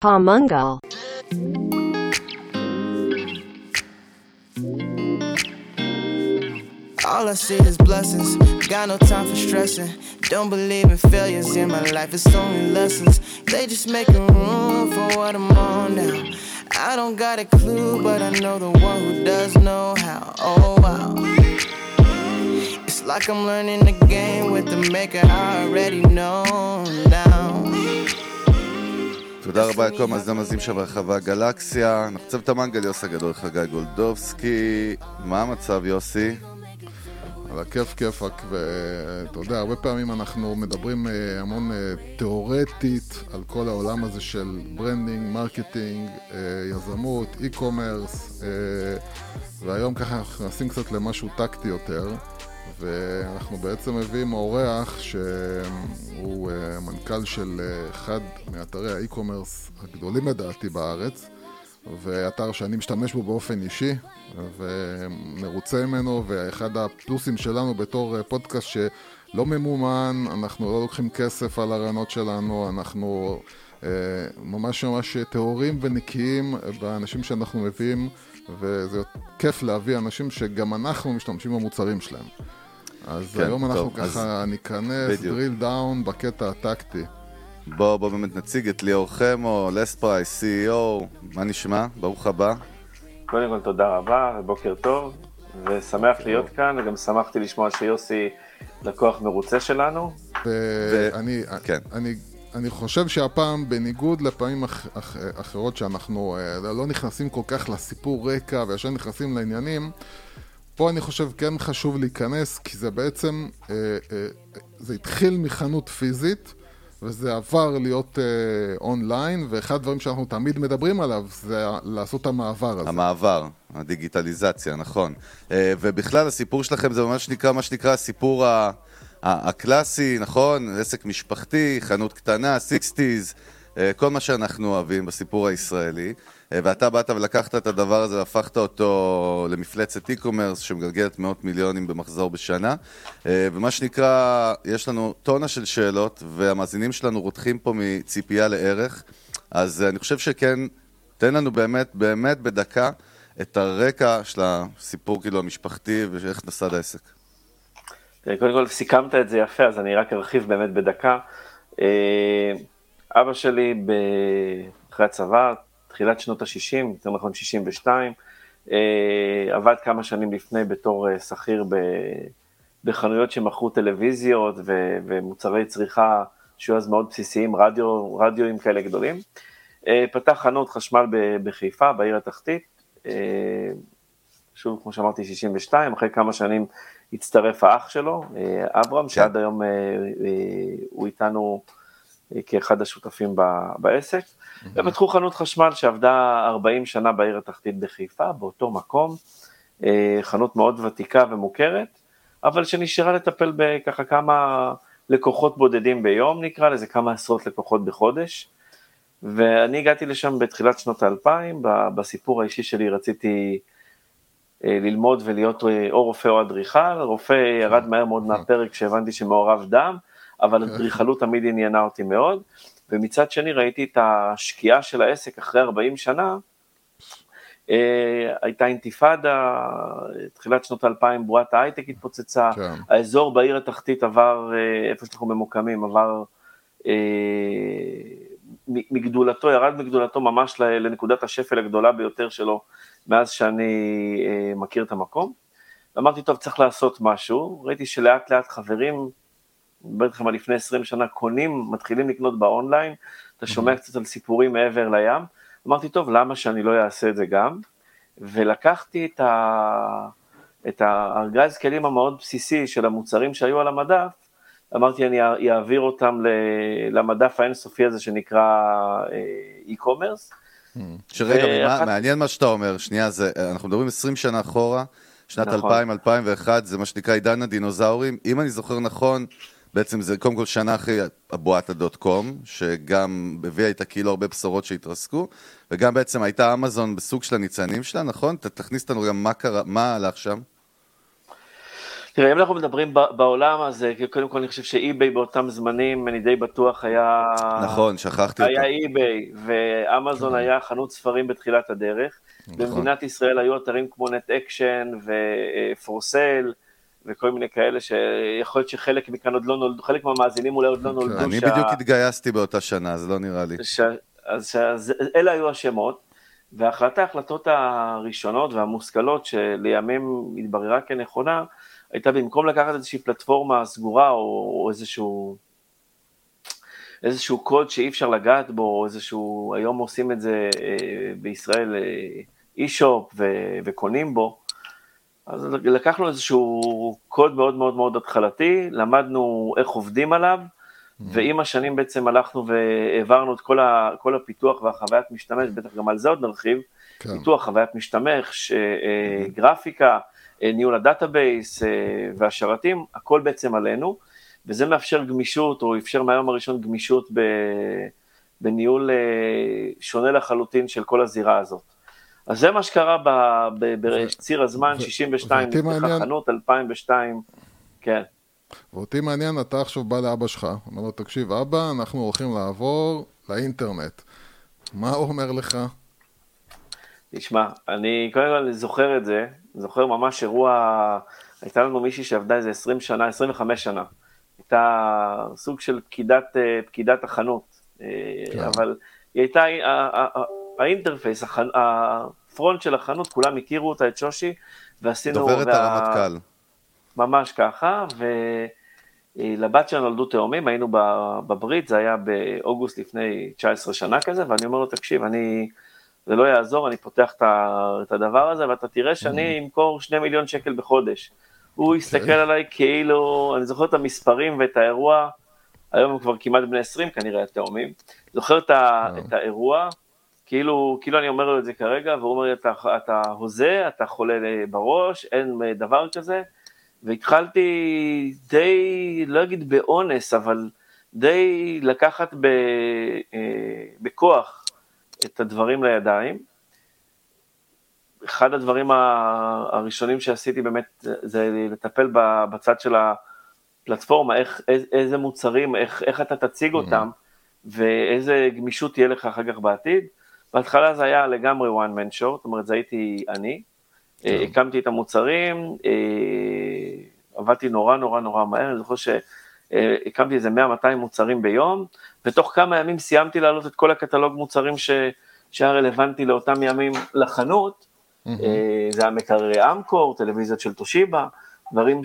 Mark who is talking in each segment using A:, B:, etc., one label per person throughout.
A: Pamungal.
B: All I see is blessings, got no time for stressing. Don't believe in failures in my life, it's only lessons. They just making room for what I'm on now. I don't got a clue, but I know the one who does know how. Oh wow. It's like I'm learning the game with the maker I already know now.
C: תודה רבה לכל המאזינים של ברחבי הגלקסיה. נחצב את המנגל יוסי הגדול חגי גולדובסקי. מה המצב יוסי?
D: על הכיף כיפק, ואתה יודע, הרבה פעמים אנחנו מדברים המון תיאורטית על כל העולם הזה של ברנדינג, מרקטינג, יזמות, אי-קומרס, והיום ככה אנחנו נכנסים קצת למשהו טקטי יותר, ואנחנו בעצם מביאים אורח שהוא מנכ"ל של אחד מאתרי האי-קומרס הגדולים לדעתי בארץ, ואתר שאני משתמש בו באופן אישי ומרוצה ממנו, ואחד הפלוסים שלנו בתור פודקאסט שלא ממומן, אנחנו לא לוקחים כסף על הרעיונות שלנו, אנחנו ממש ממש טהורים ונקיים באנשים שאנחנו מביאים, וזה כיף להביא אנשים שגם אנחנו משתמשים במוצרים שלהם. אז כן, היום אנחנו ככה ניכנס drill down בקטע הטקטי.
C: בוא באמת נציג את ליאור חמו, לספרייס, CEO, מה נשמע? ברוך הבא.
E: קודם כל תודה רבה, בוקר טוב, ושמח להיות כאן, וגם שמחתי לשמוע שיוסי לקוח מרוצה שלנו.
D: אני חושב שהפעם, בניגוד לפעמים אחרות שאנחנו לא נכנסים כל כך לסיפור רקע, וישר נכנסים לעניינים, פה אני חושב כן חשוב להיכנס, כי זה בעצם, זה התחיל מחנות פיזית, וזה עבר להיות אונליין, ואחד הדברים שאנחנו תמיד מדברים עליו, זה לעשות את המעבר הזה.
C: המעבר, הדיגיטליזציה, נכון. ובכלל הסיפור שלכם זה ממש נקרא, מה שנקרא הסיפור הקלאסי, נכון? עסק משפחתי, חנות קטנה, 60s, כל מה שאנחנו אוהבים בסיפור הישראלי. ואתה באת ולקחת את הדבר הזה והפכת אותו למפלצת אי-קומרס שמגלגלת מאות מיליונים במחזור בשנה. ומה שנקרא, יש לנו טונה של שאלות, והמאזינים שלנו רותחים פה מציפייה לערך. אז אני חושב שכן, תן לנו באמת בדקה את הרקע של הסיפור כאילו המשפחתי ואיך נסד העסק.
E: קודם כל סיכמת את זה יפה, אז אני רק ארחיב באמת בדקה. אבא שלי אחרי הצבא, תחילת שנות ה-60, יותר נכון 62, עבד כמה שנים לפני בתור שכיר בחנויות שמכרו טלוויזיות ומוצרי צריכה שהיו אז מאוד בסיסיים, רדיואים כאלה גדולים. פתח חנות חשמל בחיפה, בעיר התחתית, שוב כמו שאמרתי 62, אחרי כמה שנים הצטרף האח שלו, אברהם, שעד היום הוא איתנו כאחד השותפים בעסק, ופתחו חנות חשמל שעבדה 40 שנה בעיר התחתית בחיפה, באותו מקום, חנות מאוד ותיקה ומוכרת, אבל שנשארה לטפל בככה כמה לקוחות בודדים ביום, נקרא לזה כמה עשרות לקוחות בחודש, ואני הגעתי לשם בתחילת שנות ה-2000, בסיפור האישי שלי רציתי ללמוד ולהיות או רופא או אדריכל, רופא ירד מהר מאוד מהפרק שהבנתי שמעורב דם, אבל אדריכלות תמיד עניינה אותי מאוד, ומצד שני ראיתי את השקיעה של העסק אחרי 40 שנה, הייתה אינתיפאדה, תחילת שנות 2000 בועת ההייטק התפוצצה, האזור בעיר התחתית עבר, איפה שאנחנו ממוקמים, עבר מגדולתו, ירד מגדולתו ממש לנקודת השפל הגדולה ביותר שלו, מאז שאני מכיר את המקום, ואמרתי טוב צריך לעשות משהו, ראיתי שלאט לאט חברים, מדבר לכם על לפני 20 שנה, קונים, מתחילים לקנות באונליין, אתה שומע קצת על סיפורים מעבר לים, אמרתי, טוב, למה שאני לא אעשה את זה גם? ולקחתי את הארגז כלים המאוד בסיסי של המוצרים שהיו על המדף, אמרתי, אני אעביר אותם למדף האינסופי הזה שנקרא e-commerce.
C: שרגע, מעניין מה שאתה אומר, שנייה, אנחנו מדברים 20 שנה אחורה, שנת 2000-2001, זה מה שנקרא עידן הדינוזאורים, אם אני זוכר נכון, בעצם זה קודם כל שנה אחרי הבועת .com, שגם הביאה איתה כאילו הרבה בשורות שהתרסקו, וגם בעצם הייתה אמזון בסוג של הניצנים שלה, נכון? תכניס לנו גם מה הלך שם.
E: תראה, אם אנחנו מדברים בעולם הזה, קודם כל אני חושב שאי-ביי באותם זמנים, אני די בטוח היה...
C: נכון, שכחתי אותו.
E: היה אי-ביי, ואמזון היה חנות ספרים בתחילת הדרך. במדינת ישראל היו אתרים כמו נט-אקשן ופורסל, וכל מיני כאלה שיכול להיות שחלק מכאן עוד לא נולדו, חלק מהמאזינים אולי עוד לא נולדו.
C: אני בדיוק התגייסתי באותה שנה, אז לא נראה לי.
E: אז אלה היו השמות, ההחלטות הראשונות והמושכלות שלימים התבררה כנכונה, הייתה במקום לקחת איזושהי פלטפורמה סגורה או איזשהו קוד שאי אפשר לגעת בו, היום עושים את זה בישראל אי-שופ וקונים בו, אז לקחנו איזשהו קוד מאוד מאוד מאוד התחלתי, למדנו איך עובדים עליו, ועם השנים בעצם הלכנו והעברנו את כל הפיתוח והחוויית משתמש, בטח גם על זה עוד נרחיב, פיתוח, חוויית משתמש, גרפיקה, ניהול הדאטאבייס והשרתים, הכל בעצם עלינו, וזה מאפשר גמישות, או אפשר מהיום הראשון גמישות בניהול שונה לחלוטין של כל הזירה הזאת. אז זה מה שקרה בציר הזמן, 62 נפתחה חנות, 2002, כן.
D: ואותי מעניין, אתה עכשיו בא לאבא שלך, אומר לו, תקשיב, אבא, אנחנו הולכים לעבור לאינטרנט. מה הוא אומר לך?
E: תשמע, אני קודם כל זוכר את זה, זוכר ממש אירוע, הייתה לנו מישהי שעבדה איזה 20 שנה, 25 שנה. הייתה סוג של פקידת החנות, אבל היא הייתה, האינטרפייס, הפרונט של החנות, כולם הכירו אותה, את שושי, ועשינו...
C: דוברת הרמטכ"ל.
E: ממש ככה, ולבת שלנו נולדו תאומים, היינו בברית, זה היה באוגוסט לפני 19 שנה כזה, ואני אומר לו, תקשיב, זה לא יעזור, אני פותח את הדבר הזה, ואתה תראה שאני אמכור 2 מיליון שקל בחודש. הוא הסתכל עליי כאילו, אני זוכר את המספרים ואת האירוע, היום הם כבר כמעט בני 20, כנראה התאומים, זוכר את האירוע, כאילו אני אומר לו את זה כרגע, והוא אומר לי, אתה הוזה, אתה חולה בראש, אין דבר כזה, והתחלתי די, לא אגיד באונס, אבל די לקחת בכוח את הדברים לידיים. אחד הדברים הראשונים שעשיתי באמת זה לטפל בצד של הפלטפורמה, איזה מוצרים, איך אתה תציג אותם, ואיזה גמישות תהיה לך אחר כך בעתיד. בהתחלה זה היה לגמרי one man show, זאת אומרת, זה הייתי אני, הקמתי את המוצרים, עבדתי נורא מהר, אני זוכר שהקמתי איזה 100-200 מוצרים ביום, ותוך כמה ימים סיימתי לעלות את כל הקטלוג מוצרים שהיה רלוונטי לאותם ימים לחנות, זה היה מקררי אמקור, טלוויזיות של טושיבה, דברים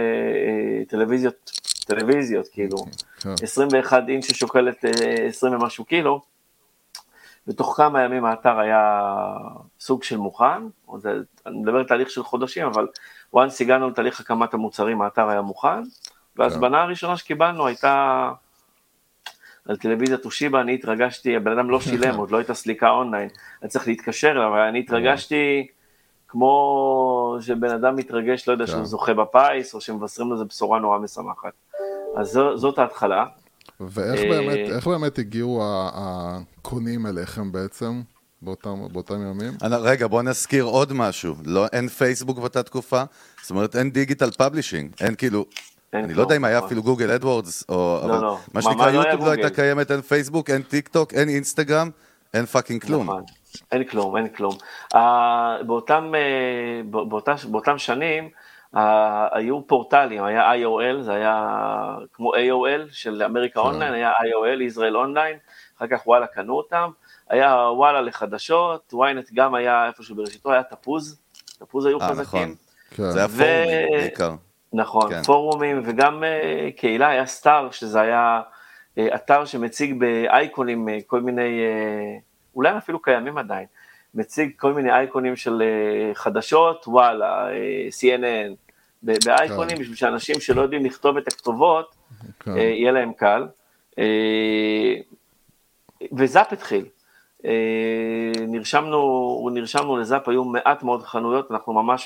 E: טלוויזיות כאילו, 21 אינץ' ששוקלת 20 ומשהו קילו, בתוך כמה ימים האתר היה סוג של מוכן, אני מדבר על תהליך של חודשים, אבל once הגענו לתהליך הקמת המוצרים, האתר היה מוכן, וההזמנה הראשונה שקיבלנו הייתה על טלוויזיה טושיבה, אני התרגשתי, הבן אדם לא שילם, עוד לא הייתה סליקה אונליין, אני צריך להתקשר אליו, אבל אני התרגשתי כמו שבן אדם מתרגש, לא יודע, שהוא זוכה בפיס, או שמבשרים לו זה בשורה נורא משמחת. אז זאת ההתחלה.
D: ואיך באמת הגיעו הקונים אליכם בעצם, באותם ימים?
C: רגע, בוא נזכיר עוד משהו. אין פייסבוק באותה תקופה, זאת אומרת, אין דיגיטל פאבלישינג, אין כאילו... אני לא יודע אם היה אפילו גוגל אדוורדס, אבל מה שנקרא יוטיוב לא הייתה קיימת, אין פייסבוק, אין טיק טוק, אין אינסטגרם, אין פאקינג כלום.
E: אין כלום. באותם שנים היו פורטלים, היה IOL, זה היה כמו AOL של אמריקה אונליין, היה IOL, ישראל אונליין, אחר כך וואלה קנו אותם, היה וואלה לחדשות, וויינט גם היה איפשהו בראשיתו, היה תפוז היו חזקים.
C: זה היה פורומים בעיקר.
E: נכון, פורומים וגם קהילה, היה סטאר, שזה היה אתר שמציג באייקונים כל מיני, אולי אפילו קיימים עדיין, מציג כל מיני אייקונים של חדשות, וואלה, CNN, באייקונים, בשביל שאנשים שלא יודעים לכתוב את הכתובות, יהיה להם קל. וזאפ התחיל. נרשמנו לזאפ, היו מעט מאוד חנויות, אנחנו ממש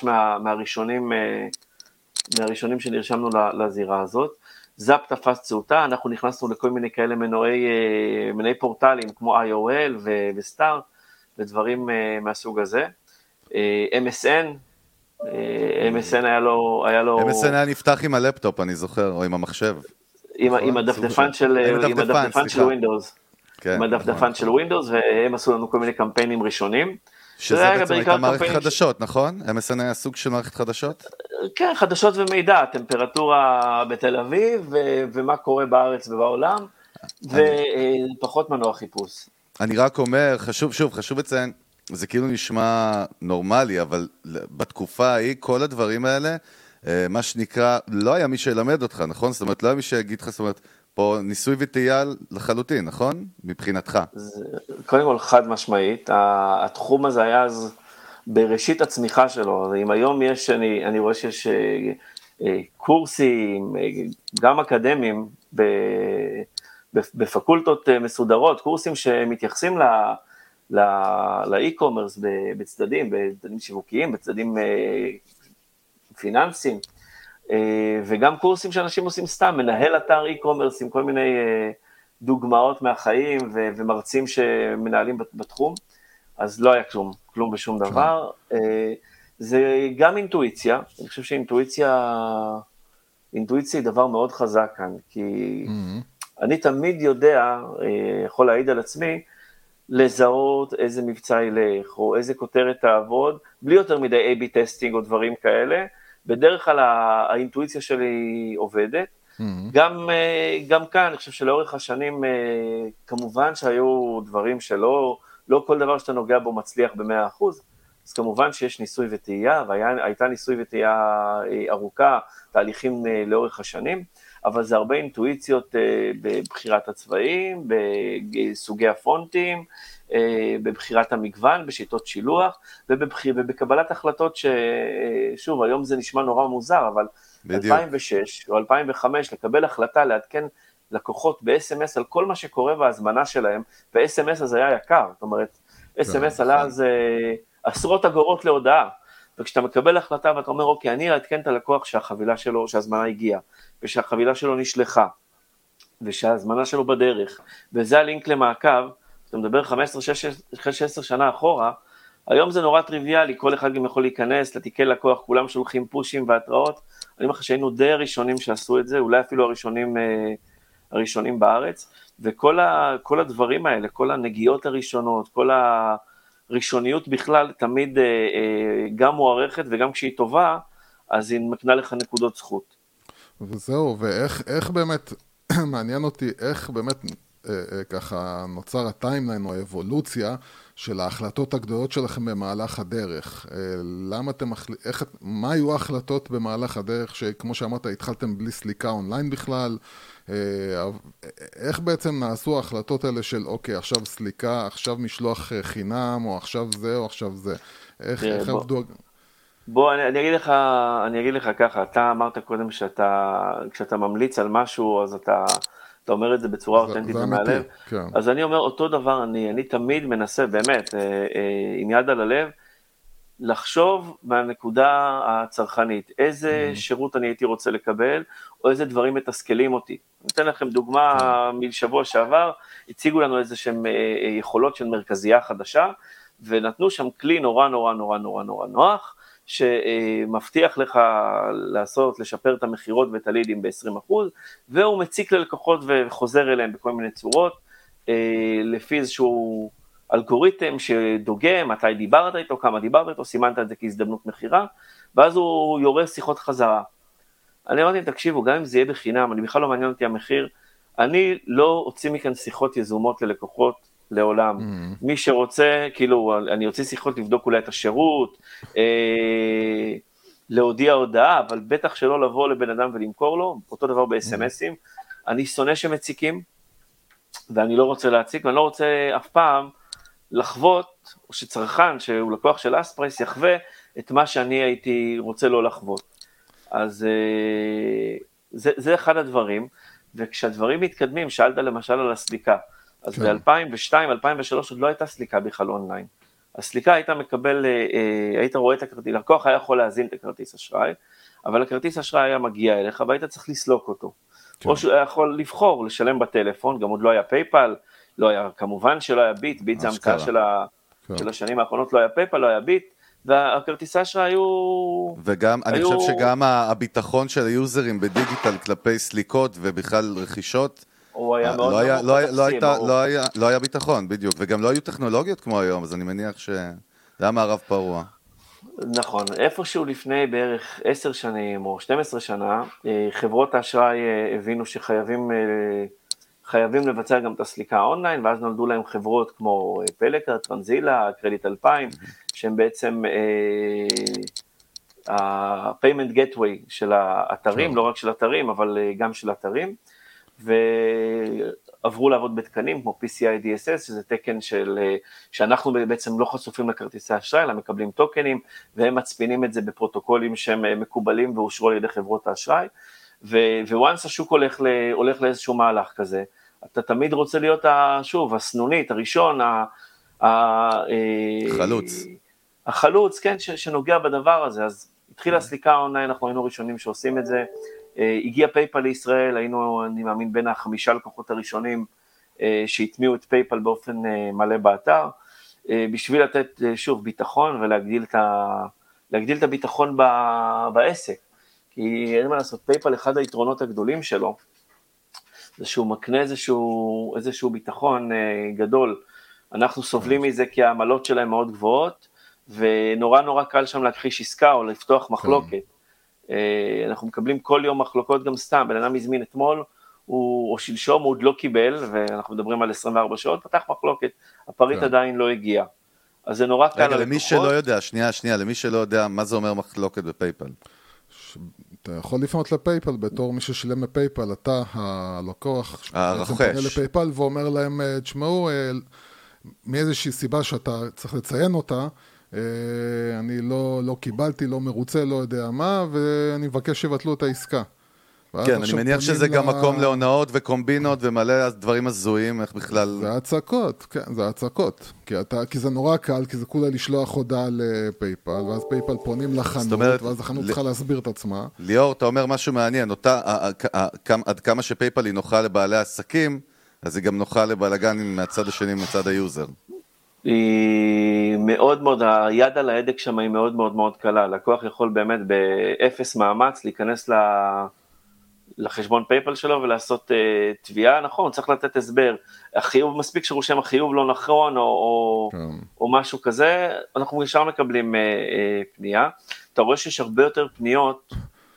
E: מהראשונים שנרשמנו לזירה הזאת. זאפ תפס צאותה, אנחנו נכנסנו לכל מיני כאלה מנועי פורטלים, כמו IOL וסטאר, ודברים מהסוג הזה. MSN, MSN היה לו...
C: MSN היה נפתח עם הלפטופ, אני זוכר, או עם המחשב.
E: עם הדפדפן של Windows. עם הדפדפן של Windows, והם עשו לנו כל מיני קמפיינים ראשונים.
C: שזה בעצם הייתה מערכת חדשות, נכון? MSN היה סוג של מערכת חדשות?
E: כן, חדשות ומידע, טמפרטורה בתל אביב, ומה קורה בארץ ובעולם, ופחות מנוע חיפוש.
C: אני רק אומר, חשוב לציין, זה כאילו נשמע נורמלי, אבל בתקופה ההיא, כל הדברים האלה, מה שנקרא, לא היה מי שילמד אותך, נכון? זאת אומרת, לא היה מי שיגיד לך, זאת אומרת, פה ניסוי וטעייה לחלוטין, נכון? מבחינתך.
E: קודם כל, חד משמעית, התחום הזה היה אז בראשית הצמיחה שלו, אם היום אני רואה שיש קורסים, גם אקדמיים, בפקולטות מסודרות, קורסים שמתייחסים לאי-קומרס בצדדים שיווקיים, בצדדים פיננסיים, וגם קורסים שאנשים עושים סתם, מנהל אתר אי-קומרס עם כל מיני דוגמאות מהחיים ומרצים שמנהלים בתחום, אז לא היה כלום בשום דבר. זה גם אינטואיציה, אני חושב שאינטואיציה היא דבר מאוד חזק כאן, כי אני תמיד יודע, יכול להעיד על עצמי, לזהות איזה מבצע ילך, או איזה כותרת תעבוד, בלי יותר מדי A-B טסטינג או דברים כאלה, בדרך כלל האינטואיציה שלי עובדת, גם כאן, אני חושב שלאורך השנים, כמובן שהיו דברים שלא, לא כל דבר שאתה נוגע בו מצליח ב100%, אז כמובן שיש ניסוי וטעייה, והייתה ניסוי וטעייה ארוכה, תהליכים לאורך השנים, אבל זה הרבה אינטואיציות בבחירת הצבעים, בסוגי הפונטים, בבחירת המגוון, בשיטות שילוח, ובקבלת החלטות ששוב, היום זה נשמע נורא מוזר, אבל בדיוק. 2006 או 2005, לקבל החלטה לעדכן לקוחות ב-SMS על כל מה שקורה בהזמנה שלהם, ו-SMS הזה היה יקר, זאת אומרת, SMS עלה אז עשרות אגורות להודעה, וכשאתה מקבל החלטה ואתה אומר, אוקיי, אני אעדכן את הלקוח שהחבילה שלו, שהזמנה הגיעה, ושהחבילה שלו נשלחה, ושהזמנה שלו בדרך, וזה הלינק למעקב, אתה מדבר 15-16 שנה אחורה, היום זה נורא טריוויאלי, כל אחד גם יכול להיכנס לתיקי לקוח, כולם שולחים פושים והתראות, אני אומר לך שהיינו די הראשונים שעשו את זה, אולי אפילו הראשונים בארץ, וכל הדברים האלה, כל הנגיעות הראשונות, כל הראשוניות בכלל תמיד גם מוערכת, וגם כשהיא טובה, אז היא מקנה לך נקודות זכות.
D: וזהו, ואיך באמת, מעניין אותי, איך באמת ככה נוצר הטיימליין או האבולוציה של ההחלטות הגדולות שלכם במהלך הדרך. למה מה היו ההחלטות במהלך הדרך שכמו שאמרת התחלתם בלי סליקה אונליין בכלל? איך בעצם נעשו ההחלטות האלה של אוקיי, עכשיו סליקה, עכשיו משלוח חינם, או עכשיו זה או עכשיו זה? איך עבדו?
E: בוא, אני אגיד לך ככה, אתה אמרת קודם כשאתה ממליץ על משהו, אז אתה אומר את זה בצורה אותנטית ומהלב, כן. אז אני אומר אותו דבר, אני תמיד מנסה באמת, עם יד על הלב, לחשוב מהנקודה הצרכנית, איזה שירות אני הייתי רוצה לקבל, או איזה דברים מתסכלים אותי. אני אתן לכם דוגמה משבוע שעבר, הציגו לנו איזה שהם יכולות של מרכזייה חדשה, ונתנו שם כלי נורא נורא נורא נורא נורא נוח, שמבטיח לך לשפר את המחירות ואת הלידים ב-20%, והוא מציק ללקוחות וחוזר אליהם בכל מיני צורות, לפי איזשהו אלגוריתם שדוגם, מתי דיברת איתו, כמה דיברת איתו, סימנת את זה כהזדמנות מחירה, ואז הוא יורה שיחות חזרה. אני אמרתי, תקשיבו, גם אם זה יהיה בחינם, אני בכלל לא מעניין אותי המחיר, אני לא אוציא מכאן שיחות יזומות ללקוחות, לעולם. מי שרוצה, כאילו, אני רוצה שיחות לבדוק אולי את השירות, להודיע הודעה, אבל בטח שלא לבוא לבן אדם ולמכור לו, אותו דבר ב-SMSים. אני שונא שמציקים, ואני לא רוצה להציק, ואני לא רוצה אף פעם לחוות, או שצרכן, שהוא לקוח של אספרייס, יחווה את מה שאני הייתי רוצה לא לחוות. אז זה אחד הדברים, וכשהדברים מתקדמים, שאלת למשל על הסליקה, אז ב-2002, 2003 עוד לא הייתה סליקה בכלל אונליין. הסליקה היית מקבל, היית רואה את הכרטיס, לקוח היה יכול להזין את הכרטיס אשראי, אבל הכרטיס אשראי היה מגיע אליך, והיית צריך לסלוק אותו. או שהוא היה יכול לבחור, לשלם בטלפון, גם עוד לא היה פייפל, לא היה, כמובן שלא היה ביט זה המצאה של השנים האחרונות, לא היה פייפל, לא היה ביט, והכרטיסי אשראי היו...
C: וגם, אני חושב שגם הביטחון של היוזרים בדיגיטל כלפי סליקות ובכלל רכישות,
E: הוא היה מאוד
C: לא היה ביטחון, בדיוק, וגם לא היו טכנולוגיות כמו היום, אז אני מניח שזה היה מערב פרוע.
E: נכון, איפשהו לפני בערך 10 שנים או 12 שנה, חברות האשראי הבינו שחייבים לבצע גם את הסליקה אונליין, ואז נולדו להם חברות כמו פלקר, טרנזילה, קרדיט 2000, שהם בעצם ה-payment gateway של האתרים, לא רק של אתרים, אבל גם של אתרים, ועברו לעבוד בתקנים כמו PCI DSS, שזה תקן שאנחנו בעצם לא חשופים לכרטיסי אשראי, אלא מקבלים טוקנים, והם מצפינים את זה בפרוטוקולים שהם מקובלים ואושרו על ידי חברות האשראי, וואנס השוק הולך לאיזשהו מהלך כזה, אתה תמיד רוצה להיות, שוב, הסנונית, הראשון, החלוץ, כן, שנוגע בדבר הזה, אז התחילה הסליקה אונליין, אנחנו היינו ראשונים שעושים את זה, הגיע פייפל לישראל, היינו, אני מאמין, בין 5 לקוחות הראשונים שהטמיעו את פייפל באופן מלא באתר, בשביל לתת, שוב, ביטחון ולהגדיל את הביטחון בעסק, כי אין מה לעשות, פייפל, אחד היתרונות הגדולים שלו, זה שהוא מקנה איזשהו ביטחון גדול, אנחנו סובלים מזה כי העמלות שלהם מאוד גבוהות, ונורא קל שם להכחיש עסקה או לפתוח מחלוקת, אנחנו מקבלים כל יום מחלוקות גם סתם, בן אדם הזמין אתמול, או שלשום הוא עוד לא קיבל, ואנחנו מדברים על 24 שעות, פתח מחלוקת, הפריט עדיין לא הגיע, אז זה נורא קל.
C: רגע, למי שלא יודע, שנייה, למי שלא יודע, מה זה אומר מחלוקת בפייפל?
D: אתה יכול לפנות לפייפל בתור מי ששילם בפייפל, אתה הלקוח,
C: הרוכש,
D: לפייפל ואומר להם, תשמעו, מאיזושהי סיבה שאתה צריך לציין אותה, אני לא קיבלתי, לא מרוצה, לא יודע מה, ואני מבקש שיבטלו את העסקה.
C: כן, אני מניח שזה גם מקום להונאות וקומבינות ומלא דברים הזויים, איך בכלל...
D: זה הצקות, כן, זה הצקות. כי זה נורא קל, כי זה כולה לשלוח הודעה לפייפל, ואז פייפל פונים לחנות, ואז החנות צריכה להסביר את עצמה.
C: ליאור, אתה אומר משהו מעניין, עד כמה שפייפל היא נוחה לבעלי עסקים, אז היא גם נוחה לבלגן מהצד השני, מהצד היוזר.
E: היא מאוד מאוד, היד על ההדק שם היא מאוד מאוד מאוד קלה, לקוח יכול באמת באפס מאמץ להיכנס לחשבון פייפל שלו ולעשות תביעה, נכון, צריך לתת הסבר, החיוב, מספיק שרושם החיוב לא נכון או משהו כזה, אנחנו ישר מקבלים פנייה, אתה רואה שיש הרבה יותר פניות,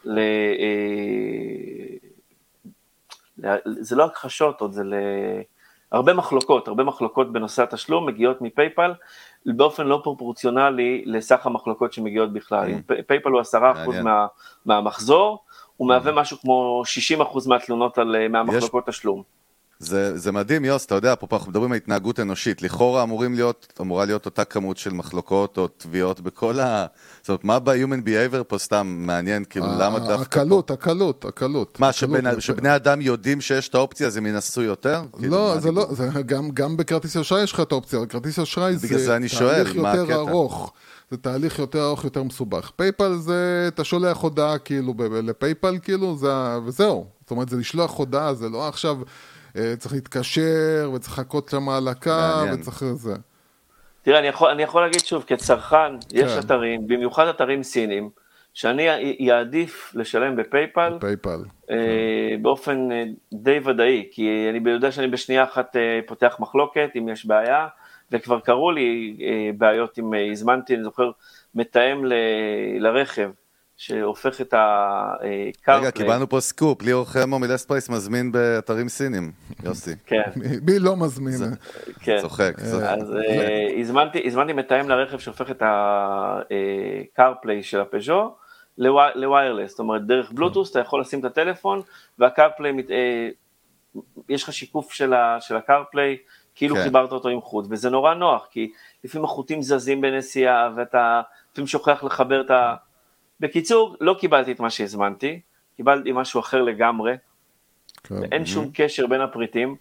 E: זה לא הכחשות עוד, זה הרבה מחלוקות בנושא התשלום מגיעות מפייפל, באופן לא פרופורציונלי לסך המחלוקות שמגיעות בכלל, פייפל הוא 10% מהמחזור, הוא מהווה משהו כמו 60% מהתלונות מהמחלוקות תשלום.
C: זה מדהים, יוס, אתה יודע, פה אנחנו מדברים על התנהגות אנושית, לכאורה אמורה להיות אותה כמות של מחלוקות או תביעות בכל זאת אומרת, מה ב-human behavior פה סתם מעניין, כאילו, למה דווקא פה?
D: הקלות.
C: מה, שבני אדם יודעים שיש את האופציה, אז הם ינסו יותר?
D: לא, זה לא, גם בכרטיס אשראי יש לך את האופציה, בכרטיס אשראי זה תהליך יותר ארוך. זה תהליך יותר ארוך, יותר מסובך. פייפל זה, אתה שולח הודעה כאילו לפייפל כאילו, וזהו. זאת אומרת, זה לשלוח הודעה, זה לא עכשיו צריך להתקשר, וצריך לחכות שם על הקו, וצריך זה.
E: תראה, אני יכול להגיד שוב, כצרכן, יש אתרים, במיוחד אתרים סינים, שאני יעדיף לשלם בפייפל, באופן די ודאי, כי אני יודע שאני בשנייה אחת פותח מחלוקת, אם יש בעיה, וכבר קראו לי בעיות אם הזמנתי, אני זוכר, מתאם לרכב, שהופך את הקארפליי.
C: רגע, קיבלנו פה סקופ, ליאור חמו מלסט פרייס מזמין באתרים סינים, יוסי.
E: כן.
D: מי לא מזמין?
E: כן.
C: צוחק.
E: אז הזמנתי מתאם לרכב שהופך את הקארפליי של הפז'ו לוויירלס, זאת אומרת, דרך בלוטוס, אתה יכול לשים את הטלפון, והקארפליי, יש לך שיקוף של הקארפליי, כאילו חיברת אותו עם חוט, וזה נורא נוח, כי לפעמים החוטים זזים בנסיעה, ואתה לפעמים שוכח לחבר את בקיצור, לא קיבלתי את מה שהזמנתי, קיבלתי משהו אחר לגמרי, אין שום קשר בין הפריטים,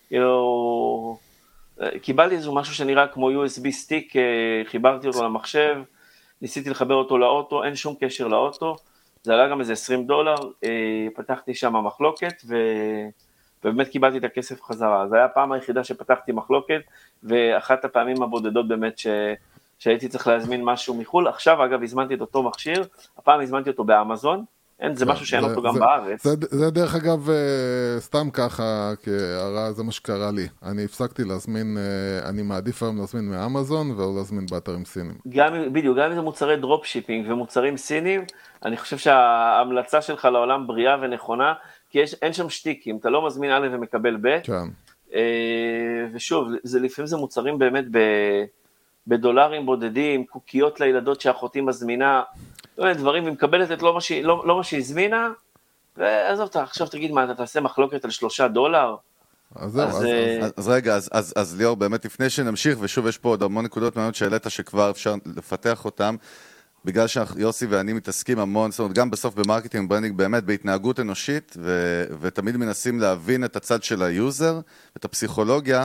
E: קיבלתי איזשהו משהו שנראה כמו USB סטיק, חיברתי אותו למחשב, ניסיתי לחבר אותו לאוטו, אין שום קשר לאוטו, זה עלה גם איזה $20, פתחתי שם מחלוקת, ובאמת קיבלתי את הכסף חזרה, זה היה הפעם היחידה שפתחתי מחלוקת, ואחת הפעמים הבודדות באמת שהייתי צריך להזמין משהו מחול. עכשיו, אגב, הזמנתי את אותו מכשיר, הפעם הזמנתי אותו באמזון, זה משהו שאין אותו גם בארץ.
D: זה דרך אגב, סתם ככה, זה מה שקרה לי. אני הפסקתי להזמין, אני מעדיף היום להזמין מאמזון, ולא להזמין באתרים סינים.
E: בדיוק, גם אם זה מוצרי דרופ שיפינג ומוצרים סינים, אני חושב שההמלצה שלך לעולם בריאה ונכונה, כי אין שם שטיקים, אתה לא מזמין א' ומקבל ב'.
D: כן.
E: ושוב, לפעמים זה מוצרים באמת בדולרים בודדים, קוקיות לילדות שאחותי מזמינה, דברים, היא מקבלת את לא מה שהזמינה, ועזוב אותה, עכשיו תגיד מה, אתה תעשה מחלוקת על $3?
C: אז רגע, אז ליאור, באמת לפני שנמשיך, ושוב יש פה עוד המון נקודות מעניינות שהעלית שכבר אפשר לפתח אותם, בגלל שיוסי ואני מתעסקים המון, זאת אומרת, גם בסוף במרקטינג ברנדינג, באמת בהתנהגות אנושית, ותמיד מנסים להבין את הצד של היוזר, את הפסיכולוגיה,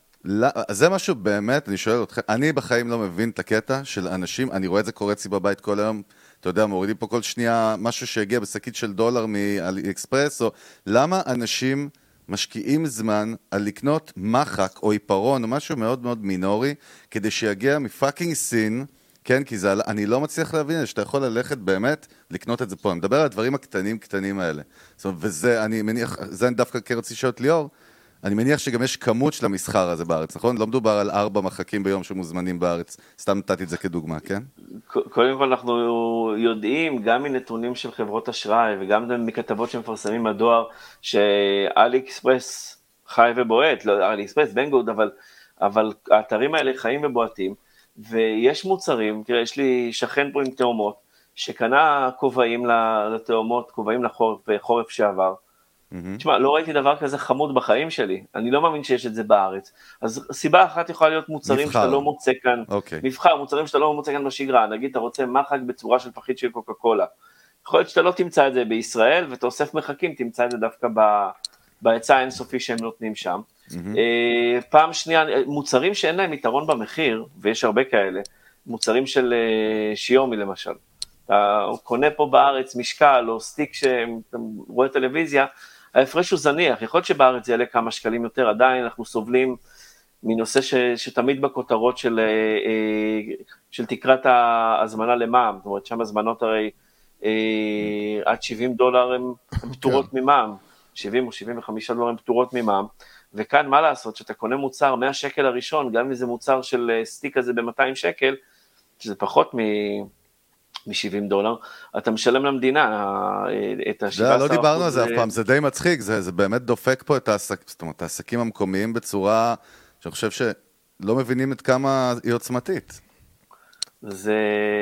C: אז זה משהו באמת, אני שואל אותך, אני בחיים לא מבין את הקטע של אנשים, אני רואה את זה קורה אצלי בבית כל היום, אתה יודע, מורידים פה כל שנייה משהו שהגיע בשקית של $1 מאלי אקספרס, או למה אנשים משקיעים זמן על לקנות מחק או עיפרון או משהו מאוד מאוד מינורי, כדי שיגיע מפאקינג סין, כן, כי זה, אני לא מצליח להבין שאתה יכול ללכת באמת לקנות את זה פה. אני מדבר על הדברים הקטנים האלה. זאת אומרת, וזה, אני מניח, זה דווקא כרצי שעות ליאור, אני מניח שגם יש כמות של המסחר הזה בארץ, נכון? לא מדובר על 4 מחקים ביום שמוזמנים בארץ, סתם נתתי את זה כדוגמה, כן?
E: קודם כל אנחנו יודעים, גם מנתונים של חברות אשראי, וגם מכתבות שמפרסמים הדואר, שאלי אקספרס חי ובועט, לא אלי אקספרס, בנגוד, אבל האתרים האלה חיים ובועטים, ויש מוצרים, תראה, יש לי שכן פה עם תאומות, שקנה כובעים לתאומות, כובעים לחורף שעבר, תשמע, לא ראיתי דבר כזה חמוד בחיים שלי, אני לא מאמין שיש את זה בארץ, אז סיבה אחת יכולה להיות מוצרים שאתה לא מוצא כאן, מבחר, מוצרים שאתה לא מוצא כאן בשגרה, נגיד אתה רוצה מחק בצורה של פחית של קוקה קולה, יכול להיות שאתה לא תמצא את זה בישראל, ותאוסף מחקים, תמצא את זה דווקא בהיצע האינסופי שהם נותנים שם. פעם שנייה, מוצרים שאין להם יתרון במחיר, ויש הרבה כאלה, מוצרים של שיומי למשל, אתה קונה פה בארץ משקל או סטיק שאתה רואה טלוויזיה, ההפרש הוא זניח, יכול להיות שבארץ זה יעלה כמה שקלים יותר, עדיין אנחנו סובלים מנושא שתמיד בכותרות של תקרת ההזמנה למע"מ, זאת אומרת שם הזמנות הרי עד $70 הן פטורות ממע"מ, 70 או $75 הן פטורות ממע"מ, וכאן מה לעשות, שאתה קונה מוצר 100 שקל הראשון, גם אם זה מוצר של סטיק הזה ב-200 שקל, שזה פחות $70, אתה משלם למדינה את ה-17%.
C: לא דיברנו על זה אף פעם, זה די מצחיק, זה באמת דופק פה את העסקים המקומיים בצורה שאני חושב שלא מבינים את כמה היא עוצמתית.
E: זה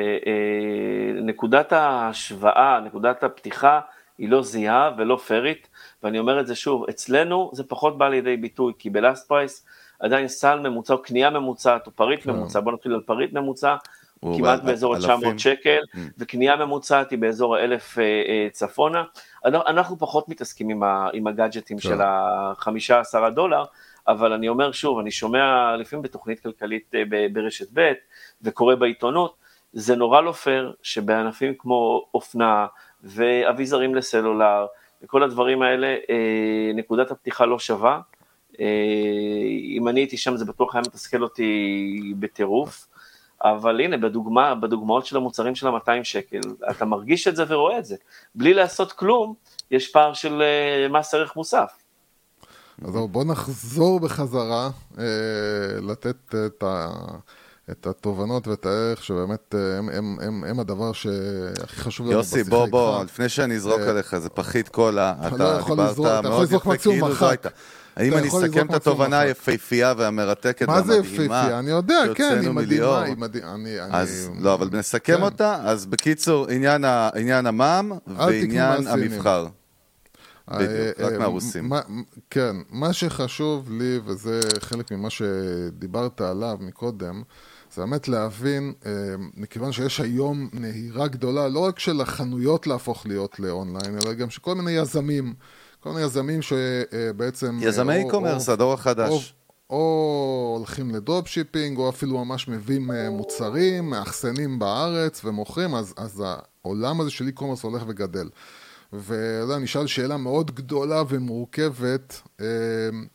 E: נקודת ההשוואה, נקודת הפתיחה, היא לא זהה ולא פרית, ואני אומר את זה שוב, אצלנו זה פחות בא לידי ביטוי, כי בלאסט פרייס עדיין סל ממוצע, או קנייה ממוצעת, או פריט ממוצע, בוא נתחיל על פריט ממוצע, כמעט באזור 900 שקל, וקנייה ממוצעת היא באזור 1,000 צפונה. אנחנו פחות מתעסקים עם הגאדג'טים של $15, אבל אני אומר שוב, אני שומע לפעמים בתוכנית כלכלית ברשת ב' וקורא בעיתונות, זה נורא לא פייר שבענפים כמו אופנה ואביזרים לסלולר, וכל הדברים האלה, נקודת הפתיחה לא שווה. אם אני הייתי שם זה בטוח היה מתסכל אותי בטירוף, אבל הנה, בדוגמאות של המוצרים של $200, אתה מרגיש את זה ורואה את זה. בלי לעשות כלום, יש פער של מס ערך מוסף.
D: אז בוא נחזור בחזרה, לתת את התובנות ואת הערך, שבאמת הם הדבר שהכי חשוב לנו בשיחה איתך.
C: יוסי, בוא, לפני שאני אזרוק עליך, זה פחית קולה, אתה דיברת מאוד יפה, כאילו זו הייתה. האם אני אסכם את התובנה היפהפייה והמרתקת והמדהימה?
D: מה זה יפהפייה? אני יודע, כן, היא מדהימה.
C: לא, אבל נסכם אותה, אז בקיצור, עניין המע"מ ועניין המבחר. בדיוק, רק מהרוסים.
D: כן, מה שחשוב לי, וזה חלק ממה שדיברת עליו מקודם, זה באמת להבין, מכיוון שיש היום נהירה גדולה, לא רק של החנויות להפוך להיות לאונליין, אלא גם שכל מיני יזמים, כל מיני יזמים שבעצם...
C: יזמי e-commerce, הדור החדש.
D: או הולכים לדרופ שיפינג, או אפילו ממש מביאים מוצרים, מאחסנים בארץ ומוכרים, אז העולם הזה של e-commerce הולך וגדל. ואני אשאל שאלה מאוד גדולה ומורכבת,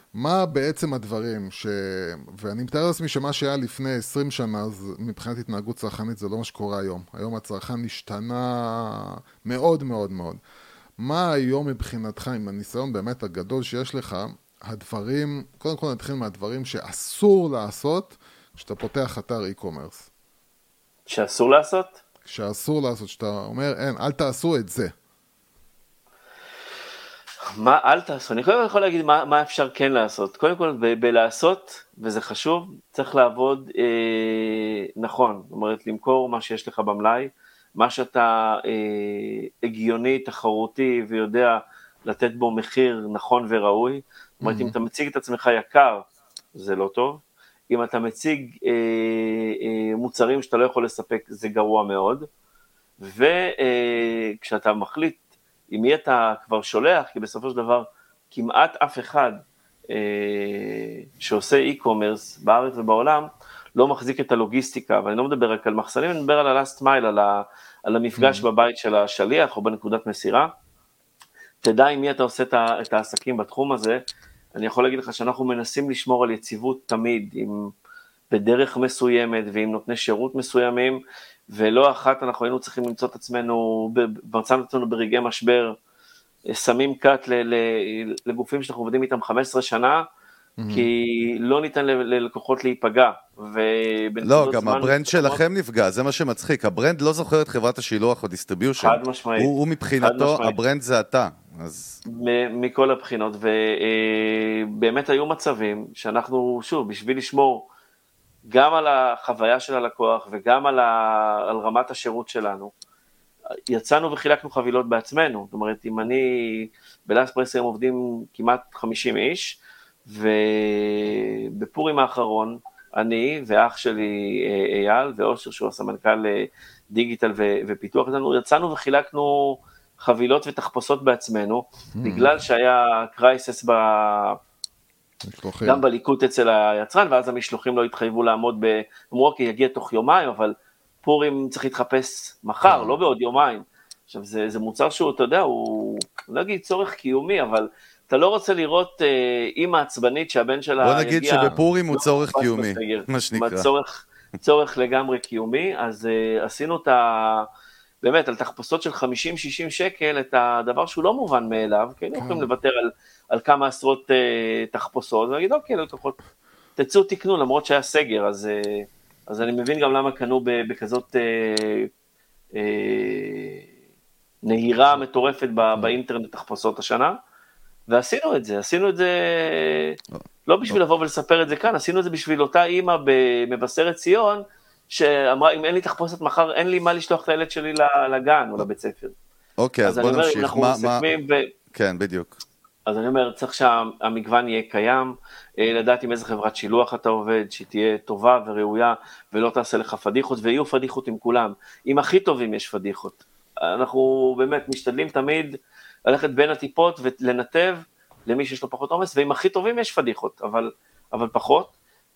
D: מה בעצם הדברים ואני מתאר לעצמי שמה שהיה לפני 20 שנה, אז מבחינת התנהגות צרכנית זה לא מה שקורה היום. היום הצרכן השתנה מאוד מאוד מאוד. מה היום מבחינתך, עם הניסיון באמת הגדול שיש לך, הדברים, קודם כל נתחיל מהדברים שאסור לעשות כשאתה פותח אתר e-commerce.
E: שאסור לעשות?
D: שאסור לעשות, שאתה אומר, אין, אל תעשו את זה.
E: מה אל תעשו? אני קודם כל יכול להגיד מה אפשר כן לעשות. קודם כל, בלעשות, וזה חשוב, צריך לעבוד נכון. זאת אומרת, למכור מה שיש לך במלאי, מה שאתה הגיוני, תחרותי, ויודע לתת בו מחיר נכון וראוי. זאת אומרת, אם אתה מציג את עצמך יקר, זה לא טוב. אם אתה מציג מוצרים שאתה לא יכול לספק, זה גרוע מאוד. וכשאתה מחליט, אם יהיה אתה כבר שולח, כי בסופו של דבר כמעט אף אחד שעושה e-commerce בארץ ובעולם, לא מחזיק את הלוגיסטיקה, ואני לא מדבר רק על מחסנים, אני מדבר על ה-last mile, על המפגש בבית של השליח או בנקודת מסירה. תדע עם מי אתה עושה את העסקים בתחום הזה. אני יכול להגיד לך שאנחנו מנסים לשמור על יציבות תמיד, בדרך מסוימת ועם נותני שירות מסוימים, ולא אחת אנחנו היינו צריכים למצוא את עצמנו, מצאנו את עצמנו ברגעי משבר, שמים קאט לגופים שאנחנו עובדים איתם 15 שנה, כי לא ניתן ללקוחות להיפגע.
C: לא, גם הברנד שלכם נפגע, זה מה שמצחיק, הברנד לא זוכר את חברת השילוח או דיסטריביושן,
E: חד משמעית.
C: הוא מבחינתו, הברנד זה אתה.
E: מכל הבחינות, ובאמת היו מצבים שאנחנו, שוב, בשביל לשמור גם על החוויה של הלקוח וגם על רמת השירות שלנו, יצאנו וחילקנו חבילות בעצמנו. זאת אומרת, אם אני בלאספרס הם עובדים כמעט 50 איש, ובפורים האחרון אני ואח שלי אייל ואושר שהוא הסמנכ"ל דיגיטל ופיתוח, יצאנו וחילקנו חבילות ותחפושות בעצמנו, בגלל שהיה קרייסס גם בליקוט אצל היצרן, ואז המשלוחים לא התחייבו לעמוד, אמרו, אוקיי, יגיע תוך יומיים, אבל פורים צריך להתחפש מחר, לא בעוד יומיים. עכשיו, זה מוצר שהוא, אתה יודע, הוא לא אגיד צורך קיומי, אבל אתה לא רוצה לראות אימא עצבנית שהבן שלה
C: בוא נגיד שבפורים הוא צורך קיומי, מה שנקרא.
E: צורך לגמרי קיומי, אז עשינו את באמת, על תחפושות של 50-60 שקל, את הדבר שהוא לא מובן מאליו, כי היינו יכולים לוותר על כמה עשרות תחפושות, ולהגיד, אוקיי, לקוחות, תצאו תקנו, למרות שהיה סגר, אז אני מבין גם למה קנו בכזאת נהירה מטורפת באינטרנט תחפושות השנה, ועשינו את זה לא בשביל לבוא ולספר את זה כאן, עשינו את זה בשביל אותה אימא במבשרת ציון, שאמרה, אם אין לי תחפושת מחר, אין לי מה לשלוח את הילד שלי לגן או לבית ספר.
C: אוקיי, אז בוא נמשיך. כן, בדיוק.
E: אז אני אומר, צריך שהמגוון יהיה קיים, לדעת עם איזה חברת שילוח אתה עובד, שהיא תהיה טובה וראויה, ולא תעשה לך פדיחות, ויהיו פדיחות עם כולם. עם הכי טובים יש פדיחות. אנחנו באמת משתדלים תמיד ללכת בין הטיפות ולנתב למי שיש לו פחות עומס, ועם הכי טובים יש פדיחות, אבל פחות.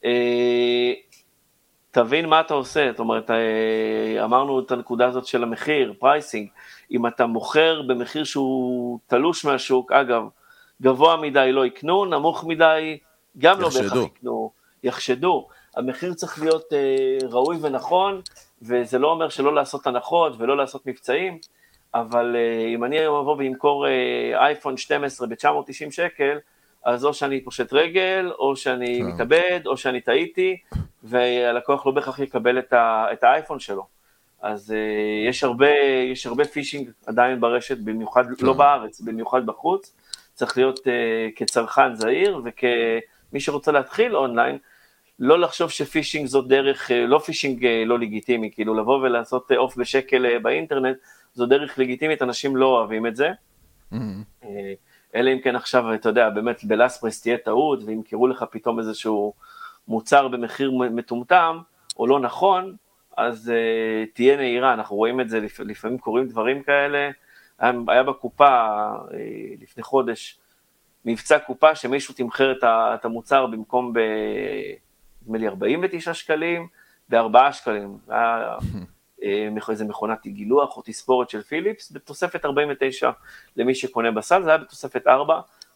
E: תבין מה אתה עושה, זאת אומרת, אמרנו את הנקודה הזאת של המחיר, פרייסינג, אם אתה מוכר במחיר שהוא תלוש מהשוק, אגב, גבוה מדי לא יקנו, נמוך מדי גם לא בהכרח יקנו, יחשדו. המחיר צריך להיות ראוי ונכון, וזה לא אומר שלא לעשות הנחות ולא לעשות מבצעים, אבל אם אני היום אבוא וימכור אייפון 12 ב-990 שקל, אז או שאני פושט רגל, או שאני מתאבד, או שאני טעיתי, והלקוח לא בהכרח יקבל את האייפון שלו. אז יש הרבה פישינג עדיין ברשת, במיוחד לא בארץ, במיוחד בחוץ. צריך להיות כצרכן זהיר, וכמי שרוצה להתחיל אונליין, לא לחשוב שפישינג זו דרך, לא פישינג לא לגיטימי, כאילו לבוא ולעשות אוף בשקל באינטרנט, זו דרך לגיטימית, אנשים לא אוהבים את זה. אלא אם כן עכשיו, אתה יודע, באמת בלאספרס תהיה טעות, ואם קראו לך פתאום איזשהו מוצר במחיר מטומטם, או לא נכון, אז תהיה נהירה, אנחנו רואים את זה, לפעמים קוראים דברים כאלה, היה בקופה לפני חודש, מבצע קופה שמישהו תמחר את המוצר במקום נדמה לי 49 שקלים, ב4 שקלים, איזה מכונת גילוח או תספורת של פיליפס, בתוספת 49 למי שקונה בסל, זה היה בתוספת 4,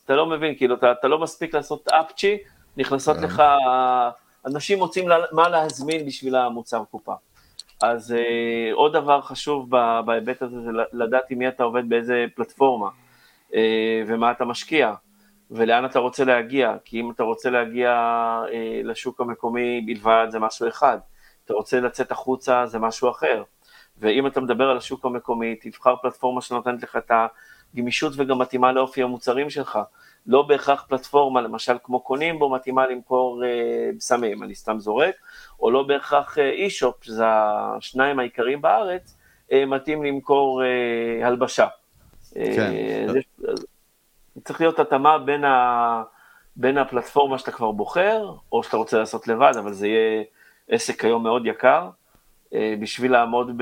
E: אתה לא מבין, כאילו, אתה לא מספיק לעשות אפצ'י, נכנסות לך, אנשים מוצאים מה להזמין בשביל המוצר קופה. אז עוד דבר חשוב בהיבט הזה, זה לדעת עם מי אתה עובד באיזה פלטפורמה, ומה אתה משקיע, ולאן אתה רוצה להגיע, כי אם אתה רוצה להגיע לשוק המקומי בלבד, זה משהו אחד, אתה רוצה לצאת החוצה, זה משהו אחר, ואם אתה מדבר על השוק המקומי, תבחר פלטפורמה שנותנת לך את הגמישות וגם מתאימה לאופי המוצרים שלך, לא בהכרח פלטפורמה, למשל כמו קונים בו, מתאימה למכור סמים, אני סתם זורק, או לא בהכרח אי-שופ, שזה השניים העיקריים בארץ, מתאים למכור הלבשה.
C: כן.
E: צריך להיות התאמה בין הפלטפורמה שאתה כבר בוחר, או שאתה רוצה לעשות לבד, אבל זה יהיה עסק היום מאוד יקר, בשביל לעמוד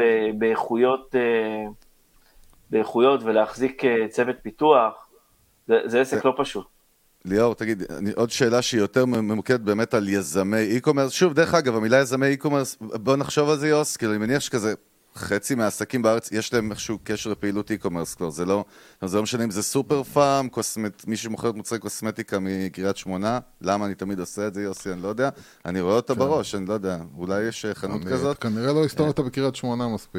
E: באיכויות ולהחזיק צוות פיתוח, זה עסק לא פשוט.
C: ליאור, תגיד, עוד שאלה שהיא יותר ממוקדת באמת על יזמי e-commerce. שוב, דרך אגב, המילה יזמי e-commerce, בוא נחשוב על זה יוס, כאילו אני מניח שכזה חצי מהעסקים בארץ, יש להם איזשהו קשר לפעילות e-commerce כבר, זה לא משנה אם זה סופר פארם, מי שמוכרת מוצרי קוסמטיקה מקריית שמונה, למה אני תמיד עושה את זה יוסי, אני לא יודע, אני רואה אותה בראש, אני לא יודע, אולי יש חנות כזאת?
D: כנראה לא הסתובבת בקריית שמונה מספיק.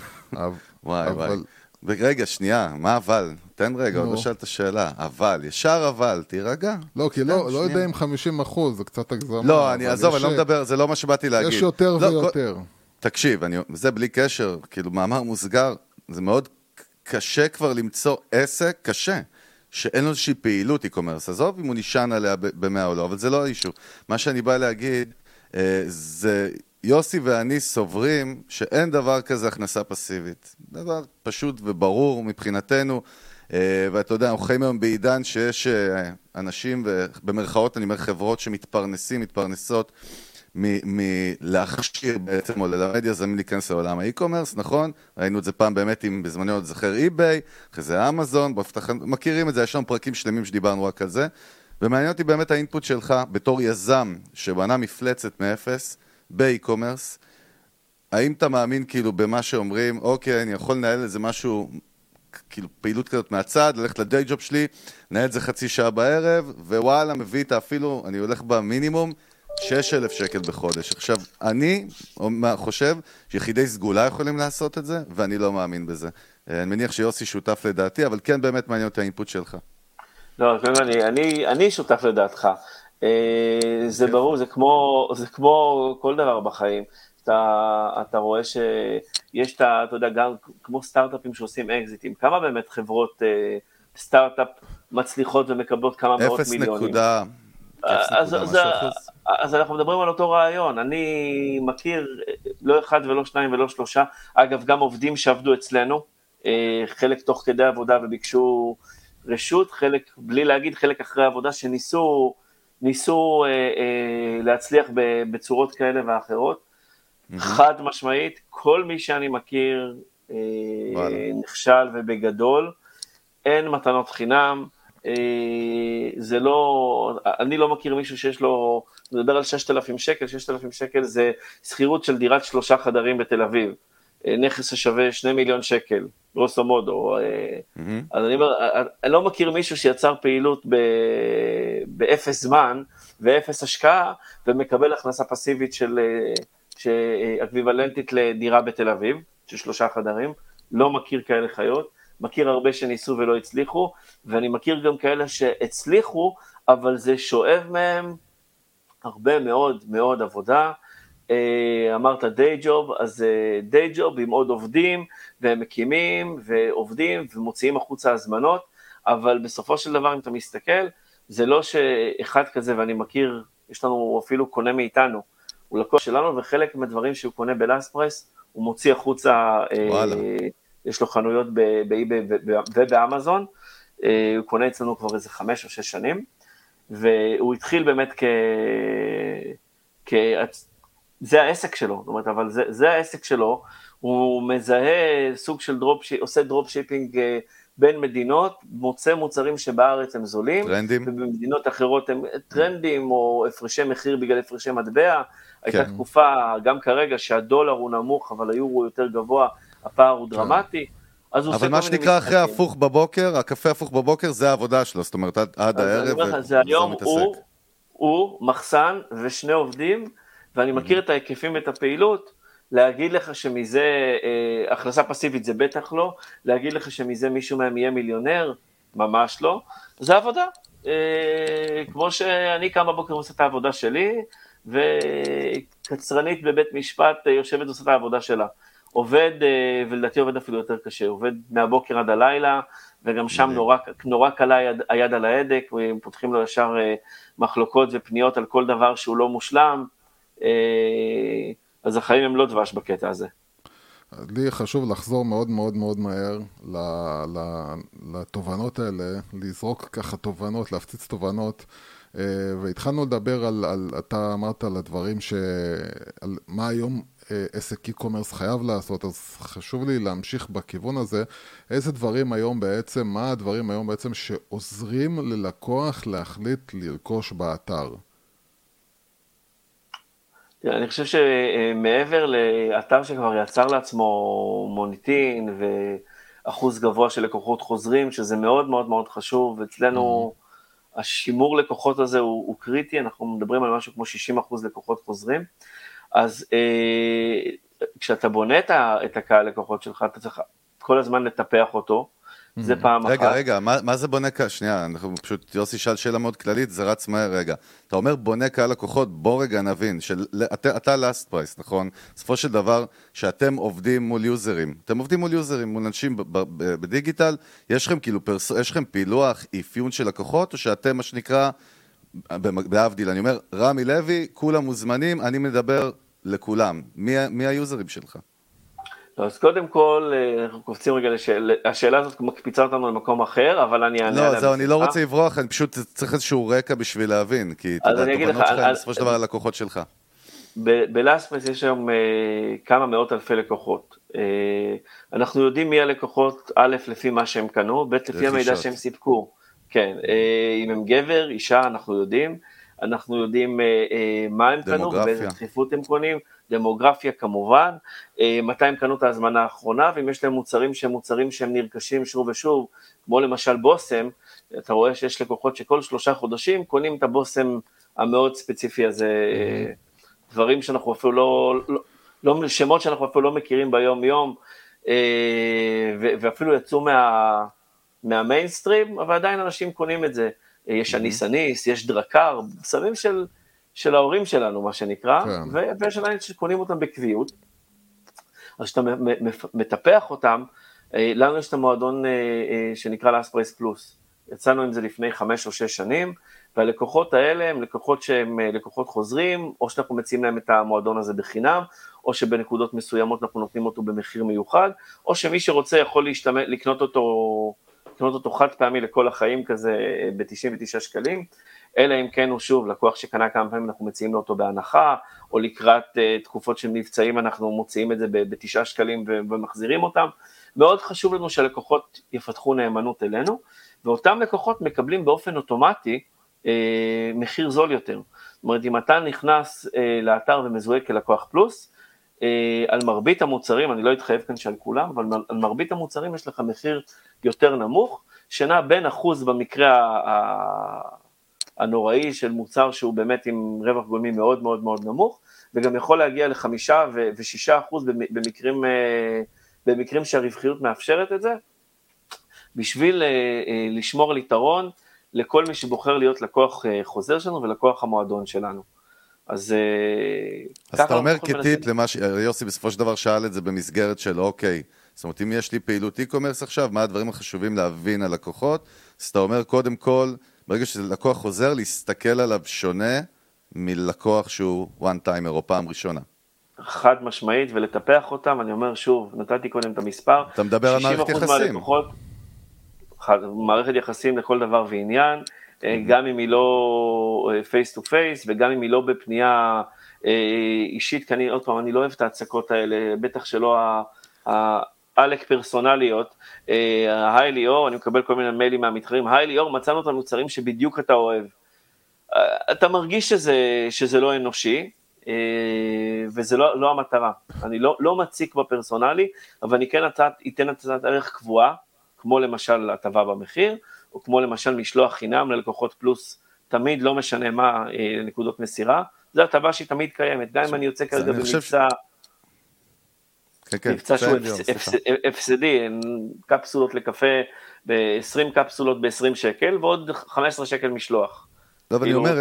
C: וואי. רגע, שנייה, מה אבל? תן רגע, עוד לא שאלת השאלה. אבל, ישר אבל, תירגע.
D: לא, כי לא יודע אם 50%, זה קצת הגזמה.
C: לא, אני עזוב, אני לא מדבר, זה לא מה שבאתי להגיד.
D: יש יותר ויותר.
C: תקשיב, זה בלי קשר, כאילו מאמר מוסגר, זה מאוד קשה כבר למצוא עסק, קשה, שאין לו איזושהי פעילות e-commerce. עזוב אם הוא נשען עליה ב100 או לא, אבל זה לא אישו. מה שאני בא להגיד, זה יוסי ואני סוברים שאין דבר כזה הכנסה פסיבית. דבר פשוט וברור מבחינתנו, ואתה יודע, אנחנו חיים היום בעידן שיש אנשים, ובמרכאות אני אומר חברות מתפרנסות מלהכשיר בעצם או ללמד יזמים להיכנס לעולם האי-קומרס, נכון? ראינו את זה פעם באמת בזמני עוד זכר אי-ביי, אחרי זה אמזון, מכירים את זה, יש לנו פרקים שלמים שדיברנו רק על זה, ומעניין אותי באמת האינפוט שלך בתור יזם שבנה מפלצת מאפס באי-קומרס, האם אתה מאמין כאילו במה שאומרים, אוקיי, אני יכול לנהל איזה משהו, כאילו פעילות כזאת מהצד, ללכת לדיי ג'וב שלי, לנהל את זה חצי שעה בערב, ווואלה, מביא את אפילו, אני הולך במינימום, 6,000 שקל בחודש. עכשיו, אני חושב שיחידי סגולה יכולים לעשות את זה, ואני לא מאמין בזה. אני מניח שיוסי שותף לדעתי, אבל כן באמת מעניין אותי האינפוט שלך.
E: לא, אני שותף לדעתך. זה ברור, זה כמו כל דבר בחיים. אתה רואה שיש אתה יודע, גם כמו סטארט-אפים שעושים אקזיטים. כמה באמת חברות סטארט-אפ מצליחות ומקבלות כמה מאות מיליונים?
C: 0.0
E: אז אנחנו מדברים על אותו רעיון, אני מכיר לא אחד ולא שניים ולא שלושה, אגב גם עובדים שעבדו אצלנו, חלק תוך כדי עבודה וביקשו רשות, חלק בלי להגיד, חלק אחרי עבודה שניסו להצליח בצורות כאלה ואחרות, חד משמעית, כל מי שאני מכיר נכשל ובגדול, אין מתנות חינם, זה לא, אני לא מכיר מישהו שיש לו, נדבר על 6,000 שקל, 6,000 שקל זה שכירות של דירת 3 חדרים בתל אביב, נכס ששווה 2 מיליון שקל, גרוסו מודו, אז אני אומר, אני לא מכיר מישהו שיצר פעילות באפס זמן ואפס השקעה, ומקבל הכנסה פסיבית שאקוויוולנטית לדירה בתל אביב, של 3 חדרים, לא מכיר כאלה חיות, מכיר הרבה שניסו ולא הצליחו, ואני מכיר גם כאלה שהצליחו, אבל זה שואב מהם הרבה מאוד מאוד עבודה. אמרת דיי ג'וב, אז דיי ג'וב עם עוד עובדים, והם מקימים ועובדים ומוציאים החוצה הזמנות, אבל בסופו של דבר אם אתה מסתכל, זה לא שאחד כזה, ואני מכיר, יש לנו אפילו קונה מאיתנו, הוא לקוח שלנו, וחלק מהדברים שהוא קונה בלאסט פרייס, הוא מוציא החוצה, יש לו חנויות באיביי ובאמזון, הוא קונה אצלנו כבר איזה 5 או 6 שנים, והוא התחיל באמת זה העסק שלו, זאת אומרת, אבל זה העסק שלו, הוא מזהה סוג של עושה דרופ שיפינג בין מדינות, מוצא מוצרים שבארץ הם זולים, ובמדינות אחרות הם טרנדים, או הפרשי מחיר בגלל הפרשי מטבע, הייתה תקופה, גם כרגע, שהדולר הוא נמוך, אבל היורו יותר גבוה, הפער הוא דרמטי, אז הוא
C: אבל
E: עושה
C: מה
E: כל מיני
C: שנקרא אחרי
E: משחקים.
C: הפוך בבוקר, הקפה הפוך בבוקר זה העבודה שלו, זאת אומרת עד
E: אז אני
C: הערב,
E: אומר לך,
C: וזה
E: זה היום
C: מתעסק.
E: הוא מחסן ושני עובדים, ואני מכיר את ההיקפים ואת הפעילות, להגיד לך שמזה, הכנסה פסיבית זה בטח לא, להגיד לך שמזה מישהו מהם יהיה מיליונר, ממש לא, זה עבודה. כמו שאני קם בבוקר עושה את העבודה שלי, וקצרנית בבית משפט יושבת ועושה את העבודה שלה. עובד, ולדעתי עובד אפילו יותר קשה, עובד מהבוקר עד הלילה, וגם שם נורא קלה היד על ההדק, ופותחים לו ישר מחלוקות ופניות על כל דבר שהוא לא מושלם, אז החיים הם לא דבש בקטע הזה.
D: לי חשוב לחזור מאוד מאוד מאוד מהר לתובנות האלה, לזרוק ככה תובנות, להפציץ תובנות, והתחלנו לדבר אתה אמרת על הדברים על מה היום עסק e-commerce חייב לעשות, אז חשוב לי להמשיך בכיוון הזה, איזה דברים היום בעצם, מה הדברים היום בעצם שעוזרים ללקוח להחליט לרכוש באתר?
E: אני חושב שמעבר לאתר שכבר יצר לעצמו מוניטין ואחוז גבוה של לקוחות חוזרים, שזה מאוד מאוד מאוד חשוב, אצלנו השימור לקוחות הזה הוא קריטי, אנחנו מדברים על משהו כמו 60% לקוחות חוזרים, אז כשאתה בונה את הקהל לקוחות שלך, אתה צריך כל הזמן לטפח אותו, זה פעם אחת.
C: רגע, מה זה בונה קהל? שנייה, אנחנו פשוט, יוסי שאל שאלה מאוד כללית, זה רץ מהר רגע. אתה אומר בונה קהל לקוחות, בוא רגע נבין, אתה last price, נכון? בסופו של דבר, שאתם עובדים מול יוזרים, מול אנשים בדיגיטל, יש לכם פילוח, אפיון של לקוחות, או שאתם, מה שנקרא, בהבדיל, אני אומר, רמי לוי, כולם מוזמנים, אני מדבר לכולם. מי היוזרים שלך?
E: אז קודם כל, אנחנו קופצים רגע השאלה הזאת מקפיצה אותנו למקום אחר, אבל אני אענה עליה.
C: לא, זהו, אני לא רוצה לברוח, אני פשוט צריך איזשהו רקע בשביל להבין, כי אתה יודע, התובנות שלך בסופו של דבר על לקוחות שלך.
E: בלאספרס יש היום כמה מאות אלפי לקוחות. אנחנו יודעים מי הלקוחות, א', לפי מה שהם קנו, ב', לפי המידע שהם סיפקו. כן, אם הם גבר, אישה, אנחנו יודעים מה הם קנו, ובאיזה דחיפות הם קונים, דמוגרפיה כמובן, מתי הם קנו את ההזמנה האחרונה, ואם יש להם מוצרים שהם נרכשים שוב ושוב, כמו למשל בוסם, אתה רואה שיש לקוחות שכל 3 חודשים קונים את הבוסם המאוד ספציפי הזה, דברים שאנחנו אפילו לא שמות שאנחנו אפילו לא מכירים ביום יום, ואפילו יצאו מהמיינסטרים, אבל עדיין אנשים קונים את זה. יש אניס, יש דרקר, סמים של ההורים שלנו, מה שנקרא, ויש עדיין שקונים אותם בקביעות. אז כשאתה מטפח אותם, לנו יש את המועדון שנקרא לאספרייס פלוס. יצאנו עם זה לפני 5 או 6 שנים, והלקוחות האלה הם לקוחות שהם לקוחות חוזרים, או שאנחנו מציעים להם את המועדון הזה בחינם, או שבנקודות מסוימות אנחנו נותנים אותו במחיר מיוחד, או שמי שרוצה יכול לקנות אותו חד פעמי לכל החיים כזה ב-99 שקלים, אלא אם כן הוא שוב לקוח שקנה כמה פעמים אנחנו מציעים לו אותו בהנחה, או לקראת תקופות של מבצעים אנחנו מוציאים את זה ב9 שקלים ומחזירים אותם. מאוד חשוב לנו שהלקוחות יפתחו נאמנות אלינו, ואותם לקוחות מקבלים באופן אוטומטי מחיר זול יותר. זאת אומרת, אם אתה נכנס לאתר ומזוהה כלקוח פלוס, על מרבית המוצרים, אני לא אתחייב כאן שעל כולם, אבל על מרבית המוצרים יש לך מחיר יותר נמוך, שנע בין אחוז במקרה הנוראי של מוצר שהוא באמת עם רווח גולמי מאוד מאוד מאוד נמוך, וגם יכול להגיע ל5 ו6% במקרים שהרווחיות מאפשרת את זה, בשביל לשמור על יתרון לכל מי שבוחר להיות לקוח חוזר שלנו ולקוח המועדון שלנו. אז
C: אתה אומר כתית למה שיוסי בסופו של דבר שאל את זה במסגרת של אוקיי, זאת אומרת אם יש לי פעילות e-commerce עכשיו, מה הדברים החשובים להבין על לקוחות, אז אתה אומר קודם כל, ברגע שזה לקוח חוזר, להסתכל עליו שונה מלקוח שהוא one timer או פעם ראשונה.
E: חד משמעית ולטפח אותם, אני אומר שוב, נתתי קודם את המספר,
C: אתה מדבר על מערכת יחסים.
E: מערכת יחסים לכל דבר ועניין, גם אם היא לא face to face, וגם אם היא לא בפנייה אישית, כי אני לא אוהב את ההצקות האלה, בטח שלא העלק פרסונליות, היי ליאור, אני מקבל כל מיני מיילים מהמתחרים, היי ליאור, מצאנו את המוצרים שבדיוק אתה אוהב. אתה מרגיש שזה לא אנושי, וזה לא המטרה. אני לא מציק בפרסונלי, אבל אני כן אתן הצעת ערך קבועה, כמו למשל הטבה במחיר, או כמו למשל משלוח חינם ללקוחות פלוס, תמיד לא משנה מה נקודות מסירה, זו הטבה שהיא תמיד קיימת, גם אם אני יוצא כרגע במבצע, מבצע שהוא הפסדי, קפסולות לקפה ב-20 קפסולות ב-20 שקל, ועוד 15 שקל משלוח.
C: לא, אבל אני אומר,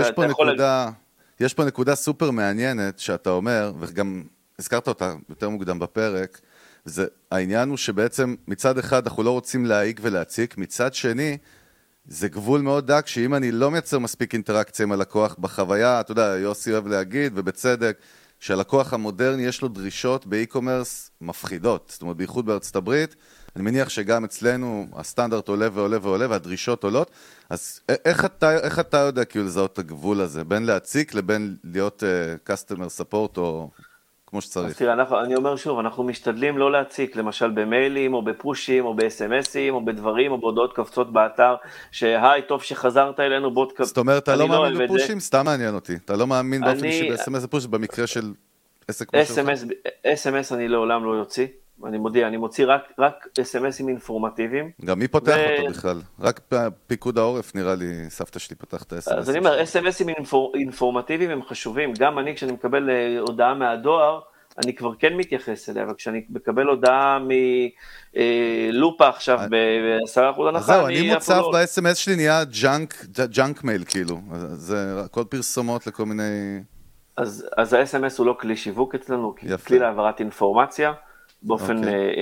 C: יש פה נקודה סופר מעניינת שאתה אומר, וגם הזכרת אותה יותר מוקדם בפרק, העניין הוא שבעצם מצד אחד אנחנו לא רוצים להעיק ולהציק, מצד שני, זה גבול מאוד דק, שאם אני לא מייצר מספיק אינטראקציה עם הלקוח בחוויה, אתה יודע, יוסי אוהב להגיד, ובצדק, שהלקוח המודרני יש לו דרישות באי-קומרס מפחידות, זאת אומרת, בייחוד בארצות הברית, אני מניח שגם אצלנו הסטנדרט עולה ועולה ועולה, והדרישות עולות, אז איך אתה יודע כאילו לזהות את הגבול הזה, בין להציק לבין להיות customer support או כמו שצריך?
E: אז תראה, אני אומר שוב, אנחנו משתדלים לא להציק, למשל במיילים או בפושים או ב-SMSים או בדברים או בהודעות קבצות באתר, שהי, טוב שחזרת אלינו, בוא תקבל.
C: זאת אומרת, אתה לא מאמין בפושים? סתם מעניין אותי. אתה לא מאמין באופן אישי ב-SMS ופוש במקרה של עסק כמו שלך?
E: SMS אני לעולם לא יוציא. אני מודיע, אני מוציא רק SMSים אינפורמטיביים.
C: גם מי פותח אותו בכלל? רק פיקוד העורף נראה לי, סבתא שלי פתח את ה-SMS.
E: אז אני אומר, SMSים אינפורמטיביים הם חשובים. גם אני, כשאני מקבל הודעה מהדואר, אני כבר כן מתייחס אליה, אבל כשאני מקבל הודעה מלופה עכשיו ב-10% הנחה,
C: אז זהו, אני מוצב ב-SMS שלי נהיה ג'אנק מייל, כאילו. זה הכל פרסומות לכל מיני...
E: אז ה-SMS הוא לא כלי שיווק אצלנו, כלי להעברת אינפורמציה, באופן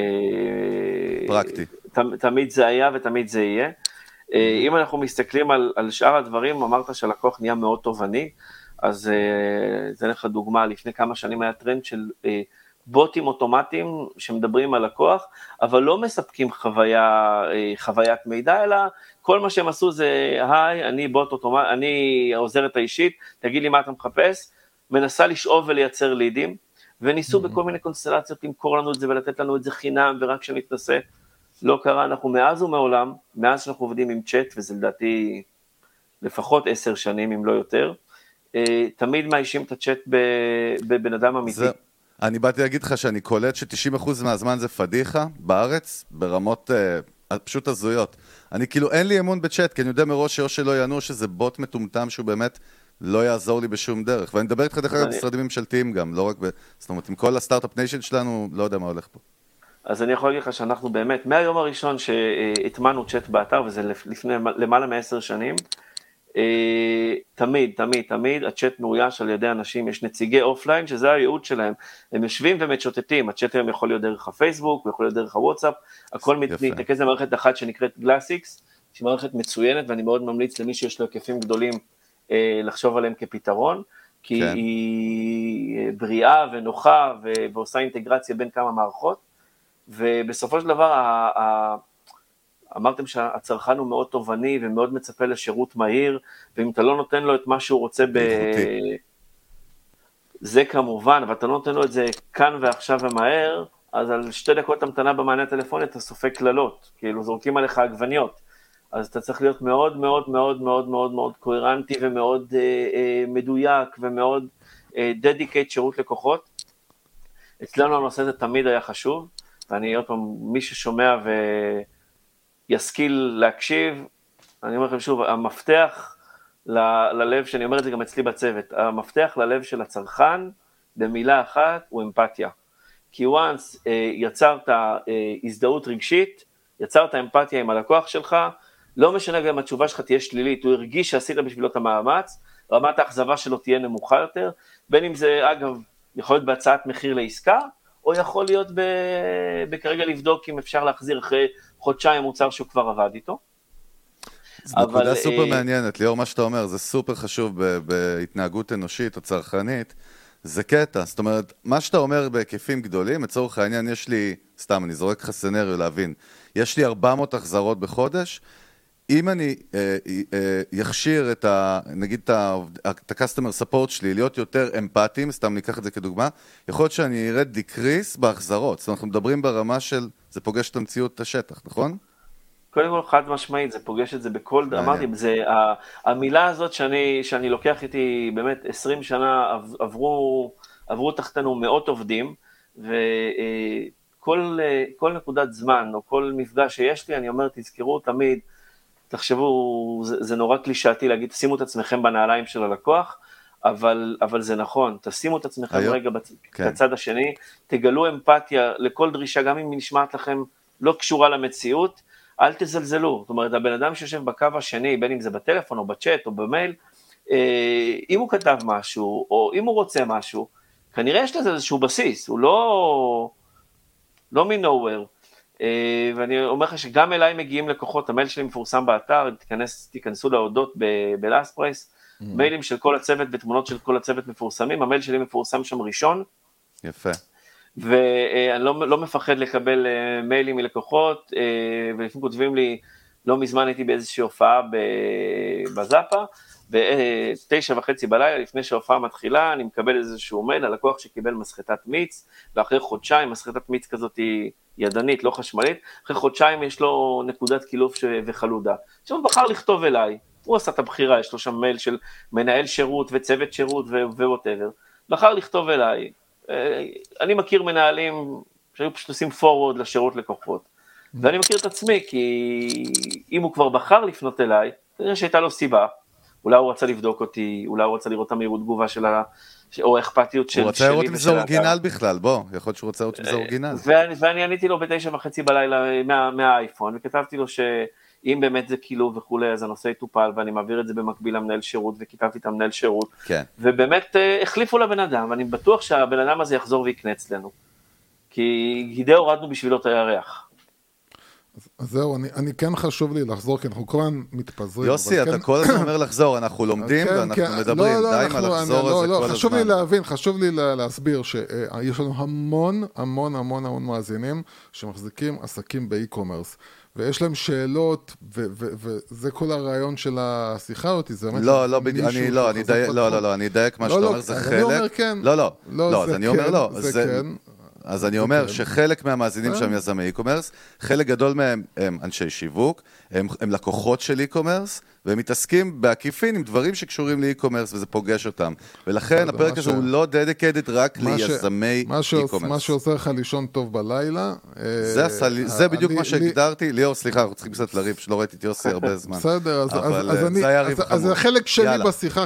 C: פרקטי.
E: תמיד זה היה ותמיד זה יהיה. אם אנחנו מסתכלים על שאר הדברים, אמרת שהלקוח נהיה מאוד תובעני, אז זה לך דוגמה, לפני כמה שנים היה טרנד של בוטים אוטומטיים שמדברים על לקוח, אבל לא מספקים חוויית מידע, אלא כל מה שהם עשו זה, היי, אני בוט אוטומטי, אני העוזרת האישית, תגיד לי מה אתה מחפש, מנסה לשאוב ולייצר לידים, וניסו בכל מיני קונסטלציות למכור לנו את זה ולתת לנו את זה חינם, ורק שנתנסה, לא קרה, אנחנו מאז ומעולם, מאז שאנחנו עובדים עם צ'אט, וזה לדעתי לפחות 10 שנים, אם לא יותר, תמיד מאיישים את הצ'אט בבן אדם אמיתי.
C: אני באתי להגיד לך שאני קולט ש90% מהזמן זה פדיחה בארץ, ברמות פשוט הזויות. אני כאילו אין לי אמון בצ'אט, כי אני יודע מראש שאו שלא יענו, שזה בוט מטומטם שהוא באמת לא יעזור לי בשום דרך. ואני מדבר איתך דרך אגב משרדים ממשלתיים גם, לא רק זאת אומרת, עם כל הסטארט-אפ ניישן שלנו, לא יודע מה הולך פה. אז
E: אני יכול להגיד לך שאנחנו באמת, מהיום הראשון שהטמנו צ'אט באתר, וזה לפני למעלה מ10 שנים, תמיד הצ'אט מאויש על ידי אנשים, יש נציגי אופליין שזה הייעוד שלהם, הם יושבים ומשוטטים, הצ'אט היום יכול להיות דרך הפייסבוק, יכול להיות דרך הוואטסאפ, הכל מתנקז למערכת אחת שנקראת גלאסיקס, שהיא מערכת מצוינת, ואני מאוד ממליץ למי שיש לו היקפים גדולים לחשוב עליהם כפתרון, כי היא בריאה ונוחה ועושה אינטגרציה בין כמה מערכות, ובסופו של דבר אמרתם שהצרכן הוא מאוד תובעני ומאוד מצפה לשירות מהיר, ואם אתה לא נותן לו את מה שהוא רוצה זה כמובן, ואתה לא נותן לו את זה כאן ועכשיו ומהר, אז על 2 דקות המתנה במענה הטלפוני אתה סופק כללות, כאילו זורקים עליך עגבניות, אז אתה צריך להיות מאוד מאוד מאוד מאוד מאוד מאוד קוהרנטי ומאוד מדויק ומאוד דדיקייט שירות לקוחות. אצלנו הנושא הזה תמיד היה חשוב, ואני עוד פעם, מי ששומע ישכיל להקשיב, אני אומר לכם שוב, המפתח ללב, שאני אומר את זה גם אצלי בצוות, המפתח ללב של הצרכן, במילה אחת, הוא אמפתיה. כי once יצרת הזדהות רגשית, יצרת אמפתיה עם הלקוח שלך, לא משנה גם התשובה שלך תהיה שלילית, הוא הרגיש שעשית בשבילו את המאמץ, רמת האכזבה שלו תהיה נמוכה יותר, בין אם זה אגב, יכול להיות בהצעת מחיר לעסקה, או יכול להיות כרגע לבדוק אם אפשר להחזיר אחרי חודשיים מוצר שהוא כבר עבד איתו.
C: זו נקודה סופר מעניינת, ליאור, מה שאתה אומר, זה סופר חשוב בהתנהגות אנושית או צרכנית, זה קטע, זאת אומרת, מה שאתה אומר בהיקפים גדולים, לצורך העניין יש לי, סתם, אני זורק לך סנריו להבין, יש לי 400 החזרות בחודש, אם אני יכשיר את נגיד את ה-customer support שלי, להיות יותר אמפתיים, סתם ניקח את זה כדוגמה, יכול להיות שאני ארד דיקריס בהחזרות, זאת אומרת, אנחנו מדברים ברמה של, זה פוגש את המציאות השטח, נכון?
E: קודם כל חד משמעית, זה פוגש את זה בכל, אמרתי, זה המילה הזאת שאני לוקח איתי באמת 20 שנה, עברו תחתנו מאות עובדים, וכל נקודת זמן או כל מפגש שיש לי, אני אומר, תזכרו תמיד, תחשבו, זה נורא קלישאתי להגיד, תשימו את עצמכם בנעליים של הלקוח, אבל זה נכון, תשימו את עצמכם רגע בצד השני, תגלו אמפתיה לכל דרישה, גם אם היא נשמעת לכם לא קשורה למציאות, אל תזלזלו, זאת אומרת, הבן אדם שיושב בקו השני, בין אם זה בטלפון או בצ'אט או במייל, אם הוא כתב משהו, או אם הוא רוצה משהו, כנראה יש לזה איזשהו בסיס, הוא לא מ-nowhere, ואני אומר לך שגם אליי מגיעים לקוחות, המייל שלי מפורסם באתר, תיכנסו להודות ב-Last Price, מיילים של כל הצוות ותמונות של כל הצוות מפורסמים, המייל שלי מפורסם שם ראשון.
C: יפה.
E: ואני לא מפחד לקבל מיילים מלקוחות, ולפעמים כותבים לי, לא מזמן הייתי באיזושהי הופעה בזאפה, ב-9:30 בלילה, לפני שההופעה מתחילה, אני מקבל איזשהו מייל, הלקוח שקיבל מסחטת מיץ, ואחרי חודשיים, מסחטת מיץ כזאת היא ידנית, לא חשמלית, אחרי חודשיים יש לו נקודת קילוף וחלודה. עכשיו הוא בחר לכתוב אליי, הוא עשה את הבחירה, יש לו שם מייל של מנהל שירות וצוות שירות ווואטאבר, בחר לכתוב אליי, אני מכיר מנהלים שהיו פשוט עושים forward לשירות לקוחות, ואני מכיר את עצמי, כי אם הוא כבר בחר לפנות אליי, כנראה שהייתה לו סיבה, אולי הוא רצה לבדוק אותי, אולי הוא רצה לראות את המהירות תגובה שלה, או אכפתיות שלי.
C: הוא רצה לראות אם זה אורגינל בכלל, בוא, יכול להיות שהוא רוצה לראות אם זה אורגינל.
E: ואני עניתי לו ב9:30 בלילה מהאייפון, וכתבתי לו שאם באמת זה כאילו וכולי, אז הנושא יטופל, ואני מעביר את זה במקביל למנהל שירות, וכיתבתי את המנהל שירות, ובאמת החליפו לבן אדם, ואני בטוח שהבן אדם הזה יחזור ויקנה אצלנו, כי די הורדנו בשבילו את הירח.
D: אז זהו, אני כן חשוב לי לחזור, כי אנחנו כל הזמן מתפזרים.
C: יוסי, אתה כל הזמן אומר לחזור, אנחנו לומדים ואנחנו מדברים, די מה לחזור הזה כל הזמן.
D: חשוב לי להבין, חשוב לי להסביר שיש לנו המון המון המון המון מאזינים שמחזיקים עסקים באי-קומרס, ויש להם שאלות, וזה כל הרעיון של השיחה אותי, זה באמת...
C: אני אדייק מה שאתה אומר, זה חלק... אני אומר כן. לא, אז אני אומר לא.
D: זה כן.
C: אז אני אומר שחלק מהמאזינים שם יזמי אי-קומרס, חלק גדול מהם הם אנשי שיווק, הם לקוחות של אי-קומרס, והם מתעסקים בעקיפין עם דברים שקשורים לאי-קומרס, וזה פוגש אותם. ולכן הפרק הזה הוא לא דדיקטד רק ליזמי אי-קומרס.
D: מה שעושה לך לישון טוב בלילה...
C: זה בדיוק מה שהגדרתי. ליאור, סליחה, אנחנו צריכים קצת לריב, שלא ראיתי את יוסי הרבה זמן.
D: בסדר, אז החלק שלי בשיחה,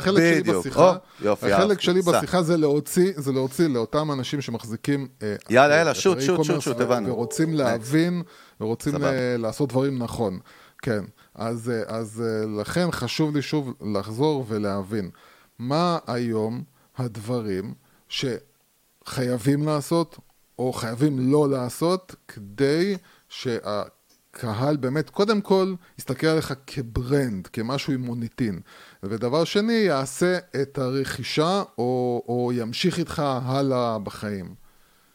D: החלק שלי בשיחה זה להוציא לאותם אנשים שמחזיקים...
C: יאללה, שוט, הבנו.
D: ורוצים להבין, ורוצים לעשות דברים נכון. כן, אז לכן חשוב לי שוב לחזור ולהבין מה היום הדברים שחייבים לעשות או חייבים לא לעשות כדי שהקהל באמת קודם כל יסתכל עליך כברנד, כמשהו עם מוניטין, ודבר שני יעשה את הרכישה או ימשיך איתך הלאה בחיים.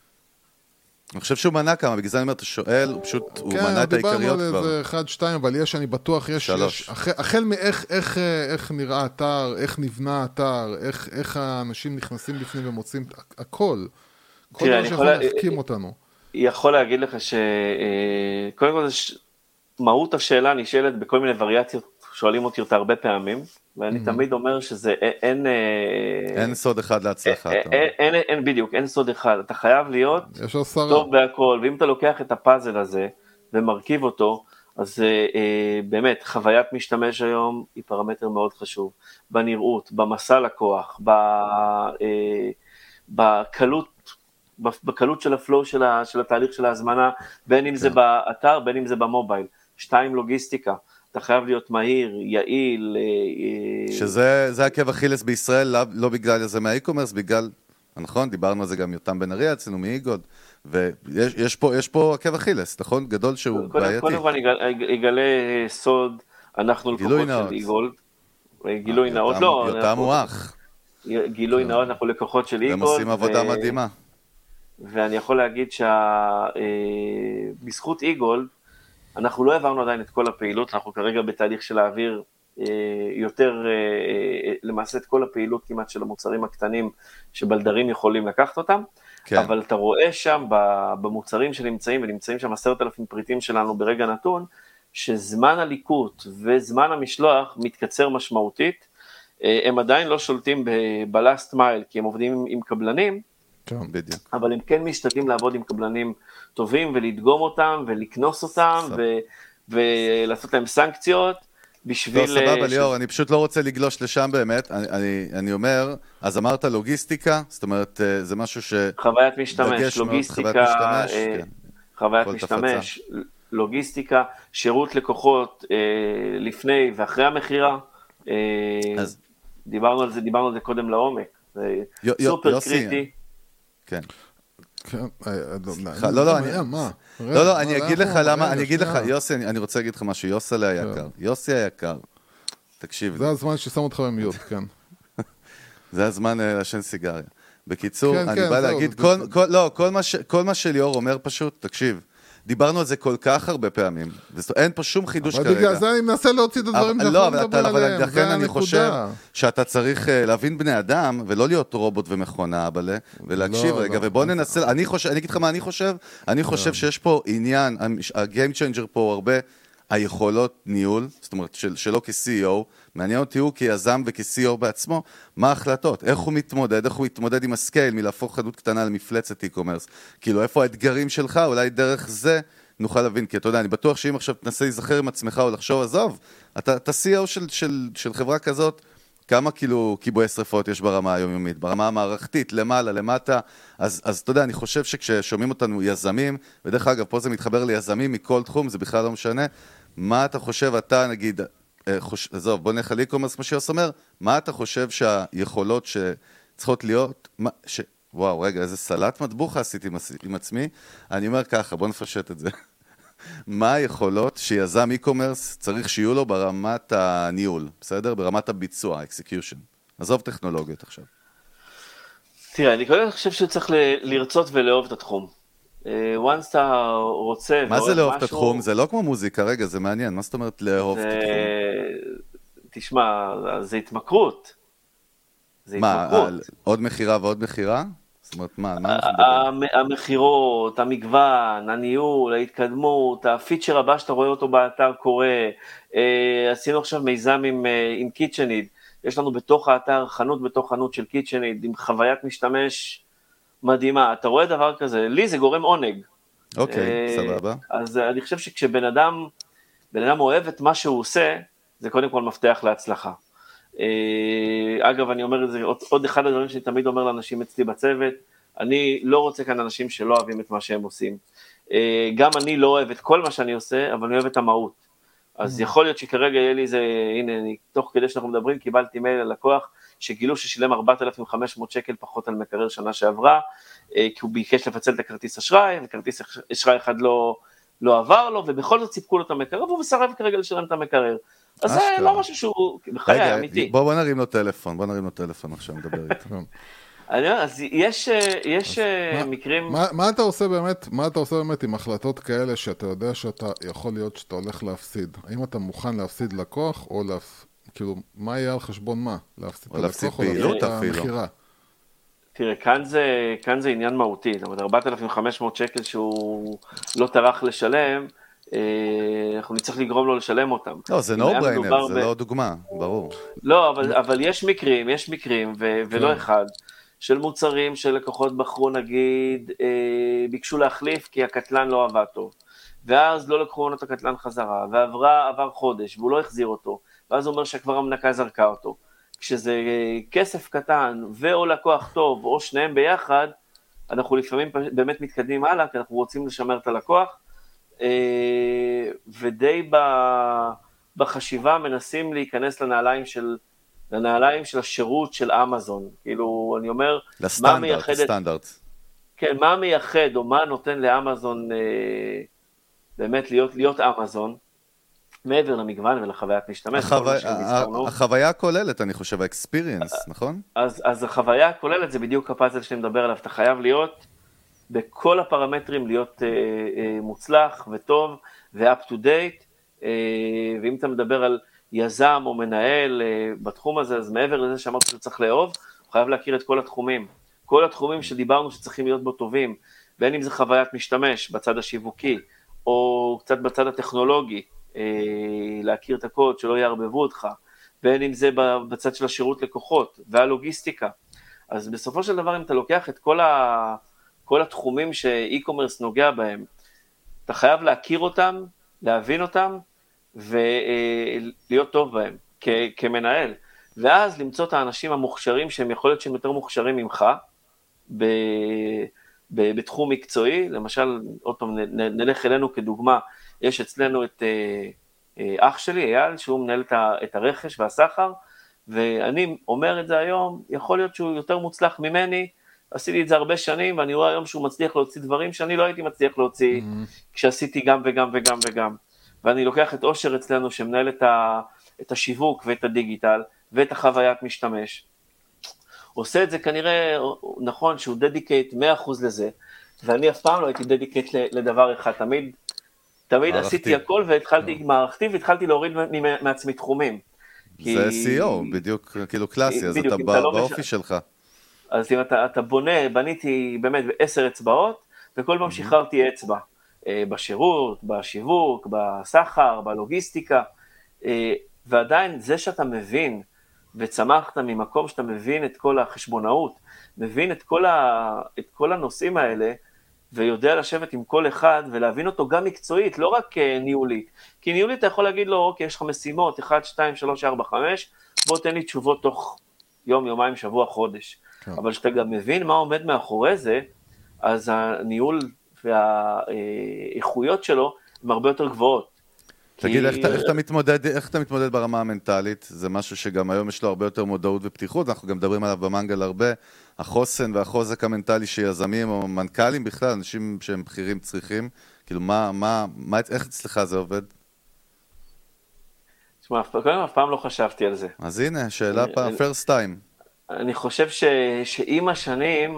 C: אני חושב שהוא מנה כמה, בגלל זה אני אומר, אתה שואל, הוא מנה את העיקריות כבר.
D: כן, דיברנו על איזה 1, 2, אבל אני בטוח, החל מאיך נראה אתר, איך נבנה אתר, איך האנשים נכנסים בפנים ומוצאים, הכל. כל דבר שיכול להחכים אותנו.
E: יכול להגיד לך קודם כל, מהות השאלה נשאלת בכל מיני וריאציות, שואלים אותי אותה הרבה פעמים, ואני תמיד אומר שזה
C: אין סוד אחד להצלחה.
E: אין בדיוק, אין סוד אחד. אתה חייב להיות טוב בהכל, ואם אתה לוקח את הפאזל הזה ומרכיב אותו, אז באמת חוויית משתמש היום היא פרמטר מאוד חשוב. בנראות, במסע לקוח, בקלות של הפלואו של התהליך של ההזמנה, בין אם זה באתר, בין אם זה במובייל. 2, לוגיסטיקה. אתה חייב להיות מהיר, יעיל.
C: שזה עקב אכילס בישראל, לא בגלל זה מהאי-קומרס, בגלל, נכון? דיברנו על זה גם יותם בן אריה, אצלנו מאיגוד, ויש פה עקב אכילס, נכון? גדול שהוא בעייתי.
E: קודם כל יגלה סוד, אנחנו לקוחות של איגוד. גילוי נאות, לא.
C: יותם הוא אח.
E: גילוי נאות, אנחנו לקוחות של איגוד.
C: הם עושים עבודה מדהימה.
E: ואני יכול להגיד שבזכות איגוד, אנחנו לא העברנו עדיין את כל הפעילות, אנחנו כרגע בתהליך של להעביר יותר, למעשה את כל הפעילות כמעט של המוצרים הקטנים שבלדרים יכולים לקחת אותם, כן. אבל אתה רואה שם במוצרים שנמצאים, ונמצאים שם 10,000 פריטים שלנו ברגע נתון, שזמן הליקוט וזמן המשלוח מתקצר משמעותית, הם עדיין לא שולטים בלאסט מייל, כי הם עובדים עם קבלנים,
C: כן, בדיוק.
E: אבל הם כן משתדלים לעבוד עם קבלנים טובים, ולדגום אותם, ולקנוס אותם, ולעשות להם סנקציות, בשביל...
C: לא, סבבה, ליאור, אני פשוט לא רוצה לגלוש לשם באמת, אני אומר, אז אמרת לוגיסטיקה, זאת אומרת, זה משהו ש...
E: חוויית משתמש, לוגיסטיקה, חוויית משתמש, לוגיסטיקה, שירות לקוחות לפני ואחרי המחירה, דיברנו על זה קודם לעומק, זה סופר קריטי.
C: כן.
D: לא,
C: אני אגיד לך למה, יוסי, אני רוצה להגיד לך משהו, יוסי היקר, תקשיב.
D: זה הזמן ששם אותך במיוט, כן.
C: זה הזמן לשן סיגריה. בקיצור, אני בא להגיד, כל מה שליאור אומר פשוט, תקשיב, דיברנו על זה כל כך הרבה פעמים, אין פה שום חידוש כרגע.
D: אבל בגלל זה אני מנסה להוציא את הדברים שאנחנו לא מדבר עליהם,
C: לכן אני חושב שאתה צריך להבין בני אדם, ולא להיות רובוט ומכונה, ולהקשיב רגע, ובוא ננסה, אני אגיד לך מה אני חושב שיש פה עניין, הגיים צ'יינג'ר פה הרבה, היכולות ניהול, זאת אומרת, שלא כ-CEO, מעניין אותי הוא כיזם וכ-CEO בעצמו, מה ההחלטות, איך הוא מתמודד עם הסקייל, מלהפוך חנות קטנה למפלצת e-commerce, כאילו איפה האתגרים שלך, אולי דרך זה נוכל להבין, כי אתה יודע, אני בטוח שאם עכשיו תנסה להיזכר עם עצמך או לחשוב, עזוב, אתה CEO של חברה כזאת, כמה כאילו כיבוי שריפות יש ברמה היומיומית, ברמה המערכתית, למעלה, למטה, אז אתה יודע, אני חושב שכששומעים אותנו יזמים, ודרך אגב, פה זה מתחבר ליזמים מכל תחום, זה בכלל לא משנה, מה אתה חושב, אתה נגיד, עזוב, בוא נלך על e-commerce, מה שיוס אומר, מה אתה חושב שהיכולות שצריכות להיות, וואו, רגע, איזה סלט מטבוחה עשיתי עם עצמי, אני אומר ככה, בוא נפשט את זה. מה היכולות שיזם e-commerce צריך שיהיו לו ברמת הניהול, בסדר? ברמת הביצוע, execution. עזוב טכנולוגיות עכשיו.
E: תראה, אני קודם חושב שהוא צריך לרצות ולאהוב את התחום. once אתה רוצה...
C: מה זה לאהוב את התחום? זה לא כמו מוזיקה, רגע, זה מעניין. מה זאת אומרת לאהוב את התחום?
E: תשמע, זה התמכרות.
C: מה, עוד מחירה ועוד מחירה? זאת אומרת, מה
E: המחירות, המגוון, הניהול, ההתקדמות, הפיצ'ר הבא שאתה רואה אותו באתר קורה, עשינו עכשיו מיזם עם קיצ'ניד, יש לנו בתוך האתר חנות בתוך חנות של קיצ'ניד, עם חוויית משתמש מדהימה, אתה רואה דבר כזה, לי זה גורם עונג.
C: אוקיי, סבבה.
E: אז אני חושב שכשבן אדם אוהב את מה שהוא עושה, זה קודם כל מפתח להצלחה. אגב, אני אומר את זה, עוד אחד הדברים שאני תמיד אומר לאנשים אצלי בצוות, אני לא רוצה כאן אנשים שלא אוהבים את מה שהם עושים. גם אני לא אוהב את כל מה שאני עושה, אבל אני אוהב את המהות. אז יכול להיות שכרגע יהיה לי איזה, הנה, תוך כדי שאנחנו מדברים, קיבלתי מייל ללקוח, שגילו ששילם 4,500 שקל פחות על מקרר שנה שעברה, כי הוא ביקש לפצל את הכרטיס אשראי, וכרטיס אשראי אחד לא עבר לו, ובכל זאת סיפקו לו את המקרר, והוא מסרב כרגע לשלם את המקרר. אז זה לא משהו שהוא בחיי אמיתי.
C: בוא נרים לו טלפון עכשיו, נדבר איתו.
E: אז יש מקרים...
D: מה אתה עושה באמת עם החלטות כאלה שאתה יודע שאתה יכול להיות שאתה הולך להפסיד? האם אתה מוכן להפסיד לקוח או כאילו, מה יהיה על חשבון מה? להפסיד את הלקוח או להפסיד את המחירה?
E: תראה, כאן זה עניין מהותי, זאת אומרת, 4,500 שקל שהוא לא טרח לשלם, אנחנו נצטרך לגרום לו לשלם אותם.
C: לא, זה no-brainer, זה לא דוגמה, ברור.
E: לא, אבל יש מקרים, ולא אחד, של מוצרים שלקוחות בחרו, נגיד, ביקשו להחליף כי הקטלן לא עבד טוב, ואז לא לקחו את הקטלן חזרה, ועבר חודש, והוא לא החזיר אותו, ואז הוא אומר שכבר המנקה זרקה אותו. כשזה כסף קטן, ואו לקוח טוב, או שניהם ביחד, אנחנו לפעמים באמת מתקדמים הלאה, כי אנחנו רוצים לשמר את הלקוח, ודי בחשיבה מנסים להיכנס לנעליים של השירות של אמזון. כאילו, אני אומר,
C: לסטנדרט.
E: כן, מה מייחד או מה נותן לאמזון באמת להיות אמזון, מעבר למגוון ולחוויית משתמש.
C: החוויה הכוללת, אני חושב, האקספיריאנס, נכון?
E: אז החוויה הכוללת זה בדיוק הפאזל שאני מדבר עליו, אתה חייב להיות בכל הפרמטרים, להיות מוצלח וטוב ו-up to date, ואם אתה מדבר על יזם או מנהל בתחום הזה, אז מעבר לזה שאמרתי שהוא צריך לאהוב, הוא חייב להכיר את כל התחומים. כל התחומים שדיברנו שצריכים להיות בו טובים, בין אם זה חוויית משתמש בצד השיווקי, או קצת בצד הטכנולוגי, להכיר את הקוד, שלא יערבבו אותך, בין אם זה בצד של השירות לקוחות והלוגיסטיקה. אז בסופו של דבר, אם אתה לוקח את כל התחומים שאי-קומרס נוגע בהם, אתה חייב להכיר אותם, להבין אותם, ולהיות טוב בהם, כמנהל. ואז למצוא את האנשים המוכשרים, שהם יכול להיות שהם יותר מוכשרים ממך, בתחום מקצועי. למשל, עוד פעם, נלך אלינו כדוגמה, יש אצלנו את אח שלי, אייל, שהוא מנהל את הרכש והסחר, ואני אומר את זה היום, יכול להיות שהוא יותר מוצלח ממני, עשיתי את זה הרבה שנים, ואני רואה היום שהוא מצליח להוציא דברים שאני לא הייתי מצליח להוציא, כשעשיתי גם וגם וגם וגם. ואני לוקח את אושר אצלנו, שמנהל את השיווק ואת הדיגיטל, ואת החוויית משתמש. עושה את זה כנראה, נכון, שהוא דדיקייט 100% לזה, ואני אף פעם לא הייתי דדיקייט לדבר אחד, תמיד עשיתי הכל, והתחלתי מערכתי, והתחלתי להוריד מעצמי תחומים.
C: זה SEO, בדיוק, כאילו קלאסי, אז אתה באופי שלך.
E: אז אם אתה בניתי באמת 10 אצבעות, וכל פעם שחררתי אצבע, בשירות, בשיווק, בסחר, בלוגיסטיקה, ועדיין זה שאתה מבין, וצמחת ממקום שאתה מבין את כל החשבונאות, מבין את כל הנושאים האלה, ויודע לשבת עם כל אחד, ולהבין אותו גם מקצועית, לא רק ניהולית. כי ניהולית אתה יכול להגיד לו, אוקיי, יש לך משימות, 1, 2, 3, 4, 5, בוא תן לי תשובות תוך יום, יומיים, שבוע, חודש. כן. אבל שאתה גם מבין מה עומד מאחורי זה, אז הניהול והאיכויות שלו הם הרבה יותר גבוהות.
C: תגיד, איך אתה מתמודד ברמה המנטלית? זה משהו שגם היום יש לו הרבה יותר מודעות ופתיחות, אנחנו גם מדברים עליו במנגל הרבה, החוסן והחוזק המנטלי שיזמים או מנכ"לים בכלל, אנשים שהם בכירים צריכים, כאילו איך אצלך זה עובד?
E: תשמע, אף פעם לא חשבתי על זה.
C: אז הנה, שאלה פעם, first time.
E: אני חושב שעם השנים,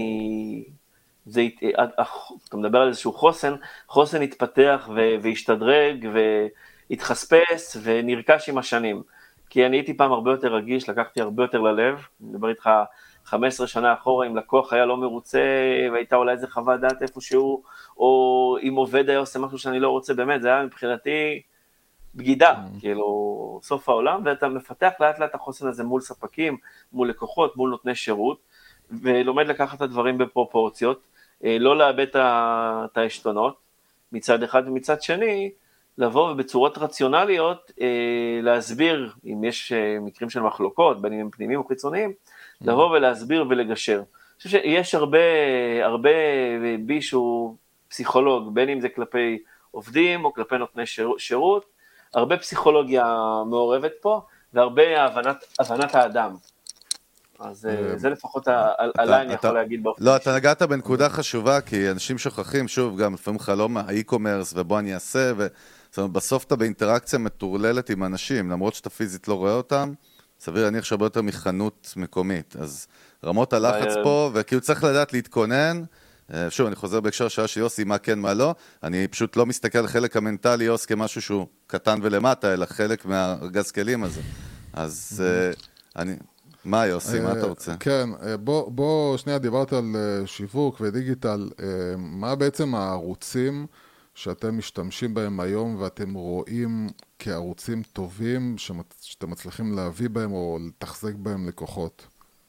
E: אתה מדבר על איזשהו חוסן התפתח והשתדרג והתחספס ונרכש עם השנים. כי אני הייתי פעם הרבה יותר רגיש, לקחתי הרבה יותר ללב, אני מדבר איתך 15 שנה אחורה, אם לקוח היה לא מרוצה, והייתה אולי איזה חוות דעת איפשהו, או אם עובד היה עושה משהו שאני לא רוצה, באמת, זה היה מבחינתי בגידה, כאילו, סוף העולם, ואתה מפתח לאט לאט החוסן הזה מול ספקים, מול לקוחות, מול נותני שירות, ולומד לקחת את הדברים בפרופורציות, לא לאבד את העשתונות, מצד אחד ומצד שני, לבוא ובצורות רציונליות, להסביר, אם יש מקרים של מחלוקות, בין אם הם פנימיים או חיצוניים, לבוא ולהסביר ולגשר. אני חושב שיש הרבה בי שהוא פסיכולוג, בין אם זה כלפי עובדים או כלפי נותני שירות, הרבה פסיכולוגיה מעורבת פה, והרבה הבנת האדם. אז זה לפחות עליי אני יכול להגיד באופן.
C: לא, אתה נגעת בנקודה חשובה, כי אנשים שוכחים, שוב, גם לפעמים חלום האי-קומרס, ובוא אני אעשה, ובסוף אתה באינטראקציה מטורללת עם אנשים, למרות שאתה פיזית לא רואה אותם, סביר להניח שהרבה יותר מחנות מקומית. אז רמות הלחץ פה, וכאילו צריך לדעת להתכונן, שוב, אני חוזר בהקשר השאלה של יוסי, מה כן, מה לא, אני פשוט לא מסתכל על חלק המנטלי יוס כמשהו שהוא קטן ולמטה, אלא חלק מהארגז כלים הזה. אז מה יוסי, מה אתה רוצה?
D: כן, בוא שנייה דיברת על שיווק ודיגיטל, מה בעצם הערוצים שאתם משתמשים בהם היום ואתם רואים כערוצים טובים שאתם מצליחים להביא בהם או לתחזק בהם לקוחות?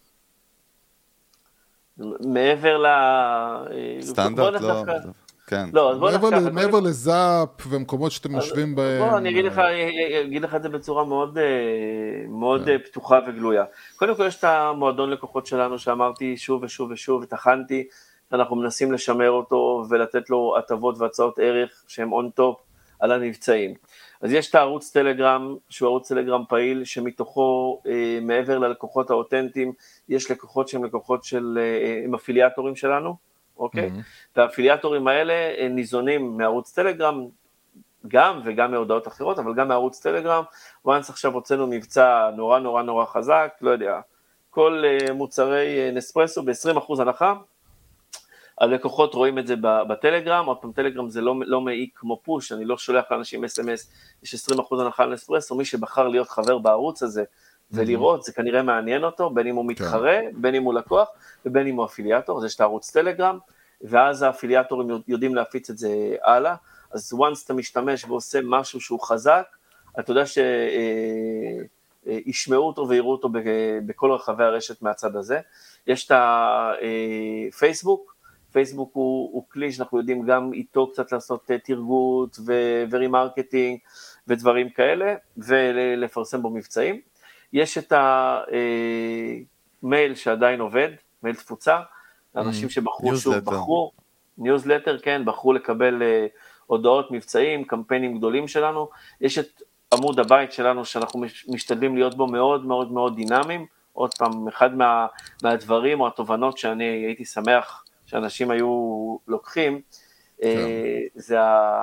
E: מעבר
C: סטנדרט? לא, כן.
D: מעבר לזאפ ומקומות שאתם יושבים בהם.
E: בוא, אני אגיד לך את זה בצורה מאוד פתוחה וגלויה. קודם כל יש את המועדון לקוחות שלנו שאמרתי שוב ושוב ושוב, ותחנתי, אנחנו מנסים לשמר אותו ולתת לו הטבות והצעות ערך שהם on top על המבצעים. אז יש את הערוץ טלגרם, שהוא ערוץ טלגרם פעיל, שמתוכו מעבר ללקוחות האותנטיים, יש לקוחות שהם לקוחות עם אפיליאטורים שלנו, אוקיי? והאפיליאטורים האלה ניזונים מערוץ טלגרם, גם וגם מהודעות אחרות, אבל גם מערוץ טלגרם. once עכשיו הוצאנו מבצע נורא נורא נורא חזק, לא יודע, כל מוצרי נספרסו ב-20% הנחה, הלקוחות רואים את זה בטלגרם, עוד פעם טלגרם זה לא מעיק כמו פוש, אני לא שולח לאנשים SMS, יש 20% הנחה על נספרסו, מי שבחר להיות חבר בערוץ הזה ולראות, זה כנראה מעניין אותו, בין אם הוא מתחרה, בין אם הוא לקוח, ובין אם הוא אפיליאטור, אז יש את הערוץ טלגרם, ואז האפיליאטורים יודעים להפיץ את זה הלאה, אז once אתה משתמש ועושה משהו שהוא חזק, אתה יודע שישמעו אותו ויראו אותו בכל רחבי הרשת מהצד הזה. יש את הפייסבוק, פייסבוק הוא כלי שאנחנו יודעים גם איתו קצת לעשות תרגות ורימרקטינג ודברים כאלה, ולפרסם בו מבצעים. יש את המייל שעדיין עובד, מייל תפוצה, אנשים שבחרו שוב, בחרו, ניוזלטר, כן, בחרו לקבל הודעות מבצעים, קמפיינים גדולים שלנו. יש את עמוד הבית שלנו שאנחנו משתדלים להיות בו מאוד מאוד מאוד דינמיים. עוד פעם, אחד מהדברים או התובנות שאני הייתי שמח שאנשים היו לוקחים, זה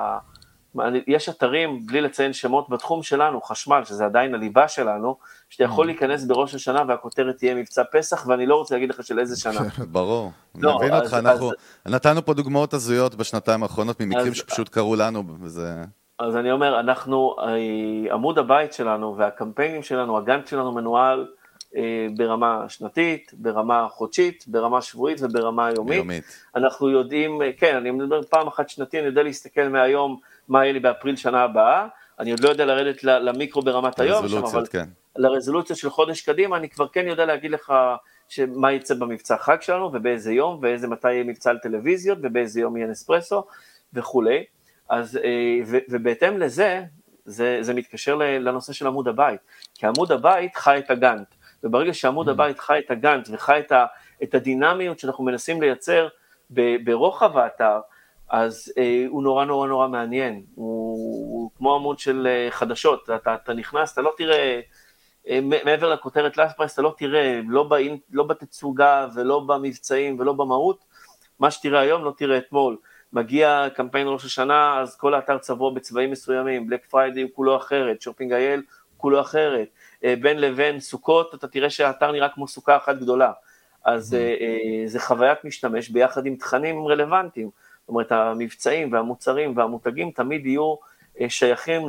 E: יש אתרים, בלי לציין שמות, בתחום שלנו, חשמל, שזה עדיין הליבה שלנו, שאתה יכול להיכנס בראש השנה והכותרת תהיה מבצע פסח, ואני לא רוצה להגיד לך של איזה שנה.
C: ברור, נבין אותך, אנחנו נתנו פה דוגמאות הזויות בשנתיים האחרונות, ממקרים שפשוט קרו לנו, וזה...
E: אז אני אומר, אנחנו, עמוד הבית שלנו והקמפיינים שלנו, הגאנט שלנו מנוהל ברמה שנתית, ברמה חודשית, ברמה שבועית וברמה יומית. אנחנו יודעים, כן, אני מדבר פעם אחת שנתי, אני יודע להסתכל מהיום מה יהיה לי באפריל שנה הבאה, אני עוד לא יודע לרדת למיקרו ברמת היום, אבל לרזולוציה של חודש קדימה, אני כבר כן יודע להגיד לך מה יצא במבצע חג שלנו, ובאיזה יום, ואיזה מתי יהיה מבצע על טלוויזיות, ובאיזה יום יהיה נספרסו, וכולי. אז, ובהתאם לזה, זה מתקשר לנושא של עמוד הבית, כי עמוד הבית חי את הגאנט, וברגע שעמוד הבית חי את הגאנט, וחי את הדינמיות שאנחנו מנסים לייצר ברוחב האתר, אז הוא נורא נורא נורא מעניין, הוא כמו עמוד של חדשות, אתה נכנס, אתה לא תראה, מעבר לכותרת לאספרס, אתה לא תראה, לא בתצוגה ולא במבצעים ולא במהות, מה שתראה היום לא תראה אתמול, מגיע קמפיין ראש השנה, אז כל האתר צבוע בצבעים מסוימים, בלק פריידי הוא כולו אחרת, שופינג אייל הוא כולו אחרת, בין לבין סוכות, אתה תראה שהאתר נראה כמו סוכה אחת גדולה, אז זה חוויית משתמש ביחד עם תכנים רלוונטיים, זאת אומרת, המבצעים והמוצרים והמותגים תמיד יהיו שייכים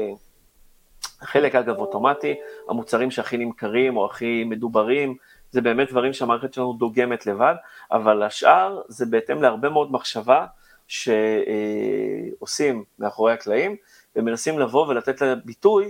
E: לחלק אגב אוטומטי, המוצרים שהכי נמכרים או הכי מדוברים, זה באמת דברים שהמערכת שלנו דוגמת לבד, אבל השאר זה בהתאם להרבה מאוד מחשבה שעושים מאחורי הקלעים, ומנסים לבוא ולתת לה ביטוי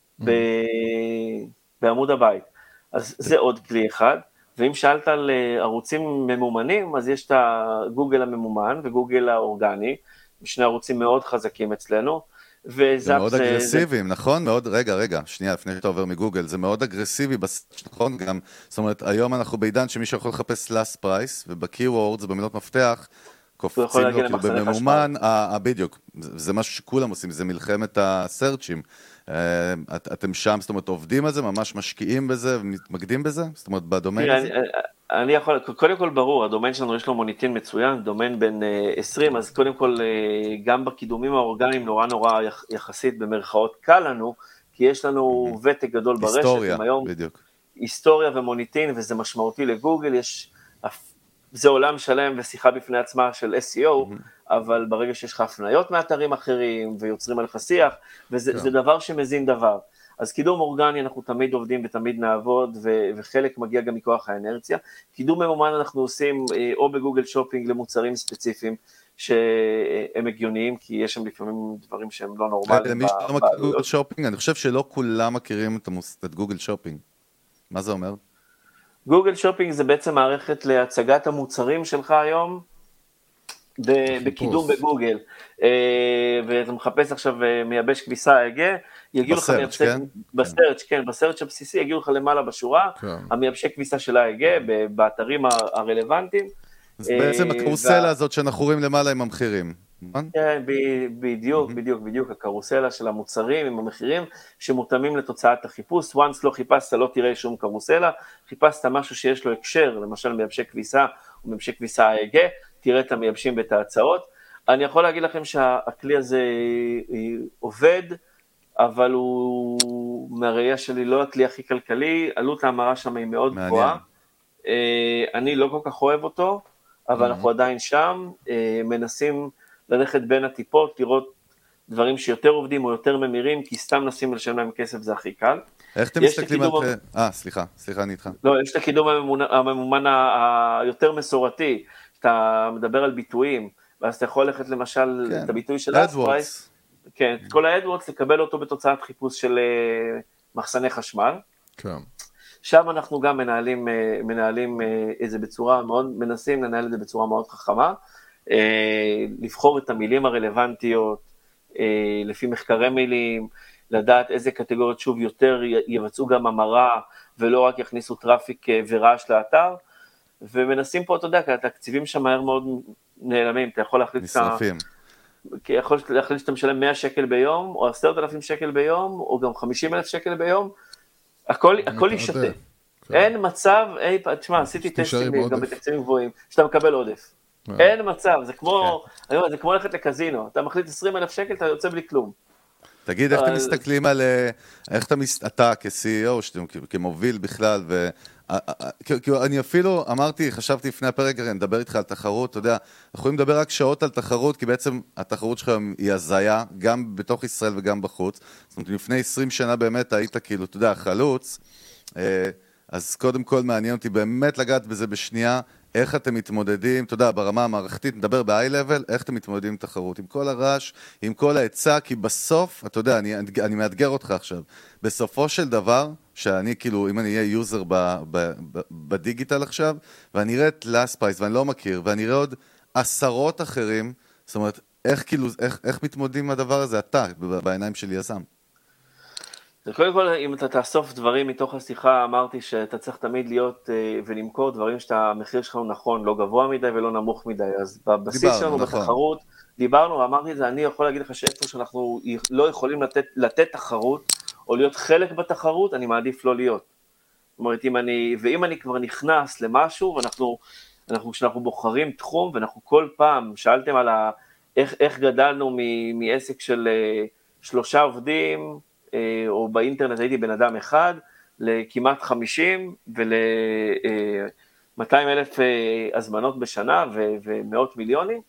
E: בעמוד הבית. אז זה עוד כלי אחד, ואם שאלת על ערוצים ממומנים, אז יש את הגוגל הממומן וגוגל האורגני, שני ערוצים מאוד חזקים אצלנו,
C: זה מאוד אגרסיביים, נכון? מאוד, רגע, שנייה, לפני שאתה עובר מגוגל, זה מאוד אגרסיבי, נכון? גם, זאת אומרת, היום אנחנו בעידן שמישהו יכול לחפש last price, ובקיוורדס, במילות מפתח, קופצים לו, כאילו בממומן, בדיוק, זה משהו שכולם עושים, זה מלחמת הסרצ'ים. אתם שם, זאת אומרת, עובדים על זה, ממש משקיעים בזה, ומתמקדים בזה? זאת אומרת, בדומיין הזה?
E: אני יכול, קודם כל ברור, הדומיין שלנו יש לו מוניטין מצוין, דומיין בין 20, אז קודם כל גם בקידומים האורגניים נורא נורא יחסית במרכאות קל לנו, כי יש לנו ותק גדול ברשת,
C: היסטוריה, בדיוק.
E: היסטוריה ומוניטין, וזה משמעותי לגוגל, זה עולם שלם ושיחה בפני עצמה של SEO, אבל ברגע שיש לך הפניות מאתרים אחרים, ויוצרים עליך שיח, וזה דבר שמזין דבר. אז קידום אורגני אנחנו תמיד עובדים ותמיד נעבוד, וחלק מגיע גם מכוח האנרציה. קידום ממומן אנחנו עושים או בגוגל שופינג למוצרים ספציפיים, שהם הגיוניים, כי יש שם לפעמים דברים שהם לא נורמליים.
C: למי שלא מכיר גוגל שופינג, אני חושב שלא כולם מכירים את גוגל שופינג. מה זה אומר?
E: גוגל שופינג זה בעצם מערכת להצגת המוצרים שלך היום, בקידום בגוגל, ואתה מחפש עכשיו מייבש כביסה הגה, יגיעו לך בסרצ' הבסיסי, יגיעו לך למעלה בשורה, המייבשי כביסה של ההגה, באתרים הרלוונטיים.
C: זה בעצם הקרוסלה הזאת שאנחנו רואים למעלה עם המחירים.
E: כן, בדיוק, הקרוסלה של המוצרים עם המחירים, שמותאמים לתוצאת החיפוש, once לא חיפשת לא תראה שום קרוסלה, חיפשת משהו שיש לו הקשר, למשל מייבשי כביסה, או מייבשי כביסה ההגה, תראה את המייבשים ואת ההצעות. אני יכול להגיד לכם שהכלי הזה עובד, אבל הוא מהראייה שלי לא הכלי הכי כלכלי, עלות ההמרה שם היא מאוד גבוהה, אני לא כל כך אוהב אותו, אבל אנחנו עדיין שם, מנסים ללכת בין הטיפות, לראות דברים שיותר עובדים או יותר ממירים, כי סתם נשים לשם להם כסף זה הכי קל.
C: איך אתם מסתכלים על... סליחה, אני איתך.
E: לא, יש את הקידום הממומן היותר מסורתי, אתה מדבר על ביטויים, ואז אתה יכול ללכת למשל את הביטוי של אספרייס, כן, את כל האדוורדס, לקבל אותו בתוצאת חיפוש של מחסני חשמל.
D: כן.
E: שם אנחנו גם מנהלים את זה בצורה מאוד, מנסים לנהל את זה בצורה מאוד חכמה, לבחור את המילים הרלוונטיות, לפי מחקרי מילים, לדעת איזה קטגוריות שוב יותר יבצעו גם המרה, ולא רק יכניסו טראפיק ורעש לאתר, ומנסים פה, אתה יודע, כי התקציבים שם מהר מאוד נעלמים, אתה יכול להחליט
C: נשרפים.
E: יכול להחליט שאתה משלם 100 שקל ביום, או 10,000 שקל ביום, או גם 50,000 שקל ביום, הכל ישתה. אין מצב, תשמע, עשיתי טסטים גם בתקציבים גבוהים, שאתה מקבל עודף. אין מצב, זה כמו ללכת לקזינו, אתה מחליט 20,000 שקל, אתה יוצא בלי כלום.
C: תגיד, איך אתם מסתכלים על, איך אתה כ-CEO, כמוביל בכלל, אני אפילו אמרתי, חשבתי לפני הפרק, אני מדבר איתך על תחרות, אתה יודע, אנחנו יכולים לדבר רק שעות על תחרות, כי בעצם התחרות שלך היא הזיה, גם בתוך ישראל וגם בחוץ. זאת אומרת, לפני 20 שנה באמת היית כאילו, אתה יודע, חלוץ, אז קודם כל מעניין אותי באמת לגעת בזה בשנייה, איך אתם מתמודדים, אתה יודע, ברמה המערכתית, נדבר ב-high-level, איך אתם מתמודדים עם תחרות, עם כל הרעש, עם כל ההיצע, כי בסוף, אתה יודע, אני מאתגר אותך עכשיו, בסופו של דבר, שאני כאילו, אם אני אהיה יוזר בדיגיטל עכשיו, ואני אראה את LastPrice, ואני לא מכיר, ואני אראה עוד עשרות אחרים, זאת אומרת, איך מתמודדים עם הדבר הזה, אתה, בעיניים של יזם?
E: קודם כל, אם אתה תאסוף דברים מתוך השיחה, אמרתי שאתה צריך תמיד להיות ולמכור דברים שהמחיר שלך הוא נכון, לא גבוה מדי ולא נמוך מדי, אז בבסיס שלנו בתחרות, דיברנו, אמרתי את זה, אני יכול להגיד לך שאיפה שאנחנו לא יכולים לתת תחרות, או להיות חלק בתחרות, אני מעדיף לא להיות. זאת אומרת, ואם אני כבר נכנס למשהו, כשאנחנו בוחרים תחום, ואנחנו כל פעם, שאלתם על איך גדלנו מעסק של 3 עובדים, או באינטרנט הייתי בן אדם אחד, לכמעט 50 ול-200,000 הזמנות בשנה ומאות מיליונים.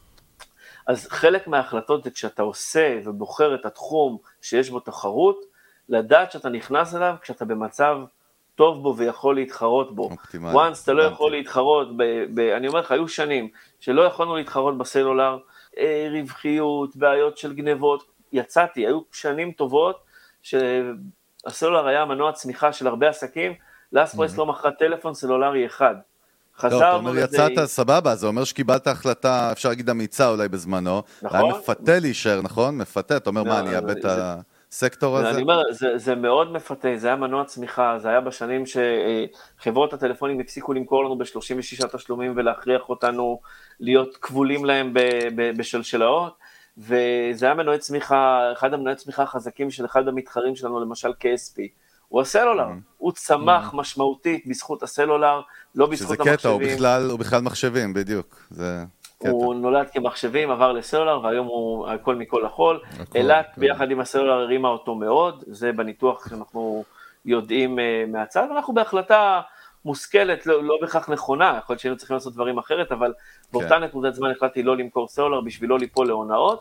E: אז חלק מההחלטות זה כשאתה עושה ובוחר את התחום שיש בו תחרות, לדעת שאתה נכנס אליו כשאתה במצב טוב בו ויכול להתחרות בו. once אתה לא יכול להתחרות, אני אומר לך, היו שנים שלא יכולנו להתחרות בסלולר, רווחיות, בעיות של גנבות, יצאתי, היו שנים טובות, שהסלולר היה מנוע צמיחה של הרבה עסקים, LastPrice לא מכרה טלפון סלולרי אחד.
C: אתה אומר יצאת סבבה, זה אומר שקיבלת החלטה, אפשר להגיד אמיצה אולי בזמנו, היה מפתה להישאר, נכון? מפתה, אתה אומר מה, אני אאבד את הסקטור הזה?
E: אני אומר, זה מאוד מפתה, זה היה מנוע צמיחה, זה היה בשנים שחברות הטלפונים הפסיקו למכור לנו ב-36 תשלומים ולהכריח אותנו להיות כבולים להם בשלשלאות, וזה היה מנועי צמיחה, אחד המנועי צמיחה החזקים של אחד המתחרים שלנו, למשל KSP, הוא הסלולר, הוא צמח משמעותית בזכות הסלולר, לא בזכות המחשבים.
C: שזה קטע, הוא בכלל מחשבים, בדיוק, זה קטע.
E: הוא נולד כמחשבים, עבר לסלולר, והיום הוא הכל מכל החול. אלת ביחד עם הסלולר הרימה אותו מאוד, זה בניתוח שאנחנו יודעים מהצד, ואנחנו בהחלטה מושכלת, לא בכך נכונה, יכול להיות שהיינו צריכים לעשות דברים אחרת, אבל באותה נקודת זמן החלטתי לא למכור סלולר בשביל לא ליפול להונאות,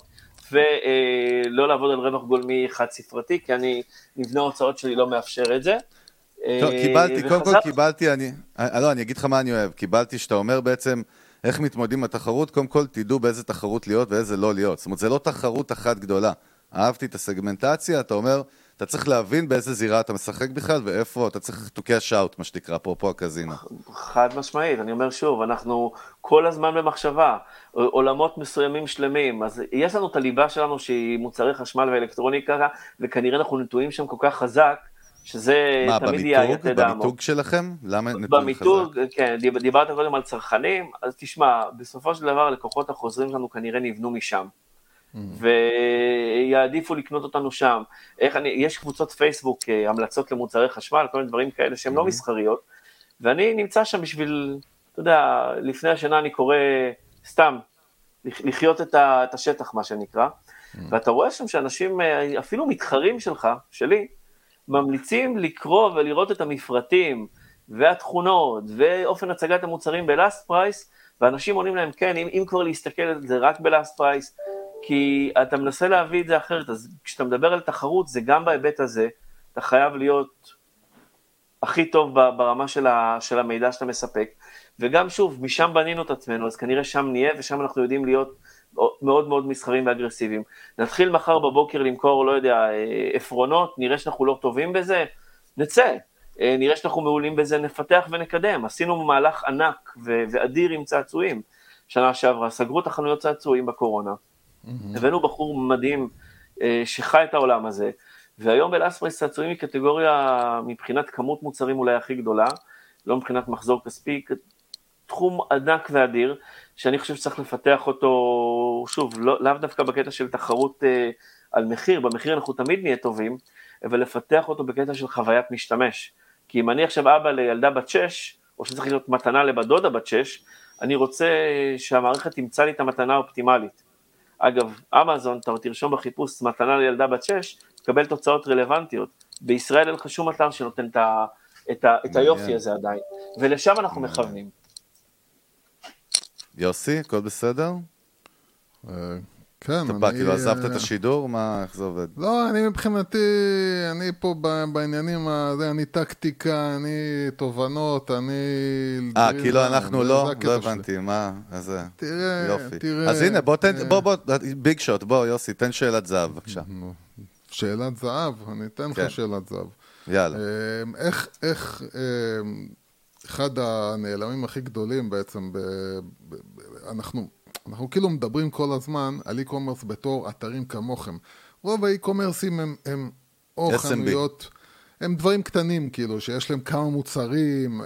E: ולא לעבוד על רווח גולמי חד ספרתי, כי נבנה הוצאות שלי לא מאפשר את זה.
C: טוב, קודם כל קיבלתי, אני אגיד לך מה אני אוהב, קיבלתי שאתה אומר בעצם, איך מתמודדים בתחרות, קודם כל תדעו באיזה תחרות להיות ואיזה לא להיות, זאת אומרת, זה לא תחרות אחת גדולה. אהבתי את הסגמנטציה, אתה אומר, אתה צריך להבין באיזה זירה אתה משחק בכלל, ואיפה אתה צריך to cash out, מה שתקרא, אפרופו הקזינו.
E: חד משמעית, אני אומר שוב, אנחנו כל הזמן במחשבה, עולמות מסוימים שלמים, אז יש לנו את הליבה שלנו שהיא מוצרי חשמל ואלקטרוניקה, וכנראה אנחנו נטועים שם כל כך חזק, שזה תמיד יהיה היתד העמוק.
C: במיתוג שלכם? למה נטועים חזק?
E: במיתוג, כן, דיברת קודם על צרכנים, אז תשמע, בסופו של דבר, לקוחות החוזרים שלנו כנראה נבנו משם. ויעדיפו לקנות אותנו שם. יש קבוצות פייסבוק, המלצות למוצרי חשמל, כל מיני דברים כאלה שהן לא מסחריות, ואני נמצא שם בשביל, אתה יודע, לפני השנה אני קורא סתם, לחיות את השטח, מה שנקרא, ואתה רואה שם שאנשים, אפילו מתחרים שלך, שלי, ממליצים לקרוא ולראות את המפרטים, והתכונות, ואופן הצגת המוצרים ב-LastPrice, ואנשים עונים להם, כן, אם כבר להסתכל על זה רק ב-LastPrice, כי אתה מנסה להביא את זה אחרת, אז כשאתה מדבר על תחרות, זה גם בהיבט הזה, אתה חייב להיות הכי טוב ברמה של המידע שאתה מספק, וגם שוב, משם בנינו את עצמנו, אז כנראה שם נהיה, ושם אנחנו יודעים להיות מאוד מאוד מסחרים ואגרסיביים. נתחיל מחר בבוקר למכור, לא יודע, אפרונות, נראה שאנחנו לא טובים בזה, נצא. נראה שאנחנו מעולים בזה, נפתח ונקדם. עשינו מהלך ענק ואדיר עם צעצועים. שנה שעברה, סגרו את החנויות צעצועים בקורונה. הבאנו בחור מדהים שחי את העולם הזה, והיום בלאספרייס צעצועים היא קטגוריה מבחינת כמות מוצרים אולי הכי גדולה, לא מבחינת מחזור כספי, תחום ענק ואדיר, שאני חושב שצריך לפתח אותו, שוב, לאו דווקא בקטע של תחרות על מחיר, במחיר אנחנו תמיד נהיה טובים, אבל לפתח אותו בקטע של חוויית משתמש. כי אם אני עכשיו אבא לילדה בת 6, או שצריך להיות מתנה לבת דודה בת 6, אני רוצה שהמערכת תמצא לי את המתנה האופטימלית. אגב, אמזון, אתה תרשום בחיפוש מתנה לילדה בת 6, תקבל תוצאות רלוונטיות. בישראל אין לך שום אתר שנותן את היופי הזה עדיין. ולשם אנחנו מכוונים.
C: יוסי, הכל בסדר?
D: כן,
C: אתה כאילו עזבת את השידור? מה, איך זה עובד?
D: לא, אני מבחינתי, אני פה בעניינים, אני טקטיקה, אני תובנות, אני...
C: כאילו אנחנו לא הבנתי, מה, אז תראה. אז הנה, בוא, ביג שוט, בוא יוסי, תן שאלת זהב, בבקשה.
D: שאלת זהב? אני אתן לך שאלת זהב.
C: יאללה.
D: איך אחד הנעלמים הכי גדולים בעצם, אנחנו כאילו מדברים כל הזמן על e-commerce בתור אתרים כמוכם. רוב האי-קומרסים הם או חנויות, הם דברים קטנים כאילו, שיש להם כמה מוצרים.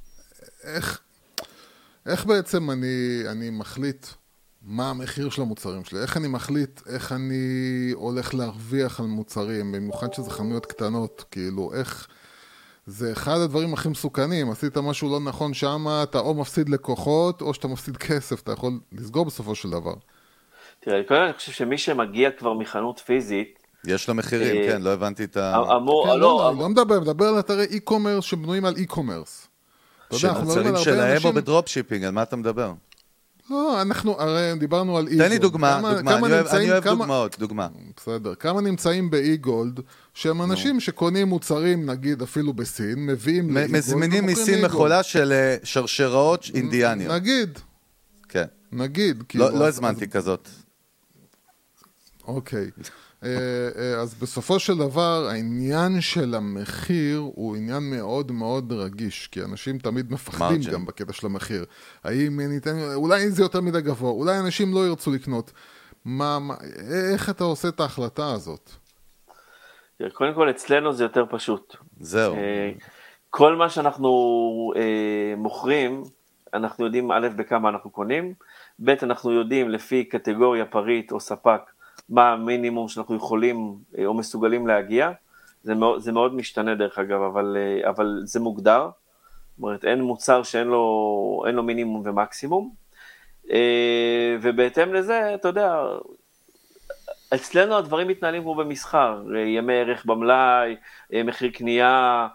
D: איך בעצם אני מחליט מה המחיר של המוצרים שלי? איך אני מחליט איך אני הולך להרוויח על מוצרים, במיוחד שזה חנויות קטנות, כאילו איך... זה אחד הדברים הכי מסוכנים, עשית משהו לא נכון שם, אתה או מפסיד לקוחות, או שאתה מפסיד כסף, אתה יכול לסגור בסופו של דבר.
E: תראה, אני חושב שמי שמגיע כבר מחנות פיזית...
C: יש לו מחירים, כן, לא הבנתי את ה...
D: לא מדבר על אתרי e-commerce שבנויים על e-commerce.
C: שמוצרים שלהם או בדרופשיפינג, על מה אתה מדבר?
D: לא, אנחנו הרי דיברנו על e-gold.
C: תן לי דוגמה, אני אוהב דוגמאות, דוגמה.
D: בסדר, כמה נמצאים ב-e-gold, שהם אנשים שקונים מוצרים, נגיד אפילו בסין, מביאים ל-e-gold.
C: מזמינים מסין מכולה של שרשראות אינדיאניות.
D: נגיד.
C: כן.
D: נגיד.
C: לא הזמנתי כזאת.
D: אוקיי. אז בסופו של דבר, העניין של המחיר הוא עניין מאוד מאוד רגיש, כי אנשים תמיד מפחדים גם בקטע של המחיר. אולי זה יותר מדי גבוה, אולי אנשים לא ירצו לקנות. איך אתה עושה את ההחלטה הזאת?
E: קודם כל, אצלנו זה יותר פשוט.
C: זהו.
E: כל מה שאנחנו מוכרים, אנחנו יודעים א' בכמה אנחנו קונים, ב' אנחנו יודעים לפי קטגוריה, פריט או ספק, מה המינימום שאנחנו יכולים או מסוגלים להגיע. זה מאוד משתנה דרך אגב, אבל זה מוגדר. זאת אומרת, אין מוצר שאין לו מינימום ומקסימום. ובהתאם לזה, אתה יודע, אצלנו הדברים מתנהלים כמו במסחר, ימי ערך במלאי, מחיר קנייה,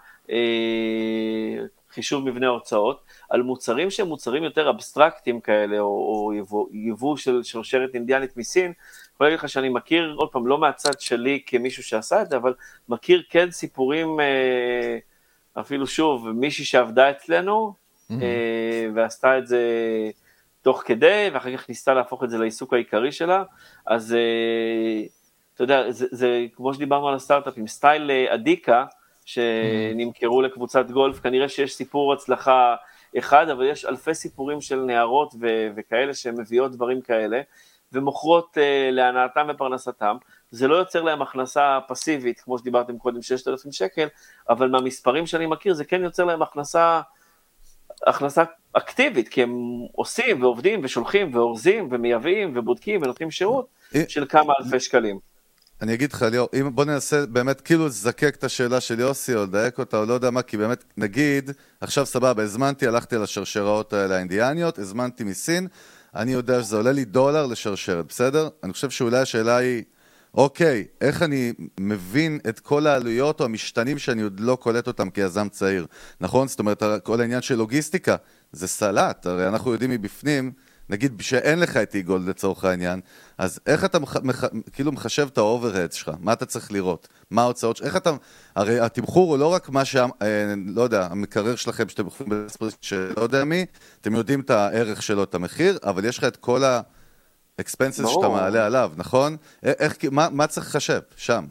E: חישוב מבנה הוצאות, על מוצרים שהם מוצרים יותר אבסטרקטיים כאלה, או יבוא של שרשרת אינדיאנית מסין, יכול להגיד לך שאני מכיר, עוד פעם, לא מהצד שלי כמישהו שעשה את זה, אבל מכיר כן סיפורים, אפילו שוב, מישהי שעבדה אצלנו, ועשתה את זה תוך כדי, ואחר כך ניסתה להפוך את זה לעיסוק העיקרי שלה, אז אתה יודע, זה כמו שדיברנו על הסטארט-אפים, סטייל אדיקה, שנמכרו לקבוצת גולף, כנראה שיש סיפור הצלחה אחד, אבל יש אלפי סיפורים של נערות וכאלה שמביאות דברים כאלה, ומוכרות להנאתם ופרנסתם, זה לא יוצר להם הכנסה פסיבית, כמו שדיברתם קודם, 6,000 שקל, אבל מהמספרים שאני מכיר, זה כן יוצר להם הכנסה אקטיבית, כי הם עושים ועובדים ושולחים ואורזים ומייבאים ובודקים ונותנים שירות של כמה אלפי שקלים.
C: אני אגיד לך, ליאור, בוא ננסה באמת כאילו לזקק את השאלה של יוסי, או לדייק אותה, או לא יודע מה, כי באמת, נגיד, עכשיו סבבה, הלכתי לשרשראות האלה האינדיאניות, הזמנתי מסין, אני יודע שזה עולה לי $1 לשרשרת, בסדר? אני חושב שאולי השאלה היא, אוקיי, איך אני מבין את כל העלויות או המשתנים שאני עוד לא קולט אותם כיזם צעיר, נכון? זאת אומרת, כל העניין של לוגיסטיקה, זה סלט, הרי אנחנו יודעים מבפנים, נגיד שאין לך את איגולד לצורך העניין, אז איך אתה כאילו מחשב את האוברהד שלך? מה אתה צריך לראות? מה ההוצאות? איך אתה... הרי התמחור הוא לא רק מה לא יודע, המקרר שלכם שאתם יכולים בספריט שלא יודע מי, אתם יודעים את הערך שלו, את המחיר, אבל יש לך את כל האקספנסס שאתה מעלה עליו, נכון? מה צריך לחשב שם?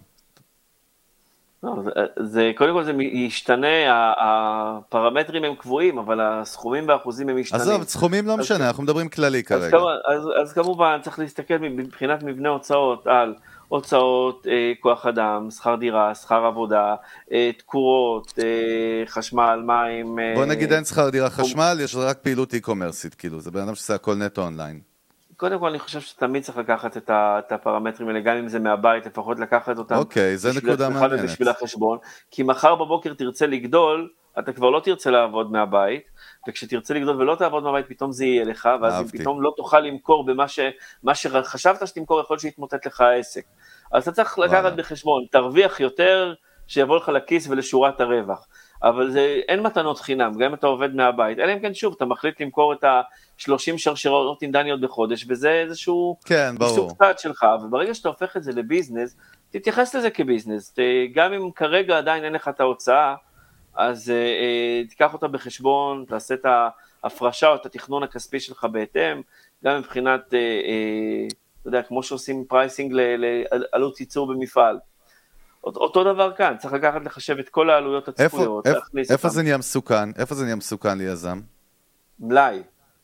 E: לא, קודם כל זה ישתנה, הפרמטרים הם קבועים, אבל הסכומים והאחוזים הם משתנים.
C: עזוב, סכומים לא משנה, אנחנו מדברים כללי כרגע.
E: אז כמובן צריך להסתכל מבחינת מבנה הוצאות על הוצאות כוח אדם, שכר דירה, שכר עבודה, תקורות, חשמל, מים.
C: בוא נגיד אין שכר דירה חשמל, יש רק פעילות אי-קומרסית, כאילו, זה בן אדם שעושה הכל נטו אונליין.
E: קודם כל אני חושב שתמיד צריך לקחת את הפרמטרים האלה, גם אם זה מהבית, לפחות לקחת אותם.
C: אוקיי, זה נקודה מעניינת.
E: בשביל החשבון, כי מחר בבוקר תרצה לגדול, אתה כבר לא תרצה לעבוד מהבית, וכשתרצה לגדול ולא תעבוד מהבית, פתאום זה יהיה לך, ואז פתאום לא תוכל למכור במה שחשבת שתמכור, יכול שיתמוטט לך העסק. אז אתה צריך לקחת בחשבון, תרוויח יותר, שיבוא לך לכיס ולשורת הרווח. אבל אין מתנות חינם, גם אם אתה עובד מהבית, אלא אם כן שוב, אתה מחליט למכור את ה-30 שרשראות אינדניות בחודש, וזה איזשהו עיסוק צעד שלך, וברגע שאתה הופך את זה לביזנס, תתייחס לזה כביזנס, גם אם כרגע עדיין אין לך את ההוצאה, אז תיקח אותה בחשבון, תעשה את ההפרשה או את התכנון הכספי שלך בהתאם, גם מבחינת, אתה יודע, כמו שעושים פרייסינג לעלות ייצור במפעל, אותו דבר כאן, צריך לקחת לחשב את כל העלויות הצפויות.
C: איפה זה נהיה מסוכן? איפה זה נהיה מסוכן ליזם?
E: מלאי.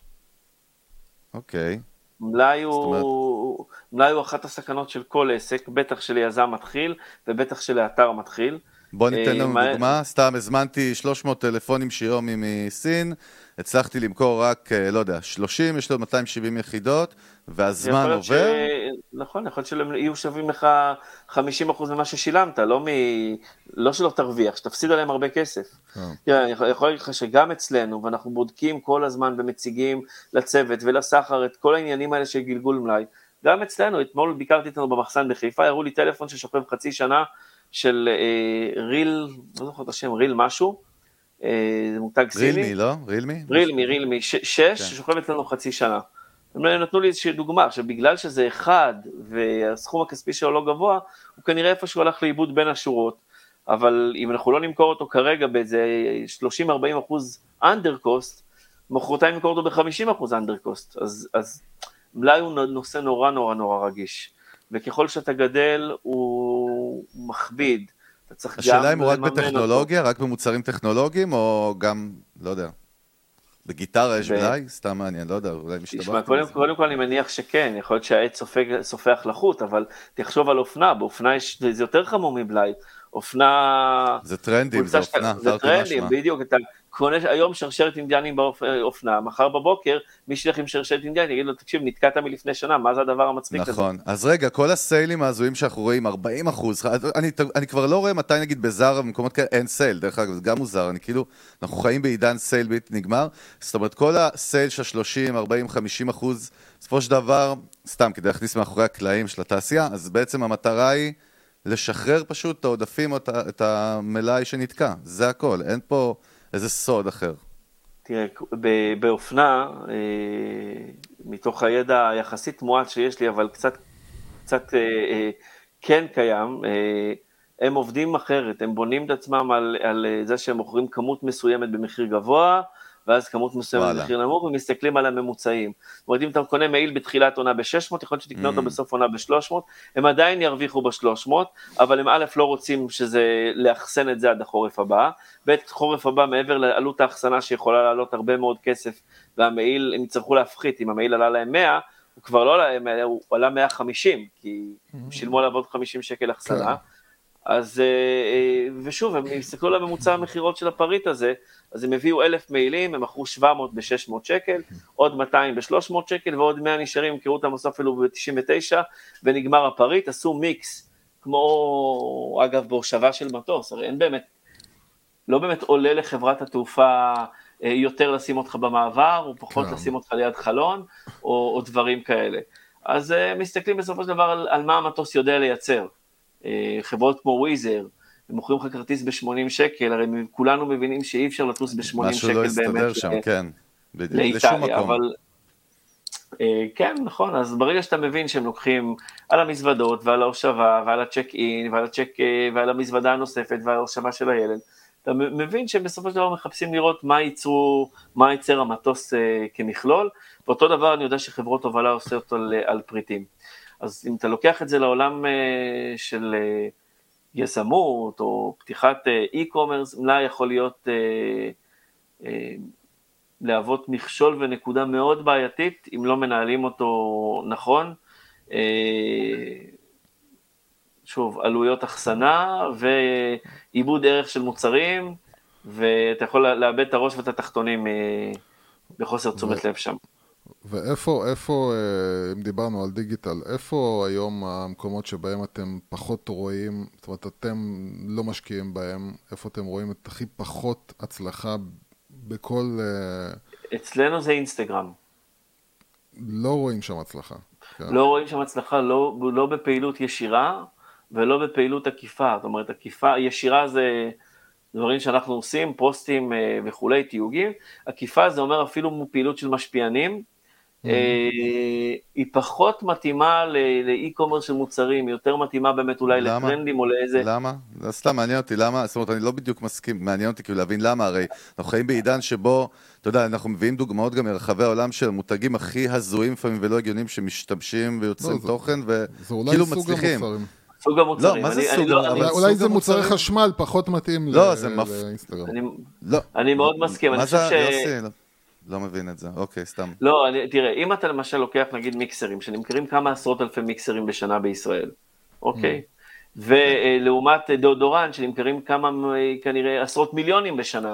C: אוקיי.
E: מלאי הוא אחת הסכנות של כל עסק, בטח של יזם מתחיל, ובטח של האתר מתחיל.
C: בוא ניתן לנו דוגמה, סתם הזמנתי 300 טלפונים שיומי מסין, הצלחתי למכור רק, לא יודע, 30, יש לו 270 יחידות, והזמן עובר.
E: נכון, יכול להיות שהם יהיו שווים לך 50% ממה ששילמת, לא שלא תרוויח, שתפסיד עליהם הרבה כסף. יכול להיות לך שגם אצלנו, ואנחנו בודקים כל הזמן ומציגים לצוות ולסחר את כל העניינים האלה של גלגול מלאי, גם אצלנו, אתמול ביקרתי איתנו במחסן בחיפה, הראו לי טלפון ששוכב חצי שנה, של ריל, לא זוכר את השם, ריל משהו, זה מותג סיני.
C: רילמי, לא?
E: רילמי, 6, ששוכבת לנו חצי שנה. הם נתנו לי איזושהי דוגמה, שבגלל שזה אחד, והסכום הכספי שלו לא גבוה, הוא כנראה איפשהו הלך לאיבוד בין השורות, אבל אם אנחנו לא נמכור אותו כרגע באיזה 30-40% undercost, מחרתיים נמכור אותו ב-50% undercost, אז מלאי הוא נושא נורא נורא נורא רגיש. וככל שאתה גדל, הוא מכביד.
C: השאלה אם הוא רק בטכנולוגיה, רק במוצרים טכנולוגיים, או גם, לא יודע, בגיטרה יש מלאי? סתם מעניין, לא יודע, אולי משתבחת.
E: קודם כל אני מניח שכן, יכול להיות שהעץ סופח לחוט, אבל תחשוב על אופנה, באופנה זה יותר חמור מבלאי. אופנה...
C: זה טרנדים, זה אופנה.
E: זה טרנדים, בדיוק, אתה קונה היום שרשרת אינדיאנים באופנה, מחר בבוקר, מי שילך עם שרשרת אינדיאנית, יגיד לו, תקשיב, נתקעת מלפני שנה, מה זה הדבר המצחיק הזה?
C: נכון, אז רגע, כל הסיילים הזויים שאנחנו רואים, 40%, אני כבר לא רואה מתי נגיד בזארה, במקומות כאלה, אין סייל, דרך אגב, זה גם מוזר, אני כאילו, אנחנו חיים בעידן סייל בלתי נגמר, זאת אומרת, כל הסייל של 30, 40, 50%, בסופו של דבר, סתם כדי להכניס מאחורי הקלעים של התעשייה, אז בעצם המטרה היא לשחרר פשוט את העודפים או את המלאי שנתקע, זה הכל, אין פה איזה סוד אחר.
E: תראה, באופנה, מתוך הידע היחסית מועט שיש לי, אבל קצת כן קיים, הם עובדים אחרת, הם בונים את עצמם על זה שהם מוכרים כמות מסוימת במחיר גבוה, ואז כמות מסוימת במחיר נמוך, ומסתכלים על הממוצעים. זאת אומרת, אם אתה קונה מעיל בתחילת עונה ב-600, יכול להיות שתקנה אותו בסוף עונה ב-300, הם עדיין ירוויחו ב-300, אבל הם א' לא רוצים שזה לאחסן את זה עד החורף הבא, ב' חורף הבא מעבר לעלות האחסנה שיכולה לעלות הרבה מאוד כסף, והמעיל, הם יצטרכו להפחית, אם המעיל עלה להם 100, הוא כבר לא עלה 100, הוא עלה 150, כי שילמו עליו עוד 50 שקל אחסנה, אז, ושוב, הם הסתכלו על הממוצע המחירות של הפריט הזה, אז הם הביאו 1,000 מעילים, הם מכרו 700 ב-600 שקל, עוד 200 ב-300 שקל, ועוד 100 נשארים, הם קראו אותם בסוף אפילו ב-99, ונגמר הפריט, עשו מיקס, כמו, אגב, בהושבה של מטוס, הרי אין באמת, לא באמת עולה לחברת התעופה יותר לשים אותך במעבר, או פחות לשים אותך ליד חלון, או דברים כאלה. אז מסתכלים בסופו של דבר על מה המטוס יודע לייצר. חברות כמו וויזר, הם מוכרים לך כרטיס ב-80 שקל, הרי כולנו מבינים שאי אפשר לטוס ב-80 שקל באמת.
C: משהו לא יסתדר שם, כן.
E: לאיטליה, אבל כן, נכון, אז ברגע שאתה מבין שהם לוקחים על המזוודות ועל ההושבה ועל הצ'ק אין ועל המזוודה הנוספת ועל ההושבה של הילד, אתה מבין שהם בסופו של דבר מחפשים לראות מה ייצר המטוס כמכלול, ואותו דבר אני יודע שחברות הובלה עושות על פריטים. אז אם אתה לוקח את זה לעולם של יזמות או פתיחת e-commerce, אולי יכול להיות להוות מכשול ונקודה מאוד בעייתית, אם לא מנהלים אותו נכון. שוב, עלויות אחסנה ועיבוד ערך של מוצרים, ואתה יכול לאבד את הראש ואת התחתונים בחוסר תשומת לב שם.
D: ואיפה, אם דיברנו על דיגיטל, איפה היום המקומות שבהם אתם פחות רואים, זאת אומרת, אתם לא משקיעים בהם, איפה אתם רואים את הכי פחות הצלחה בכל...
E: אצלנו זה אינסטגרם.
D: לא רואים שם הצלחה. כן.
E: לא רואים שם הצלחה, לא בפעילות ישירה, ולא בפעילות עקיפה. זאת אומרת, עקיפה, ישירה זה דברים שאנחנו עושים, פוסטים וכולי, תיוגים. עקיפה זה אומר אפילו פעילות של משפיענים, היא פחות מתאימה לאי-קומרס של מוצרים, יותר מתאימה באמת אולי לטרנדים או לאיזה...
C: למה? זה סתם מעניין אותי, למה? זאת אומרת, אני לא בדיוק מסכים, מעניין אותי כאילו להבין למה, הרי אנחנו חיים בעידן שבו, אתה יודע, אנחנו מביאים דוגמאות גם מרחבי העולם של מותגים הכי הזויים לפעמים ולא הגיונים שמשתמשים ויוצרים תוכן וכאילו מצליחים.
E: סוג המוצרים.
C: לא, מה זה סוג?
D: אולי זה מוצרי חשמל, פחות מתאים לאינסטגרם.
E: אני מאוד מסכים, אני חושב ש...
C: לא מבין את זה, אוקיי, סתם.
E: לא, תראה, אם אתה למשל לוקח נגיד מיקסרים, שנמכרים כמה עשרות אלפי מיקסרים בשנה בישראל, אוקיי? ולעומת דאודורנט, שנמכרים כנראה עשרות מיליונים בשנה,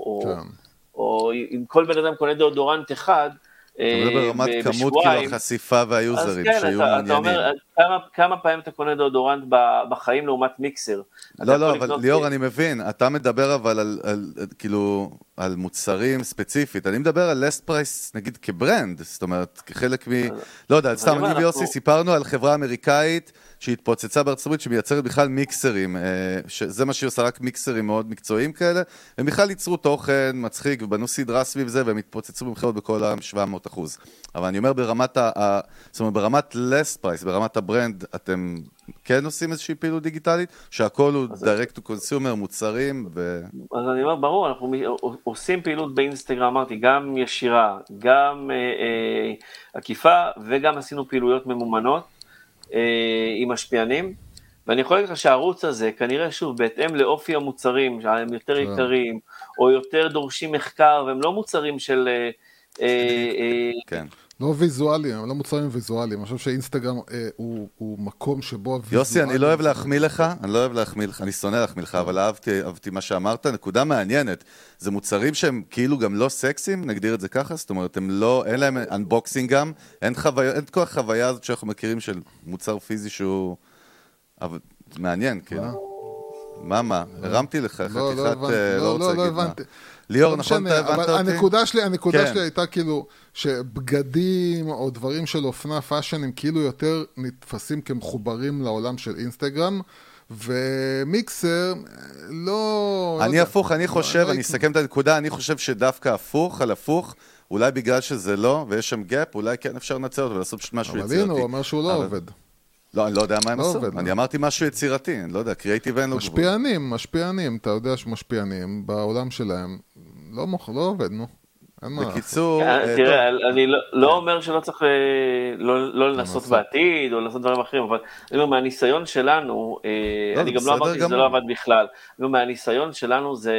E: או אם כל בן אדם קונה דאודורנט אחד,
C: אתה מדבר ברמת כמות כאילו החשיפה והיוזרים שהיו מעניינים.
E: אתה אומר, כמה פעמים אתה קונה דאודורנט בחיים לעומת מיקסר?
C: לא, אבל ליאור, אני מבין, אתה מדבר אבל כאילו על מוצרים ספציפית, אני מדבר על less price, נגיד כברנד, זאת אומרת, כחלק לא יודע, סתם אני ויוסי סיפרנו על חברה אמריקאית שהתפוצצה בארצות הברית שמייצרת בכלל מיקסרים, שזה מה שהיא עושה, רק מיקסרים מאוד מקצועיים כאלה, הם בכלל ייצרו תוכן מצחיק ובנו סדרה סביב זה, והם התפוצצו במחירות בכל העולם 700%. אבל אני אומר זאת אומרת, ברמת less price, ברמת הברנד, אתם כן עושים איזושהי פעילות דיגיטלית, שהכל הוא direct to consumer, מוצרים
E: אז אני אומר, ברור, אנחנו עושים פעילות באינסטגרם, אמרתי, גם ישירה, גם עקיפה, וגם עשינו פעילויות ממומנות עם משפיענים, ואני יכול להגיד לך שהערוץ הזה, כנראה שוב, בהתאם לאופי המוצרים, שהם יותר יקרים, או יותר דורשים מחקר, והם לא מוצרים של...
C: כן.
D: לא ויזואליים, לא מוצרים ויזואליים. אני חושב שאינסטגרם הוא מקום שבו הוויזואליים...
C: יוסי, אני לא אוהב להחמיא לך, אני שונא להחמיא לך, אבל אהבתי מה שאמרת. נקודה מעניינת, זה מוצרים שהם כאילו גם לא סקסיים, נגדיר את זה ככה, זאת אומרת, אין להם אנבוקסינג גם, אין כל החוויה הזאת שאנחנו מכירים של מוצר פיזי שהוא... אבל מעניין, כאילו. מה? הרמתי לך,
D: לא הבנתי.
C: ליאור, נכון, אתה הבנת אותי?
D: הנקודה שלי הייתה כאילו שבגדים או דברים של אופנה פאשן הם כאילו יותר נתפסים כמחוברים לעולם של אינסטגרם, ומיקסר לא...
C: אני הפוך, אני חושב, אני אסכם את הנקודה, אני חושב שדווקא הפוך על הפוך, אולי בגלל שזה לא, ויש שם גאפ, אולי כן אפשר לנצל אותו ולעשות פשוט משהו יצירתי.
D: אבל הנה, הוא אומר שהוא לא עובד.
C: לא, אני לא יודע מה הם עשו. אני אמרתי משהו יצירתי, אני לא יודע, קריאיטיב אין לו גבול.
D: משפיענים, אתה יודע שמשפיענים בעולם שלהם, לא עובד, נו.
C: בקיצור...
E: תראה, אני לא אומר שלא צריך לא לנסות בעתיד, או לעשות דברים אחרים, אבל אני אומר, מהניסיון שלנו, אני גם לא אמרתי שזה לא עבד בכלל, מהניסיון שלנו זה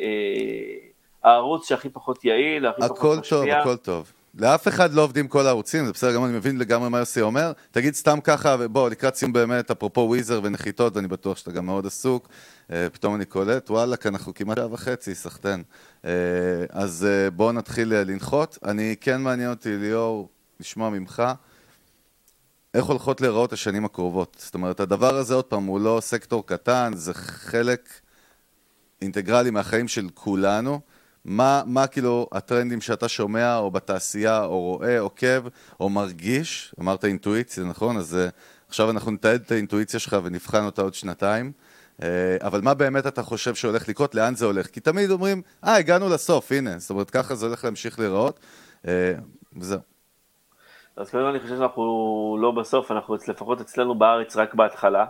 E: הערוץ שהכי פחות יעיל, הכי פחות משפיע.
C: הכל טוב. לאף אחד לא עובדים כל הערוצים, זה בסדר, גם אני מבין לגמרי מה יוסי אומר. תגיד סתם ככה, ובוא, לקראת סיום באמת, אפרופו וויזר ונחיתות, ואני בטוח שאתה גם מאוד עסוק, פתאום אני קולט, וואלה, כי אנחנו כמעט 1.5 סחטן. אז בואו נתחיל לנחות. אני כן מעניין אותי, ליאור, לשמוע ממך, איך הולכות להיראות השנים הקרובות? זאת אומרת, הדבר הזה עוד פעם, הוא לא סקטור קטן, זה חלק אינטגרלי מהחיים של כולנו. מה כאילו הטרנדים שאתה שומע, או בתעשייה, או רואה, עוקב, או מרגיש? אמרת אינטואיציה, נכון? אז עכשיו אנחנו נתעד את האינטואיציה שלך ונבחן אותה עוד 2. אבל מה באמת אתה חושב שהולך לקרות? לאן זה הולך? כי תמיד אומרים, הגענו לסוף, הנה. זאת אומרת, ככה זה הולך להמשיך להיראות. וזהו.
E: אז קודם אני חושב שאנחנו לא בסוף, אנחנו לפחות אצלנו בארץ רק בהתחלה,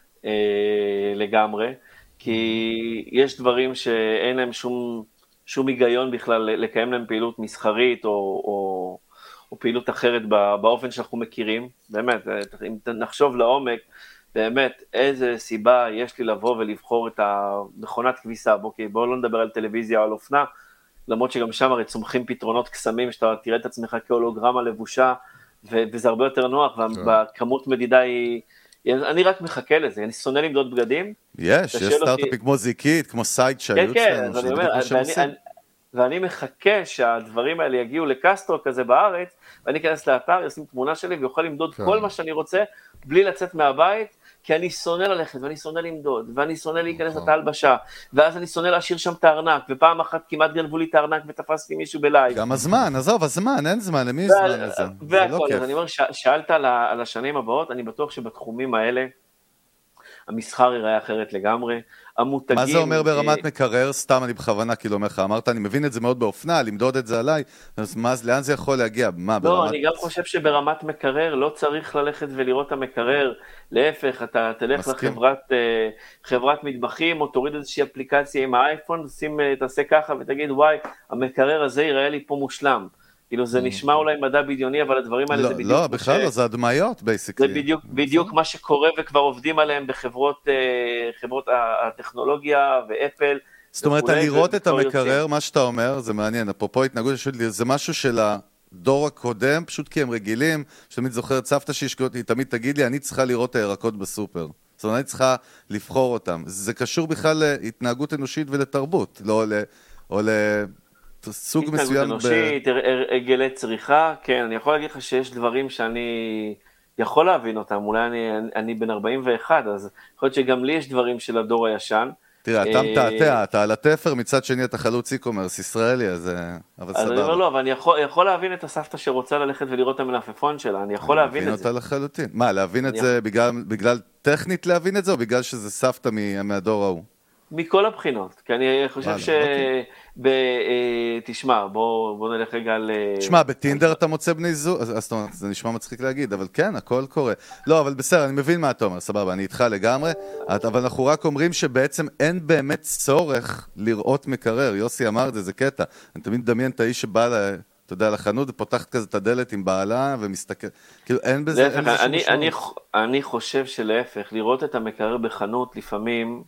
E: לגמרי, כי יש דברים שאין להם שום היגיון בכלל לקיים להם פעילות מסחרית או פעילות אחרת באופן שאנחנו מכירים, באמת, אם נחשוב לעומק, באמת, איזה סיבה יש לי לבוא ולבחור את המכונת כביסה, בואו לא נדבר על טלוויזיה או על אופנה, למרות שגם שם הרי צומחים פתרונות קסמים, שאתה תראה את עצמך כהולוגרמה לבושה, וזה הרבה יותר נוח, והכמות מדידה היא, אני רק מחכה לזה, אני שונא למדוד בגדים.
C: יש סטארט-אפים כמו זיקית, כמו סייט שהיו
E: כן, ואני מחכה שהדברים האלה יגיעו לקסטרו כזה בארץ, ואני אכנס לאתר, אשים תמונה שלי, ויוכל למדוד כל מה שאני רוצה, בלי לצאת מהבית, כי אני שונא ללכת, ואני שונא למדוד, ואני שונא להיכנס לתא הלבשה, ואז אני שונא להשאיר שם את הארנק, ופעם אחת כמעט גנבו לי את הארנק, ותפסתי מישהו בלייב.
C: גם הזמן, עזוב, הזמן, אין זמן, למי יש זמן לזה?
E: והכל, אז אני אומר, שאלת על השנים הבאות, אני בטוח שבתחומים האלה, המסחר ייראה אחרת לגמרי, המותגים...
C: מה זה אומר ברמת מקרר? סתם אני בכוונה כאילו אומר לך, אמרת, אני מבין את זה מאוד באופנה, למדוד את זה עליי, אז לאן זה יכול להגיע? מה, ברמת...
E: לא, אני גם חושב שברמת מקרר לא צריך ללכת ולראות את המקרר, להפך, אתה תלך לחברת מטבחים, או תוריד איזושהי אפליקציה עם האייפון, תעשה ככה ותגיד, וואי, המקרר הזה ייראה לי פה מושלם. כאילו זה נשמע אולי מדע בדיוני, אבל הדברים האלה זה בדיוק...
C: לא, בכלל לא, זה הדמיות, בייסיקלי.
E: זה בדיוק מה שקורה וכבר עובדים עליהם בחברות הטכנולוגיה ואפל.
C: זאת אומרת, לראות את המקרר, מה שאתה אומר, זה מעניין, אפרופו התנהגות, זה משהו של הדור הקודם, פשוט כי הם רגילים, שתמיד זוכרת סבתא שהשקעות, היא תמיד תגיד לי, אני צריכה לראות את הירקות בסופר. זאת אומרת, אני צריכה לבחור אותם. זה קשור בכלל להתנהגות אנושית ולתרבות, לא או סוג מסוים...
E: התנהגות אנושית, הרגלי צריכה, כן, אני יכול להגיד לך שיש דברים שאני יכול להבין אותם, אולי אני בן 41, אז יכול להיות שגם לי יש דברים של הדור הישן.
C: תראה, אתה מתעתע, אתה על התפר, מצד שני אתה חלוץ e-commerce ישראלי, אז סבבה.
E: אני אומר לא, אבל אני יכול להבין את הסבתא שרוצה ללכת ולראות את המלפפון שלה, אני יכול להבין את זה.
C: להבין אותה לחלוטין. מה, להבין את זה בגלל טכנית להבין את זה, או בגלל שזה סבתא מהדור ההוא?
E: מכל הבחינות, כי אני חושב תשמע, בוא נלך רגע על...
C: תשמע, בטינדר אתה מוצא בני זוג, אז זה נשמע מצחיק להגיד, אבל כן, הכל קורה. לא, אבל בסדר, אני מבין מה אתה אומר, סבבה, אני איתך לגמרי, אבל אנחנו רק אומרים שבעצם אין באמת צורך לראות מקרר, יוסי אמר את זה, זה קטע. אני תמיד מדמיין את האיש שבא אתה יודע, לחנות, ופותחת כזה את הדלת עם בעלה, ומסתכל, כאילו אין בזה...
E: אני חושב שלהפך, לראות את המקרר בחנות לפעמים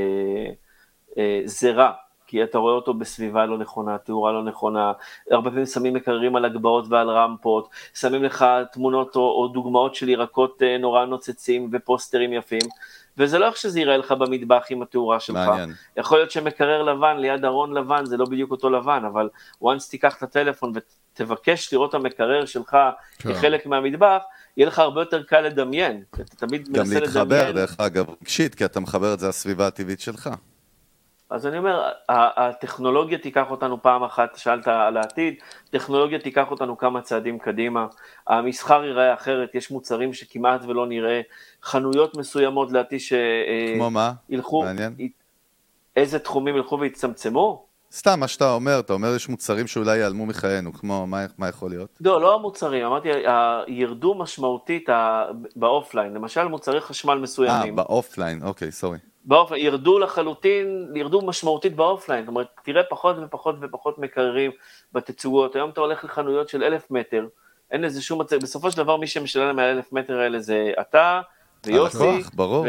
E: זה רע, כי אתה רואה אותו בסביבה לא נכונה, תאורה לא נכונה, הרבה פעמים שמים מקררים על הגבעות ועל רמפות, שמים לך תמונות או דוגמאות של ירקות נורא נוצצים ופוסטרים יפים, וזה לא איך שזה ייראה לך במטבח עם התאורה שלך. מעניין. יכול להיות שמקרר לבן ליד ארון לבן, זה לא בדיוק אותו לבן, אבל once תיקח את הטלפון ותבקש לראות המקרר שלך כחלק מהמטבח, יהיה לך הרבה יותר קל לדמיין. אתה תמיד מנסה לדמיין. גם
C: להתחבר, דרך אגב, רגשית, כי אתה מחבר את זה לסביבה הטבעית שלך.
E: אז אני אומר, הטכנולוגיה תיקח אותנו פעם אחת, שאלת על העתיד, טכנולוגיה תיקח אותנו כמה צעדים קדימה, המסחר ייראה אחרת, יש מוצרים שכמעט ולא נראה, חנויות מסוימות לעתיד
C: כמו מה?
E: ילכו,
C: מעניין.
E: איזה תחומים ילכו והצטמצמו?
C: סתם מה שאתה אומר יש מוצרים שאולי ייעלמו מחיינו, כמו מה יכול להיות?
E: לא המוצרים, אמרתי, ירדו משמעותית באופליין, למשל מוצרי חשמל מסוימים.
C: באופליין, אוקיי, סורי.
E: ירדו לחלוטין, ירדו משמעותית באופליין, זאת אומרת, תראה פחות ופחות ופחות מקררים בתצוגות, היום אתה הולך לחנויות של 1,000 מטר, אין איזה שום מצב, בסופו של דבר מי שמשלם מה-1,000 מטר האלה זה אתה, ויוסי,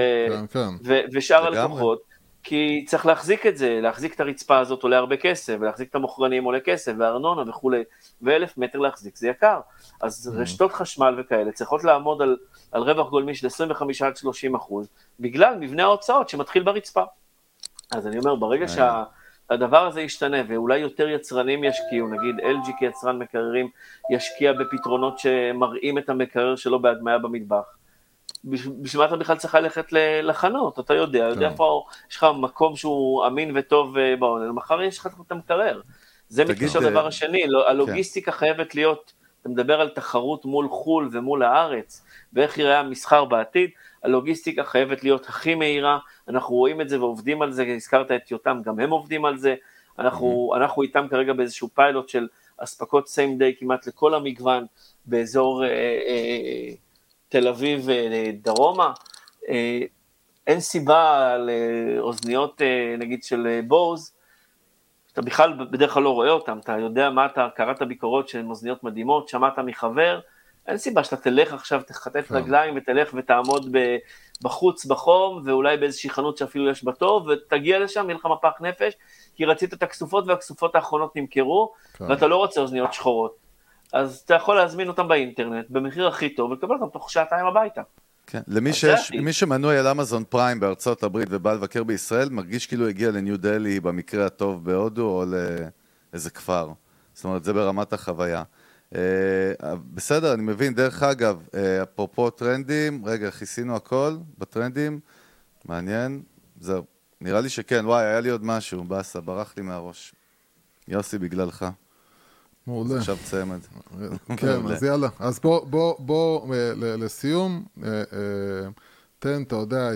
E: ושאר הלקוחות, כי צריך להחזיק את זה, להחזיק את הרצפה הזאת עולה הרבה כסף, ולהחזיק את המוכרנים עולה כסף, וארנונה וכו', ו1,000 מטר להחזיק זה יקר, אז רשתות חשמל וכאלה צריכות לעמוד על רווח גולמי של 25-30%, בגלל מבנה ההוצאות שמתחיל ברצפה. אז אני אומר, ברגע שהדבר הזה ישתנה, ואולי יותר יצרנים ישקיעו, נגיד LG כיצרן מקררים, ישקיע בפתרונות שמראים את המקרר שלו בהדמיה במטבח, בשביל מה אתה בכלל צריך ללכת לחנות, אתה יודע איפה יש לך מקום שהוא אמין וטוב בעולם, מחר יש לך את המקרר. זה מתקשר לדבר השני, הלוגיסטיקה חייבת להיות, אתה מדבר על תחרות מול חול ומול הארץ, ואיך יראה המסחר בעתיד, הלוגיסטיקה חייבת להיות הכי מהירה, אנחנו רואים את זה ועובדים על זה, הזכרת את יותם, גם הם עובדים על זה, אנחנו איתם כרגע באיזשהו פיילוט של אספקות same day כמעט לכל המגוון באזור תל אביב דרומה, אין סיבה לאוזניות נגיד של בוז, אתה בכלל בדרך כלל לא רואה אותם, אתה יודע מה אתה קראת ביקורות שהן אוזניות מדהימות, שמעת מחבר, אין סיבה שאתה תלך עכשיו, תחטט רגליים ותלך ותעמוד בחוץ בחום, ואולי באיזושהי חנות שאפילו יש בטוב, ותגיע לשם, יהיה לך מפח נפש, כי רצית את הכסופות והכסופות האחרונות נמכרו, ואתה לא רוצה אוזניות שחורות. אז אתה יכול להזמין אותם באינטרנט, במחיר הכי טוב, ולקבל אותם תוך שעתיים הביתה.
C: כן, למי שמנוי על אמזון פריים בארצות הברית ובא לבקר בישראל, מרגיש כאילו הגיע לניו דלי במקרה הטוב בהודו, או לאיזה כפר. זאת אומרת, זה ברמת החוויה. בסדר, אני מבין, דרך אגב, אפרופו טרנדים, רגע, כיסינו הכל בטרנדים, מעניין, זהו, נראה לי שכן, וואי, היה לי עוד משהו, בסה, ברח לי מהראש. יוסי, בגללך.
D: מעולה.
C: עכשיו תסיים את זה.
D: כן, אז יאללה. אז בוא לסיום, תן, אתה יודע,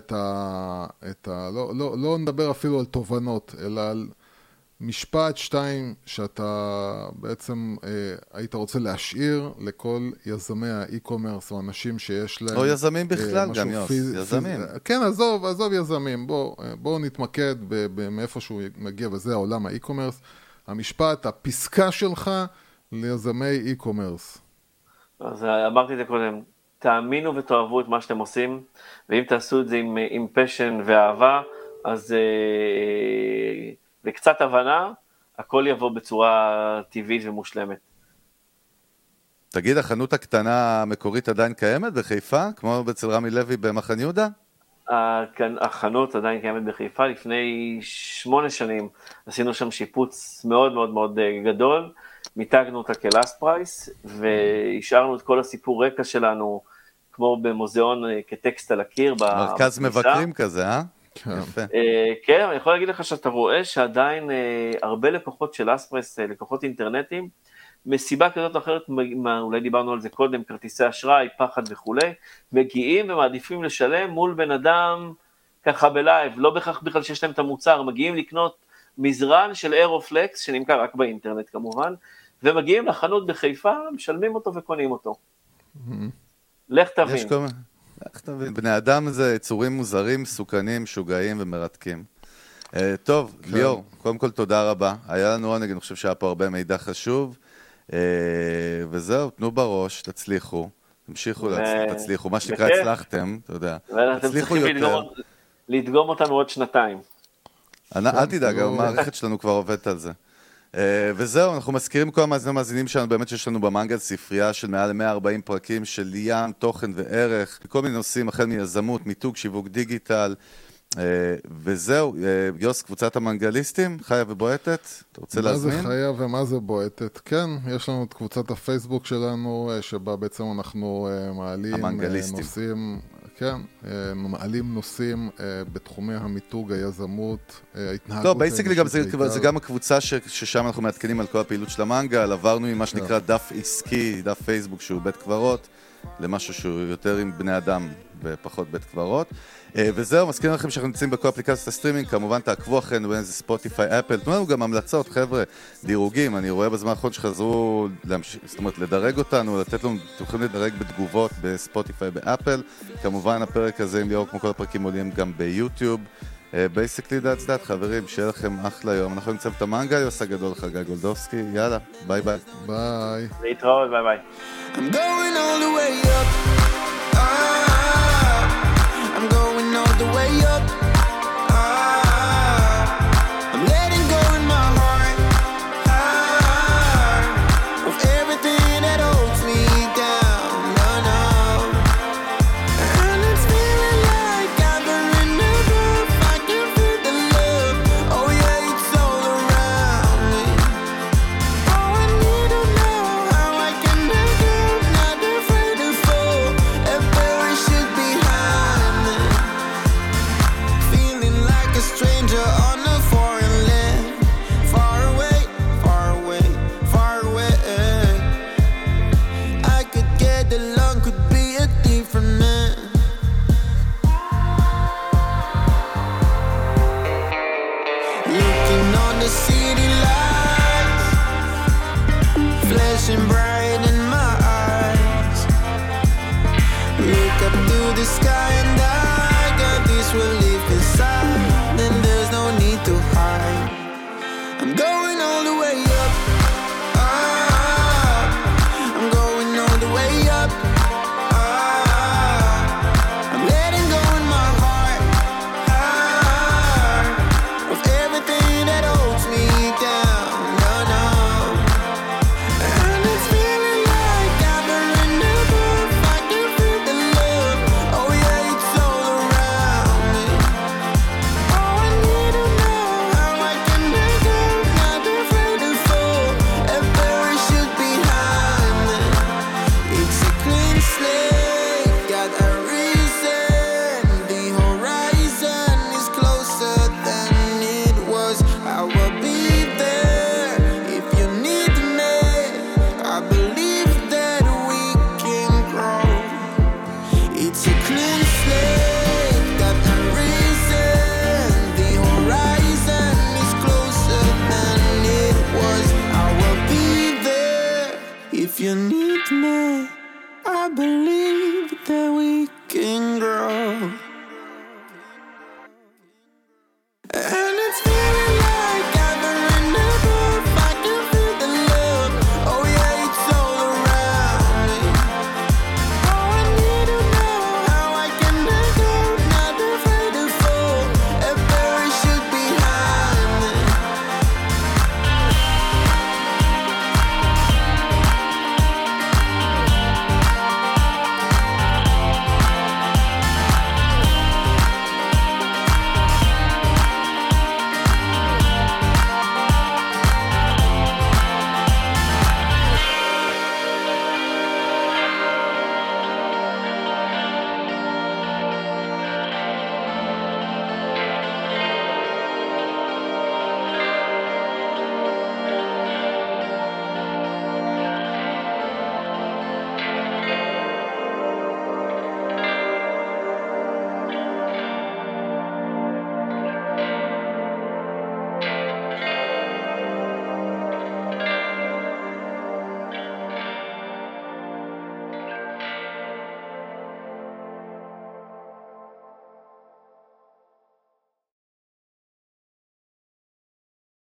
D: לא נדבר אפילו על תובנות, אלא על משפט 2 שאתה בעצם היית רוצה להשאיר לכל יזמי האי-קומרס או אנשים שיש להם...
C: או יזמים בכלל גם, יזמים.
D: כן, עזוב יזמים. בואו נתמקד מאיפה שהוא מגיע, וזה העולם האי-קומרס. המשפט, הפסקה שלך ליזמי אי-קומרס. אז
E: אמרתי את זה קודם, תאמינו ותאהבו את מה שאתם עושים, ואם תעשו את זה עם פשן ואהבה, אז בקצת הבנה, הכל יבוא בצורה טבעית ומושלמת.
C: תגיד, החנות הקטנה המקורית עדיין קיימת בחיפה, כמו אצל רמי לוי במחנה יהודה?
E: החנות עדיין קיימת בחיפה, לפני 8 שנים עשינו שם שיפוץ מאוד מאוד מאוד גדול, מיתגנו אותה כלאסט פרייס, והשארנו את כל הסיפור רקע שלנו, כמו במוזיאון כטקסט על הקיר.
C: מרכז מבקרים כזה, אה?
E: כן, אני יכול להגיד לך שאתה רואה שעדיין הרבה לקוחות של לאסט פרייס, לקוחות אינטרנטיים, מסיבה כזאת או אחרת, אולי דיברנו על זה קודם, כרטיסי אשראי, פחד וכו', מגיעים ומעדיפים לשלם מול בן אדם ככה בלייב, לא בכך בכלל שיש להם את המוצר, מגיעים לקנות מזרן של אירופלקס, שנמכר רק באינטרנט כמובן, ומגיעים לחנות בחיפה, משלמים אותו וקונים אותו. לך תבין.
C: בני אדם זה יצורים מוזרים, מסוכנים, משוגעים ומרתקים. טוב, ליאור, קודם כל תודה רבה. היה לנו עונג, אני חושב שהיה פה הרבה מידע חשוב. וזהו, תנו בראש, תצליחו, תמשיכו, תצליחו, מה שנקרא הצלחתם, אתה יודע, תצליחו יותר.
E: לדגום אותנו עוד 2 שנתיים.
C: אל תדאג, המערכת שלנו כבר עובדת על זה. וזהו, אנחנו מזכירים כל המאזינים שלנו, באמת שיש לנו במנגל ספרייה של מעל 140 פרקים של ים, תוכן וערך, כל מיני נושאים, החל מיזמות, מיתוג, שיווק דיגיטל, וזהו, יוס, קבוצת המנגליסטים, חיה ובועטת, אתה רוצה להזמין?
D: מה זה חיה ומה זה בועטת? כן, יש לנו את קבוצת הפייסבוק שלנו, שבה בעצם אנחנו מעלים נושאים, כן, מעלים נושאים בתחומי המיתוג, היזמות, ההתנהגות.
C: לא, בייסיקלי זה גם הקבוצה ששם אנחנו מעדכנים על כל הפעילות של המנגל, עברנו עם מה שנקרא דף עסקי, דף פייסבוק שהוא בית קברות, למשהו שהוא יותר עם בני אדם ופחות בית קברות. וזהו, מזכיר לכם שאנחנו נמצאים בכל אפליקציות הסטרימינג, כמובן תעקבו אחרינו בין איזה ספוטיפיי, אפל, תנו לנו גם המלצות, חבר'ה, דירוגים, אני רואה בזמן האחרון שחזרו, זאת אומרת, לדרג אותנו, לתת לנו, אתם יכולים לדרג בתגובות בספוטיפיי, באפל, כמובן הפרק הזה עם ליאור, כמו כל הפרקים עולים גם ביוטיוב, basically that's that, חברים, שיהיה לכם אחלה יום, אנחנו נמצא את המנגל, יוסה גדול, חגי גולדובסקי, יאללה, ביי ביי.
D: ביי.
E: להתראות, ביי ביי.
B: I'm going all the way up.